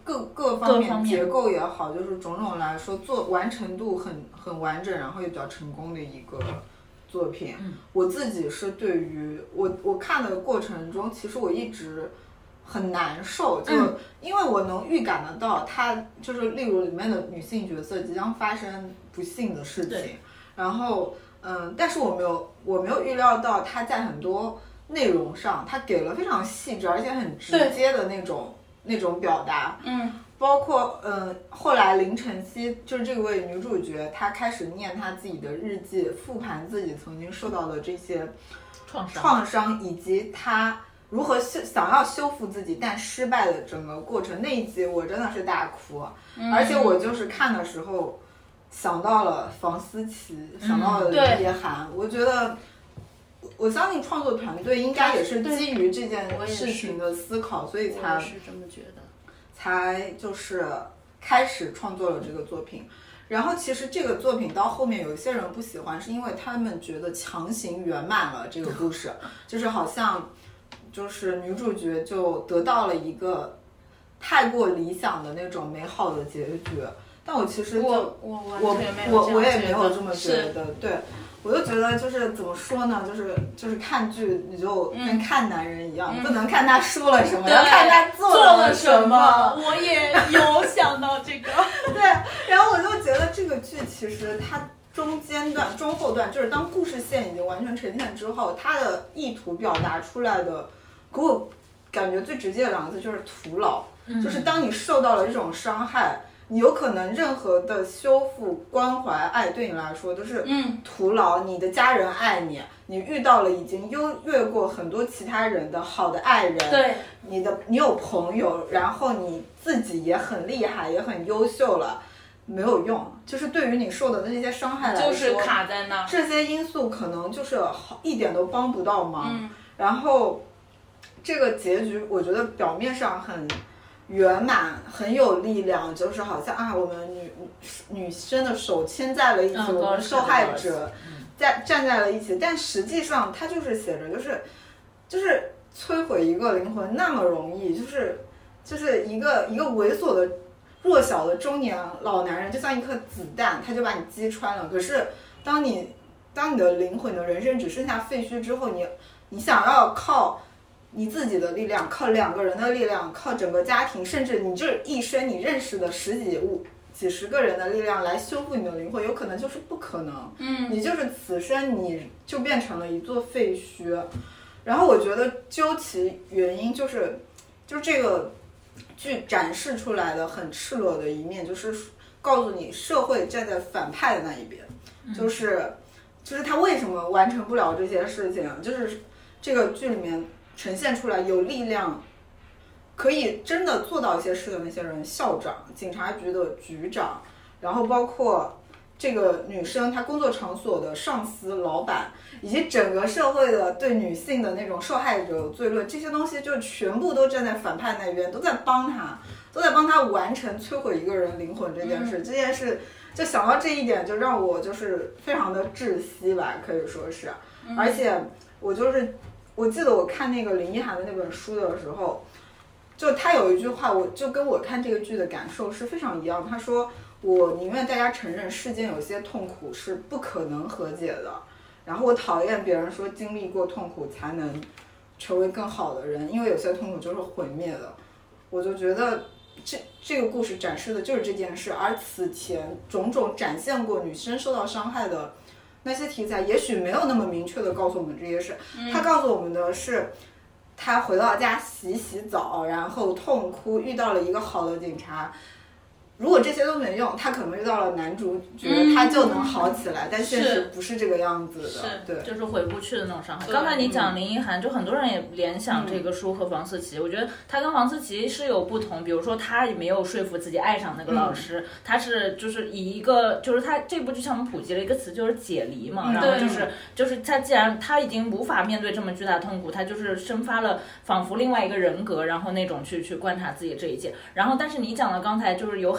各各方面各方面结构也好，就是种种来说，做完成度很很完整，然后也比较成功的一个作品。 嗯， 我自己是对于我我看的过程中，其实我一直很难受，就、 嗯、 因为我能预感得到，它就是例如里面的女性角色即将发生不幸的事情，然后嗯，但是我没有我没有预料到它在很多内容上，它给了非常细致而且很直接的那种那种表达， 嗯。 包括嗯，后来林晨曦就是这位女主角，她开始念她自己的日记，复盘自己曾经受到的这些创伤， 创伤以及她如何修想要修复自己但失败的整个过程。那一集我真的是大哭，嗯、而且我就是看的时候想到了房思琪，嗯、想到了林奕涵，我觉得。我相信创作团队应该也是基于这件事情的思考，所以才我也是这么觉得。 才就是开始创作了这个作品。然后其实这个作品到后面有一些人不喜欢，是因为他们觉得强行圆满了这个故事，就是好像就是女主角就得到了一个太过理想的那种美好的结局。但我其实就我我我我我也没有这么觉得，对。我就觉得就是怎么说呢，就是就是看剧你就跟看男人一样， 嗯、 不能看他说了什么， 要看他做了什么。我也有想到这个， 对。然后我就觉得这个剧其实它中间段、中后段，就是当故事线已经完全呈现之后，它的意图表达出来的，给我感觉最直接的两个字就是徒劳。嗯、就是当你受到了这种伤害。你有可能任何的修复、关怀、爱对你来说都是徒劳。嗯、你的家人爱你，你遇到了已经优越过很多其他人的好的爱人， 对， 你的你有朋友，然后你自己也很厉害，也很优秀了，没有用。就是对于你受的那些伤害来说， 就是卡在那， 这些因素可能就是好一点都帮不到忙。 嗯、 然后这个结局，我觉得表面上很。圆满很有力量，就是好像啊，我们女女生的手牵在了一起，嗯、我们受害者在站在了一起，但实际上它就是写着，就是就是摧毁一个灵魂那么容易，就是就是一个一个猥琐的弱小的中年老男人，就像一颗子弹，他就把你击穿了。可是当你当你的灵魂的人生只剩下废墟之后，你你想要靠。你自己的力量，靠两个人的力量，靠整个家庭，甚至你这一生你认识的十几五几十个人的力量来修复你的灵魂，有可能就是不可能。 嗯， 你就是此生你就变成了一座废墟。然后我觉得究其原因，就是就是这个剧展示出来的很赤裸的一面，就是告诉你社会站在反派的那一边， 嗯、 就是就是他为什么完成不了这些事情，就是这个剧里面。呈现出来有力量，可以真的做到一些事的那些人，校长、警察局的局长，然后包括这个女生她工作场所的上司、老板，以及整个社会的对女性的那种受害者罪论，这些东西就全部都站在反派那边，都在帮他，都在帮他完成摧毁一个人灵魂这件事。嗯、这件事就想到这一点，就让我就是非常的窒息吧，可以说是，嗯、而且我就是。我记得我看那个林奕涵的那本书的时候，就他有一句话，我就跟我看这个剧的感受是非常一样。他说：“我宁愿大家承认世间有些痛苦是不可能和解的，然后我讨厌别人说经历过痛苦才能成为更好的人，因为有些痛苦就是毁灭的。”我就觉得这这个故事展示的就是这件事，而此前种种展现过女生受到伤害的。那些题材也许没有那么明确的告诉我们这些事， 嗯、 他告诉我们的是，他回到家洗洗澡，然后痛哭，遇到了一个好的警察。如果这些都没用，他可能遇到了男主角，嗯、他就能好起来。但现实不是这个样子的， 是对， 就是回不去的那种伤害。刚才你讲林奕涵，就很多人也联想这个书和房思琪，嗯、我觉得他跟房思琪是有不同。比如说，他也没有说服自己爱上那个老师，嗯、他是就是以一个就是他这部剧向我们普及了一个词，就是解离嘛。嗯、然后就是就是他既然他已经无法面对这么巨大的痛苦，他就是生发了仿佛另外一个人格，然后那种去去观察自己这一切。然后，但是你讲的刚才就是有很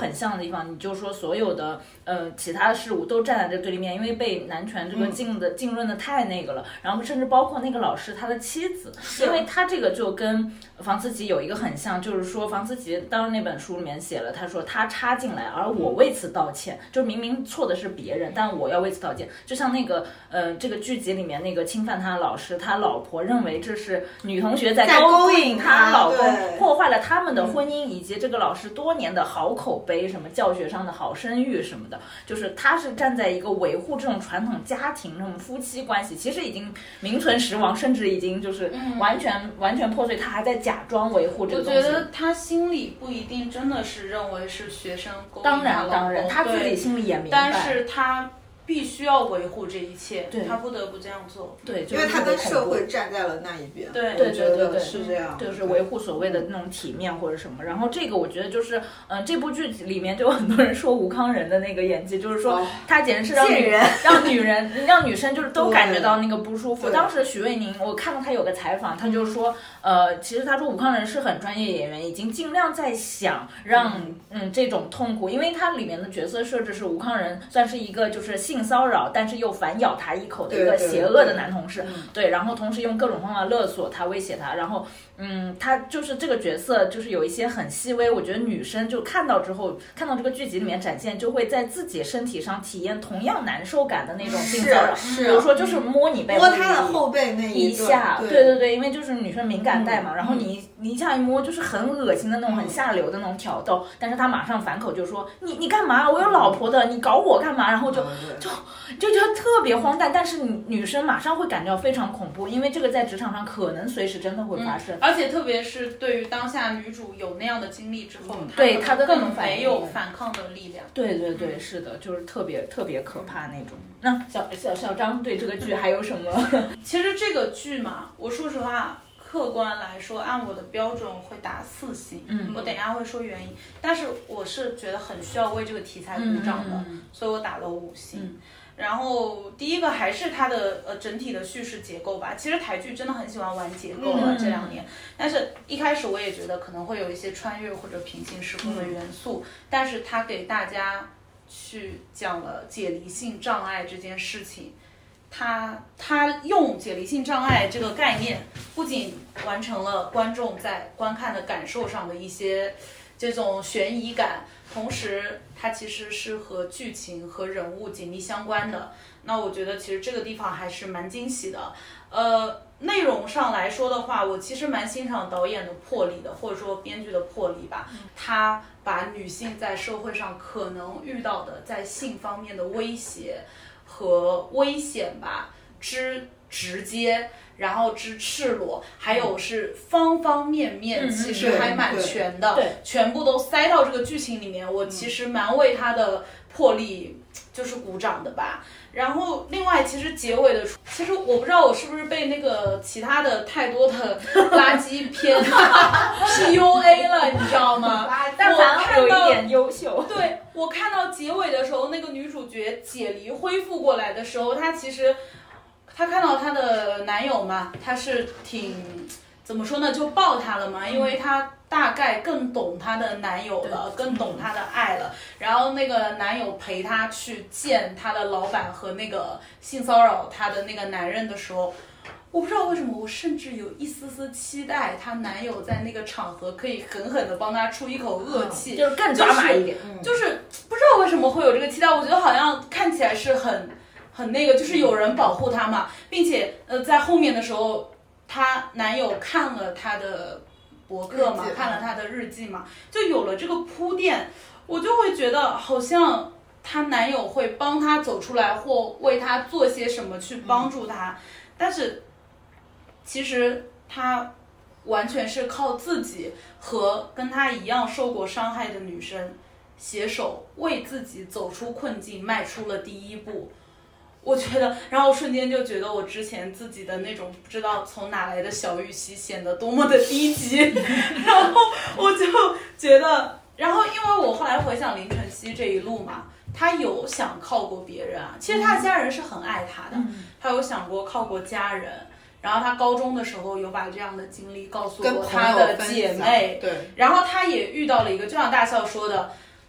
很像的地方，你就说所有的呃其他的事物都站在这对立面，因为被男权这个浸的浸润的太那个了，然后甚至包括那个老师他的妻子，因为他这个就跟房思琪有一个很像，就是说房思琪当时那本书里面写了，他说他插进来，而我为此道歉，就明明错的是别人，但我要为此道歉。就像那个呃这个剧集里面那个侵犯他的老师，他老婆认为这是女同学在勾引他老公，破坏了他们的婚姻，以及这个老师多年的好口碑，什么教学上的好声誉什么的，就是他是站在一个维护这种传统家庭这种夫妻关系，其实已经名存实亡，甚至已经就是完全、嗯、完全破碎，他还在假装维护这个东西。 我觉得他心里不一定真的是认为是学生勾引当然当然他自己心里也明白， 但是他必须要维护这一切，他不得不这样做。 对， 因为他跟社会站在了那一边。 对对对对对， 是这样。 就是维护所谓的那种体面或者什么。然后这个我觉得就是，嗯、呃，这部剧里面就有很多人说吴康仁的那个演技，就是说、哦、他简直是让女人让女人让女生就是都感觉到那个不舒服。当时许魏宁，我看到他有个采访，他就说，呃，其实他说吴康仁是很专业演员，已经尽量在想让嗯嗯这种痛苦，因为他里面的角色设置是吴康仁算是一个就是性骚扰，但是又反咬他一口的一个邪恶的男同事， 对, 对, 对, 对，然后同时用各种方法勒索他、威胁他，然后嗯，他就是这个角色就是有一些很细微，我觉得女生就看到之后，看到这个剧集里面展现，就会在自己身体上体验同样难受感的那种性骚扰，比如说就是摸你背后， 摸他的后背那一下，对对对，因为就是女生敏感带嘛，嗯、然后你你一下一摸就是很恶心的那种、很下流的那种挑逗，但是他马上反口就说你你干嘛？我有老婆的，你搞我干嘛？然后就就就觉得特别荒诞，但是女生马上会感到非常恐怖，因为这个在职场上可能随时真的会发生， 嗯、而且特别是对于当下女主有那样的经历之后，嗯、 对她的更没有反抗的力量。 对对对，是的，就是特别特别可怕那种。那小小小张对这个剧还有什么？ 其实这个剧嘛，我说实话。客观来说，按我的标准会打四星，嗯，我等一下会说原因，但是我是觉得很需要为这个题材鼓掌的，嗯、所以我打了五星。嗯、然后第一个还是它的呃整体的叙事结构吧，其实台剧真的很喜欢玩结构了、嗯、这两年，但是一开始我也觉得可能会有一些穿越或者平行时空的元素，嗯、但是它给大家去讲了解离性障碍这件事情。他他用解离性障碍这个概念，不仅完成了观众在观看的感受上的一些这种悬疑感，同时它其实是和剧情和人物紧密相关的。那我觉得其实这个地方还是蛮惊喜的。呃，内容上来说的话，我其实蛮欣赏导演的魄力的，或者说编剧的魄力吧。他把女性在社会上可能遇到的在性方面的威胁和危险吧，之直接，然后之赤裸，还有是方方面面，其实还蛮全的， 对， 全部都塞到这个剧情里面。我其实蛮为他的魄力就是鼓掌的吧。然后另外其实结尾的，其实我不知道我是不是被那个其他的太多的垃圾片 P U A 了，你知道吗？ 但凡有一点优秀。 对，我看到结尾的时候，那个女主角解离恢复过来的时候，她其实她看到她的男友嘛，她是挺怎么说呢，就抱她了嘛，因为她大概更懂她的男友了，更懂她的爱了。然后那个男友陪她去见她的老板和那个性骚扰她的那个男人的时候，我不知道为什么，我甚至有一丝丝期待她男友在那个场合可以狠狠地帮她出一口恶气， 嗯、就是更抓马一点、 就是。就是不知道为什么会有这个期待，我觉得好像看起来是很很那个，就是有人保护她嘛，并且呃在后面的时候，她男友看了她的博客嘛，看了她的日记嘛，就有了这个铺垫，我就会觉得好像她男友会帮她走出来，或为她做些什么去帮助她，嗯、但是其实她完全是靠自己和跟她一样受过伤害的女生携手为自己走出困境迈出了第一步。我觉得，然后瞬间就觉得我之前自己的那种不知道从哪来的小预期显得多么的低级，然后我就觉得，然后因为我后来回想林晨曦这一路嘛，他有想靠过别人啊，其实他的家人是很爱他的，嗯、他有想过靠过家人，然后他高中的时候有把这样的经历告诉过他的姐妹， 对， 然后他也遇到了一个，就像大笑说的，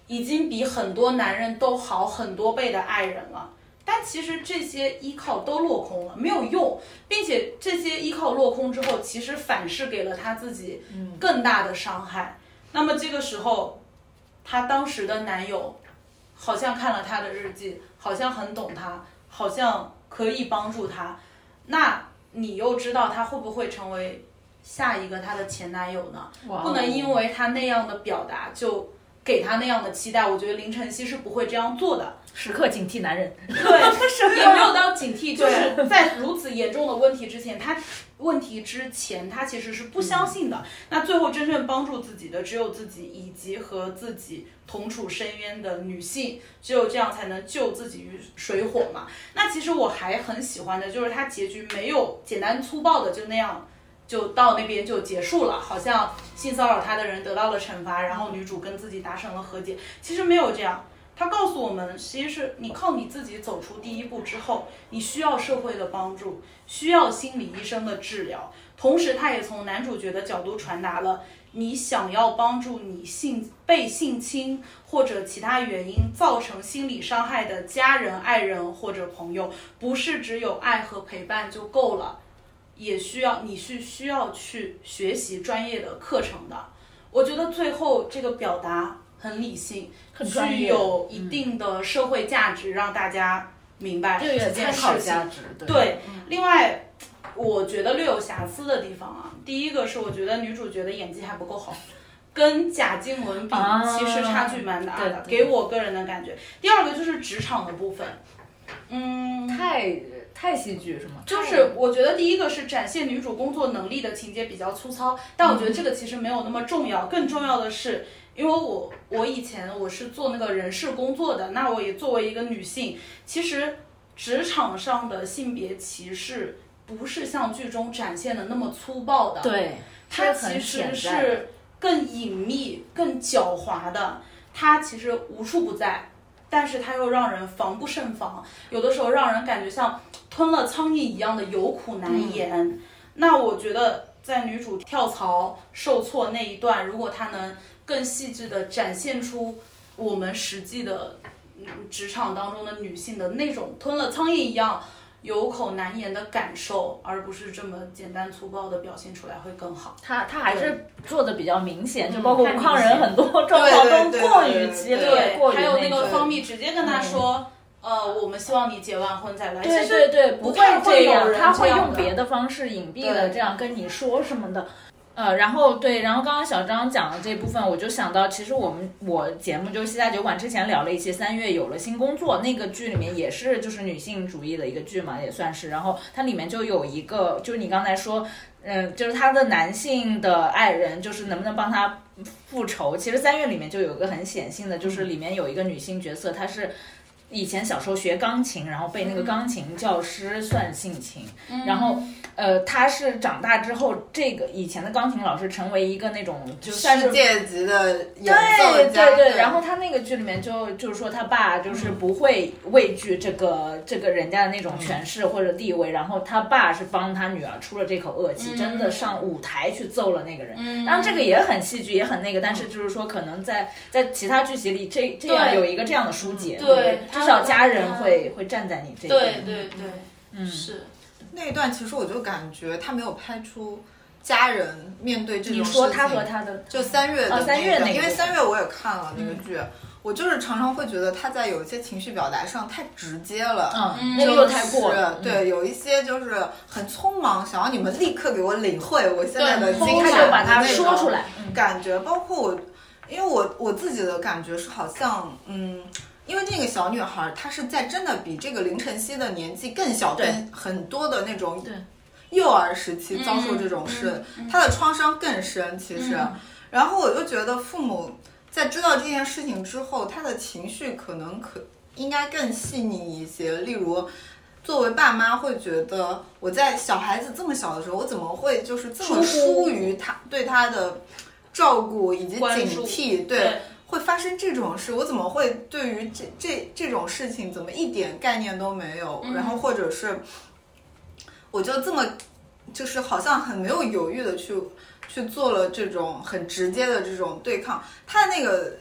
已经比很多男人都好很多倍的爱人了。但其实这些依靠都落空了，没有用，并且这些依靠落空之后，其实反噬给了他自己更大的伤害。嗯、那么这个时候，他当时的男友好像看了他的日记，好像很懂他，好像可以帮助他。那你又知道他会不会成为下一个他的前男友呢？不能因为他那样的表达就给他那样的期待。我觉得林晨曦是不会这样做的。 时刻警惕男人， 对，也没有到警惕，就是在如此严重的问题之前，他问题之前他其实是不相信的。嗯、那最后真正帮助自己的只有自己，以及和自己同处深渊的女性，只有这样才能救自己于水火嘛。那其实我还很喜欢的就是他结局没有简单粗暴的就那样就到那边就结束了，好像性骚扰他的人得到了惩罚，然后女主跟自己达成了和解。其实没有这样。他告诉我们，其实是你靠你自己走出第一步之后，你需要社会的帮助，需要心理医生的治疗。同时，他也从男主角的角度传达了，你想要帮助你性被性侵或者其他原因造成心理伤害的家人、爱人或者朋友，不是只有爱和陪伴就够了，也需要你是需要去学习专业的课程的。我觉得最后这个表达很理性，具有一定的社会价值，嗯、让大家明白这件事情。对，对嗯、另外我觉得略有瑕疵的地方啊，第一个是我觉得女主角的演技还不够好，跟贾静雯比，其实差距蛮大的，啊、给我个人的感觉。第二个就是职场的部分，嗯， 太太戏剧是吗？ 就是我觉得第一个是展现女主工作能力的情节比较粗糙，但我觉得这个其实没有那么重要，嗯、更重要的是。因为我我以前我是做那个人事工作的，那我也作为一个女性，其实职场上的性别歧视不是像剧中展现的那么粗暴的， 对， 它其实是更隐秘、更狡猾的，它其实无处不在，但是它又让人防不胜防，有的时候让人感觉像吞了苍蝇一样的有苦难言。嗯、那我觉得在女主跳槽受挫那一段，如果她能更细致地展现出我们实际的职场当中的女性的那种吞了苍蝇一样有口难言的感受，而不是这么简单粗暴的表现出来会更好。 他他还是做的比较明显，就包括吴康仁很多状况都过于激烈，过于还有那个方蜜直接跟他说。嗯呃，我们希望你结完婚再来。 对对对，不会这样，他会用别的方式隐蔽的这样跟你说什么的。呃，然后对，然后刚刚小张讲的这部分，我就想到，其实我们我节目就是西大酒馆之前聊了一些三月有了新工作那个剧里面也是就是女性主义的一个剧嘛，也算是。然后它里面就有一个，就是你刚才说，嗯、呃，就是他的男性的爱人，就是能不能帮他复仇？其实三月里面就有一个很显性的，就是里面有一个女性角色，她是。以前小时候学钢琴，然后被那个钢琴教师算性侵，嗯、然后呃，他是长大之后，这个以前的钢琴老师成为一个那种就算是世界级的演奏家， 对对对。然后他那个剧里面就就是说他爸就是不会畏惧这个、嗯、这个人家的那种权势或者地位，嗯、然后他爸是帮他女儿出了这口恶气，嗯、真的上舞台去揍了那个人。嗯、当然这个也很戏剧，也很那个，但是就是说可能在在其他剧集里这这样有一个这样的疏解， 对。对至少家人会会站在你这边。 对对对， 嗯， 是那一段，其实我就感觉他没有拍出家人面对这种事情。 你说他和他的， 就三月的那个，三月那个， 因为三月我也看了那个剧，嗯、我就是常常会觉得他在有一些情绪表达上太直接了， 嗯，那个又太过了。对，有一些就是很匆忙，想要你们立刻给我领会我现在的精神就把它说出来， 感觉包括我，因为我我自己的感觉是好像，嗯。因为那个小女孩，她是在真的比这个林晨曦的年纪更小，跟很多的那种幼儿时期遭受这种事，嗯嗯、她的创伤更深。其实，嗯、然后我就觉得父母在知道这件事情之后，他的情绪可能可应该更细腻一些。例如，作为爸妈会觉得，我在小孩子这么小的时候，我怎么会就是这么疏于他对他的照顾以及警惕？对。对会发生这种事，我怎么会对于这这这种事情怎么一点概念都没有？嗯、然后或者是，我就这么，就是好像很没有犹豫的去去做了这种很直接的这种对抗。他的那个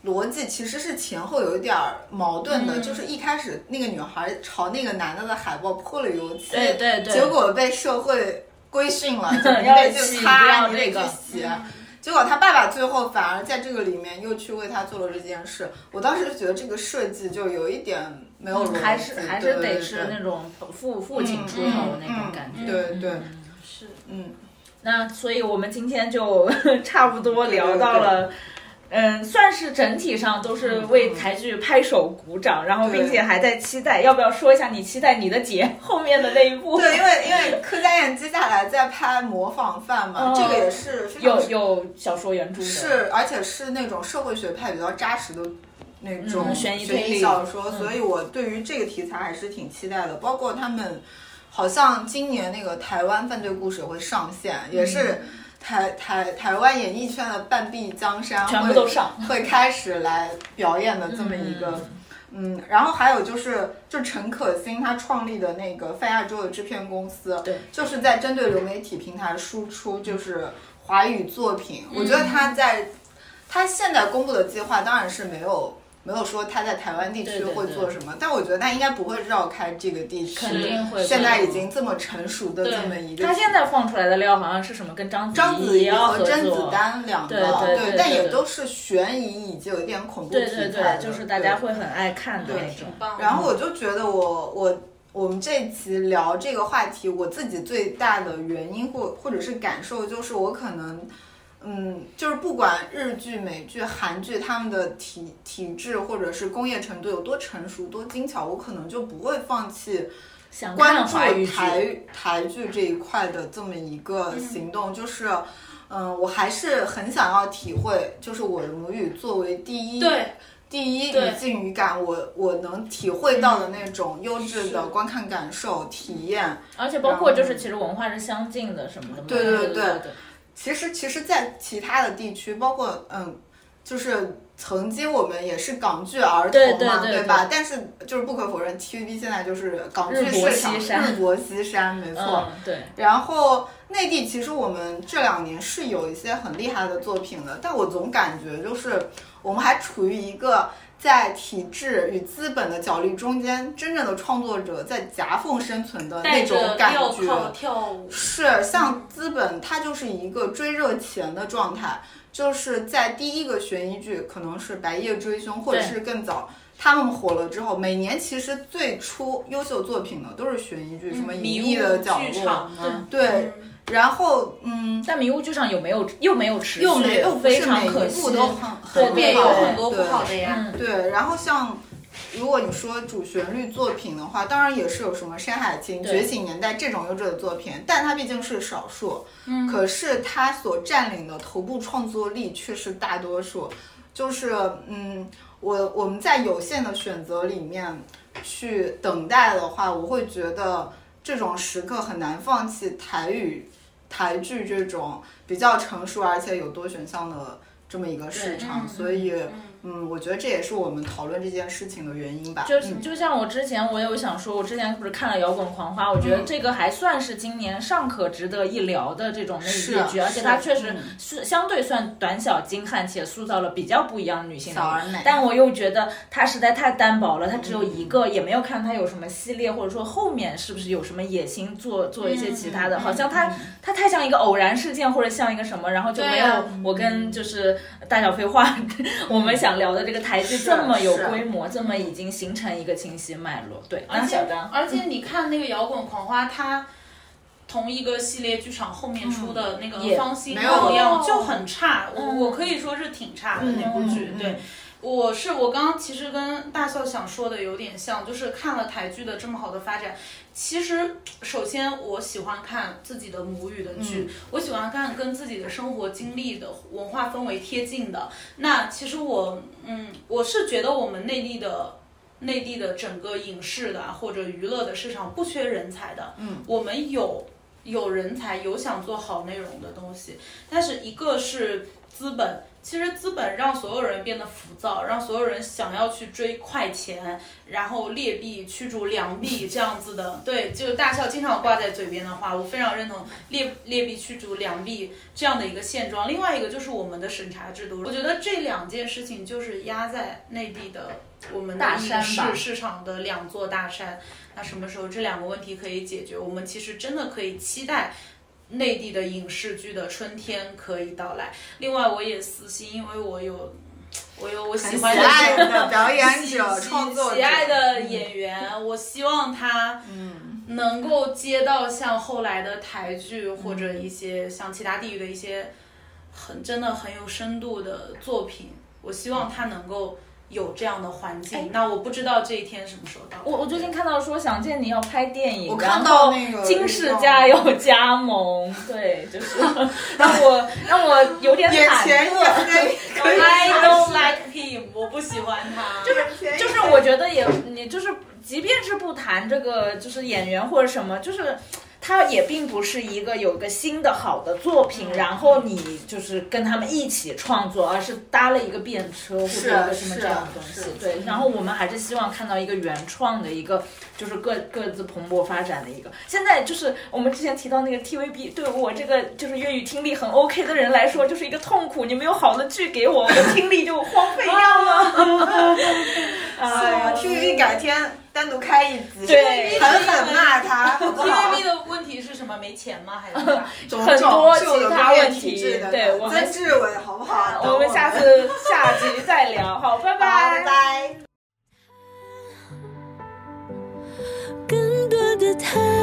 逻辑其实是前后有一点矛盾的， 嗯、 就是一开始那个女孩朝那个男的的海报泼了油漆， 对对对， 结果被社会规训了，就你得去擦，你得去洗。 嗯结果他爸爸最后反而在这个里面又去为他做了这件事，我当时就觉得这个设计就有一点没有逻辑， 嗯、还是还是得是那种父父亲出头那种感觉。 嗯嗯、对对、 嗯， 是， 嗯。 那所以我们今天就差不多聊到了。嗯，算是整体上都是为台剧拍手鼓掌，然后并且还在期待。要不要说一下你期待你的姐后面的那一部？ 对，因为因为柯佳嬿接下来在拍模仿犯嘛，嗯、这个也是有有小说原著的， 是而且是那种社会学派比较扎实的那种、 嗯、悬疑悬疑小说，所以我对于这个题材还是挺期待的。包括他们好像今年那个台湾犯罪故事会上线，嗯、也是。台台台湾演艺圈的半壁江山全部都上， 会开始来表演的这么一个，嗯, 嗯，然后还有就是就陈可辛他创立的那个泛亚洲的制片公司， 对， 就是在针对流媒体平台输出就是华语作品。嗯、我觉得他在他现在公布的计划当然是没有。没有说他在台湾地区会做什么， 对对对， 但我觉得他应该不会绕开这个地区， 肯定会。 现在已经这么成熟的这么一个， 他现在放出来的料好像是什么跟章子章子怡和甄子丹两个， 对对 对, 对， 但也都是悬疑以及有一点恐怖题材的， 对对对，就是大家会很爱看的那种。 然后我就觉得我我我们这期聊这个话题，我自己最大的原因或或者是感受就是我可能。嗯，就是不管日剧、美剧、韩剧，他们的体体制或者是工业程度有多成熟、多精巧，我可能就不会放弃关注台台剧这一块的这么一个行动。嗯、就是，嗯，我还是很想要体会，就是我的母语作为第一， 对第一语境语感，我我能体会到的那种优质的观看感受、体验， 而且包括就是其实文化是相近的什么的。 对对对对, 对, 对。 其实，其实，在其他的地区，包括嗯，就是曾经我们也是港剧儿童嘛， 对, 对, 对, 对吧？但是就是不可否认 ，T V B 现在就是港剧市场日薄西山，没错、 嗯。对。 然后内地其实我们这两年是有一些很厉害的作品的，但我总感觉就是我们还处于一个在体制与资本的角力中间，真正的创作者在夹缝生存的那种感觉。 靠跳舞是像资本，它就是一个追热钱的状态，就是在第一个悬疑剧，可能是《白夜追凶》，或者是更早，他们火了之后，每年其实最初优秀作品的都是悬疑剧， 嗯、 什么《隐秘的角落》， 嗯、 对。对嗯然后，嗯， 但迷雾剧场有没有又没有持续， 又没有非常可惜， 都很很后面有很多不好的呀。 对，对然后像如果你说主旋律作品的话，当然也是有什么《山海经》《觉醒年代》这种优质的作品，但它毕竟是少数， 嗯， 可是它所占领的头部创作力却是大多数。就是嗯，我我们在有限的选择里面去等待的话，我会觉得这种时刻很难放弃台语。台剧这种比较成熟而且有多选项的这么一个市场，所以嗯，我觉得这也是我们讨论这件事情的原因吧。 就就像我之前我有想说，我之前不是看了《摇滚狂花》，我觉得这个还算是今年尚可值得一聊的这种内地剧，而且它确实是相对算短小精悍，且塑造了比较不一样的女性小而美。 但我又觉得它实在太单薄了，它只有一个，也没有看它有什么系列，或者说后面是不是有什么野心做做一些其他的，好像它它太像一个偶然事件，或者像一个什么，然后就没有我跟就是大小废话我们想聊的这个台剧这么有规模，这么已经形成一个清晰脉络。对， 而且张而且你看那个摇滚狂花，它同一个系列剧场后面出的那个方兴濠一样就很差，我我可以说是挺差的那部剧。对，我是我刚刚其实跟大笑想说的有点像，就是看了台剧的这么好的发展，其实首先我喜欢看自己的母语的剧，嗯、我喜欢看跟自己的生活经历的文化氛围贴近的。那其实我嗯，我是觉得我们内地的内地的整个影视的或者娱乐的市场不缺人才的， 嗯， 我们有有人才，有想做好内容的东西，但是一个是资本其实资本让所有人变得浮躁，让所有人想要去追快钱，然后劣币驱逐良币这样子的。对，就大笑经常挂在嘴边的话，我非常认同劣劣币驱逐良币这样的一个现状。另外一个就是我们的审查制度，我觉得这两件事情就是压在内地的我们的影视市场的两座大山。那什么时候这两个问题可以解决？我们其实真的可以期待内地的影视剧的春天可以到来。另外，我也私心，因为我有我有我喜欢的喜爱的表演者、 喜创作者、 喜爱的演员，嗯、我希望他能够接到像后来的台剧、嗯、或者一些像其他地域的一些很真的很有深度的作品，我希望他能够有这样的环境。哎、那我不知道这一天什么时候到。 我我最近看到说想见你要拍电影， 我看到那个金世佳有加盟，对，就是让我让我有点忐忑。 I don't like him， 我不喜欢他。 就是就是我觉得也你就是即便是不谈这个就是演员或者什么，就是他也并不是一个有个新的好的作品，嗯、然后你就是跟他们一起创作，而是搭了一个便车或者一个什么这样的东西。对，然后我们还是希望看到一个原创的一个，就是各各自蓬勃发展的一个。现在就是我们之前提到那个 T V B， 对我这个就是粤语听力很 OK 的人来说，就是一个痛苦。你没有好的剧给我，我的听力就荒废掉了。 啊 ，T V B 改天单独开一集， 对， 狠狠骂他。 T V B 的问题是什么？没钱吗？还是很多其他问题？对，我们曾志伟好不好？ 我们下次下集再聊。好，拜拜， 拜拜。 更多的他。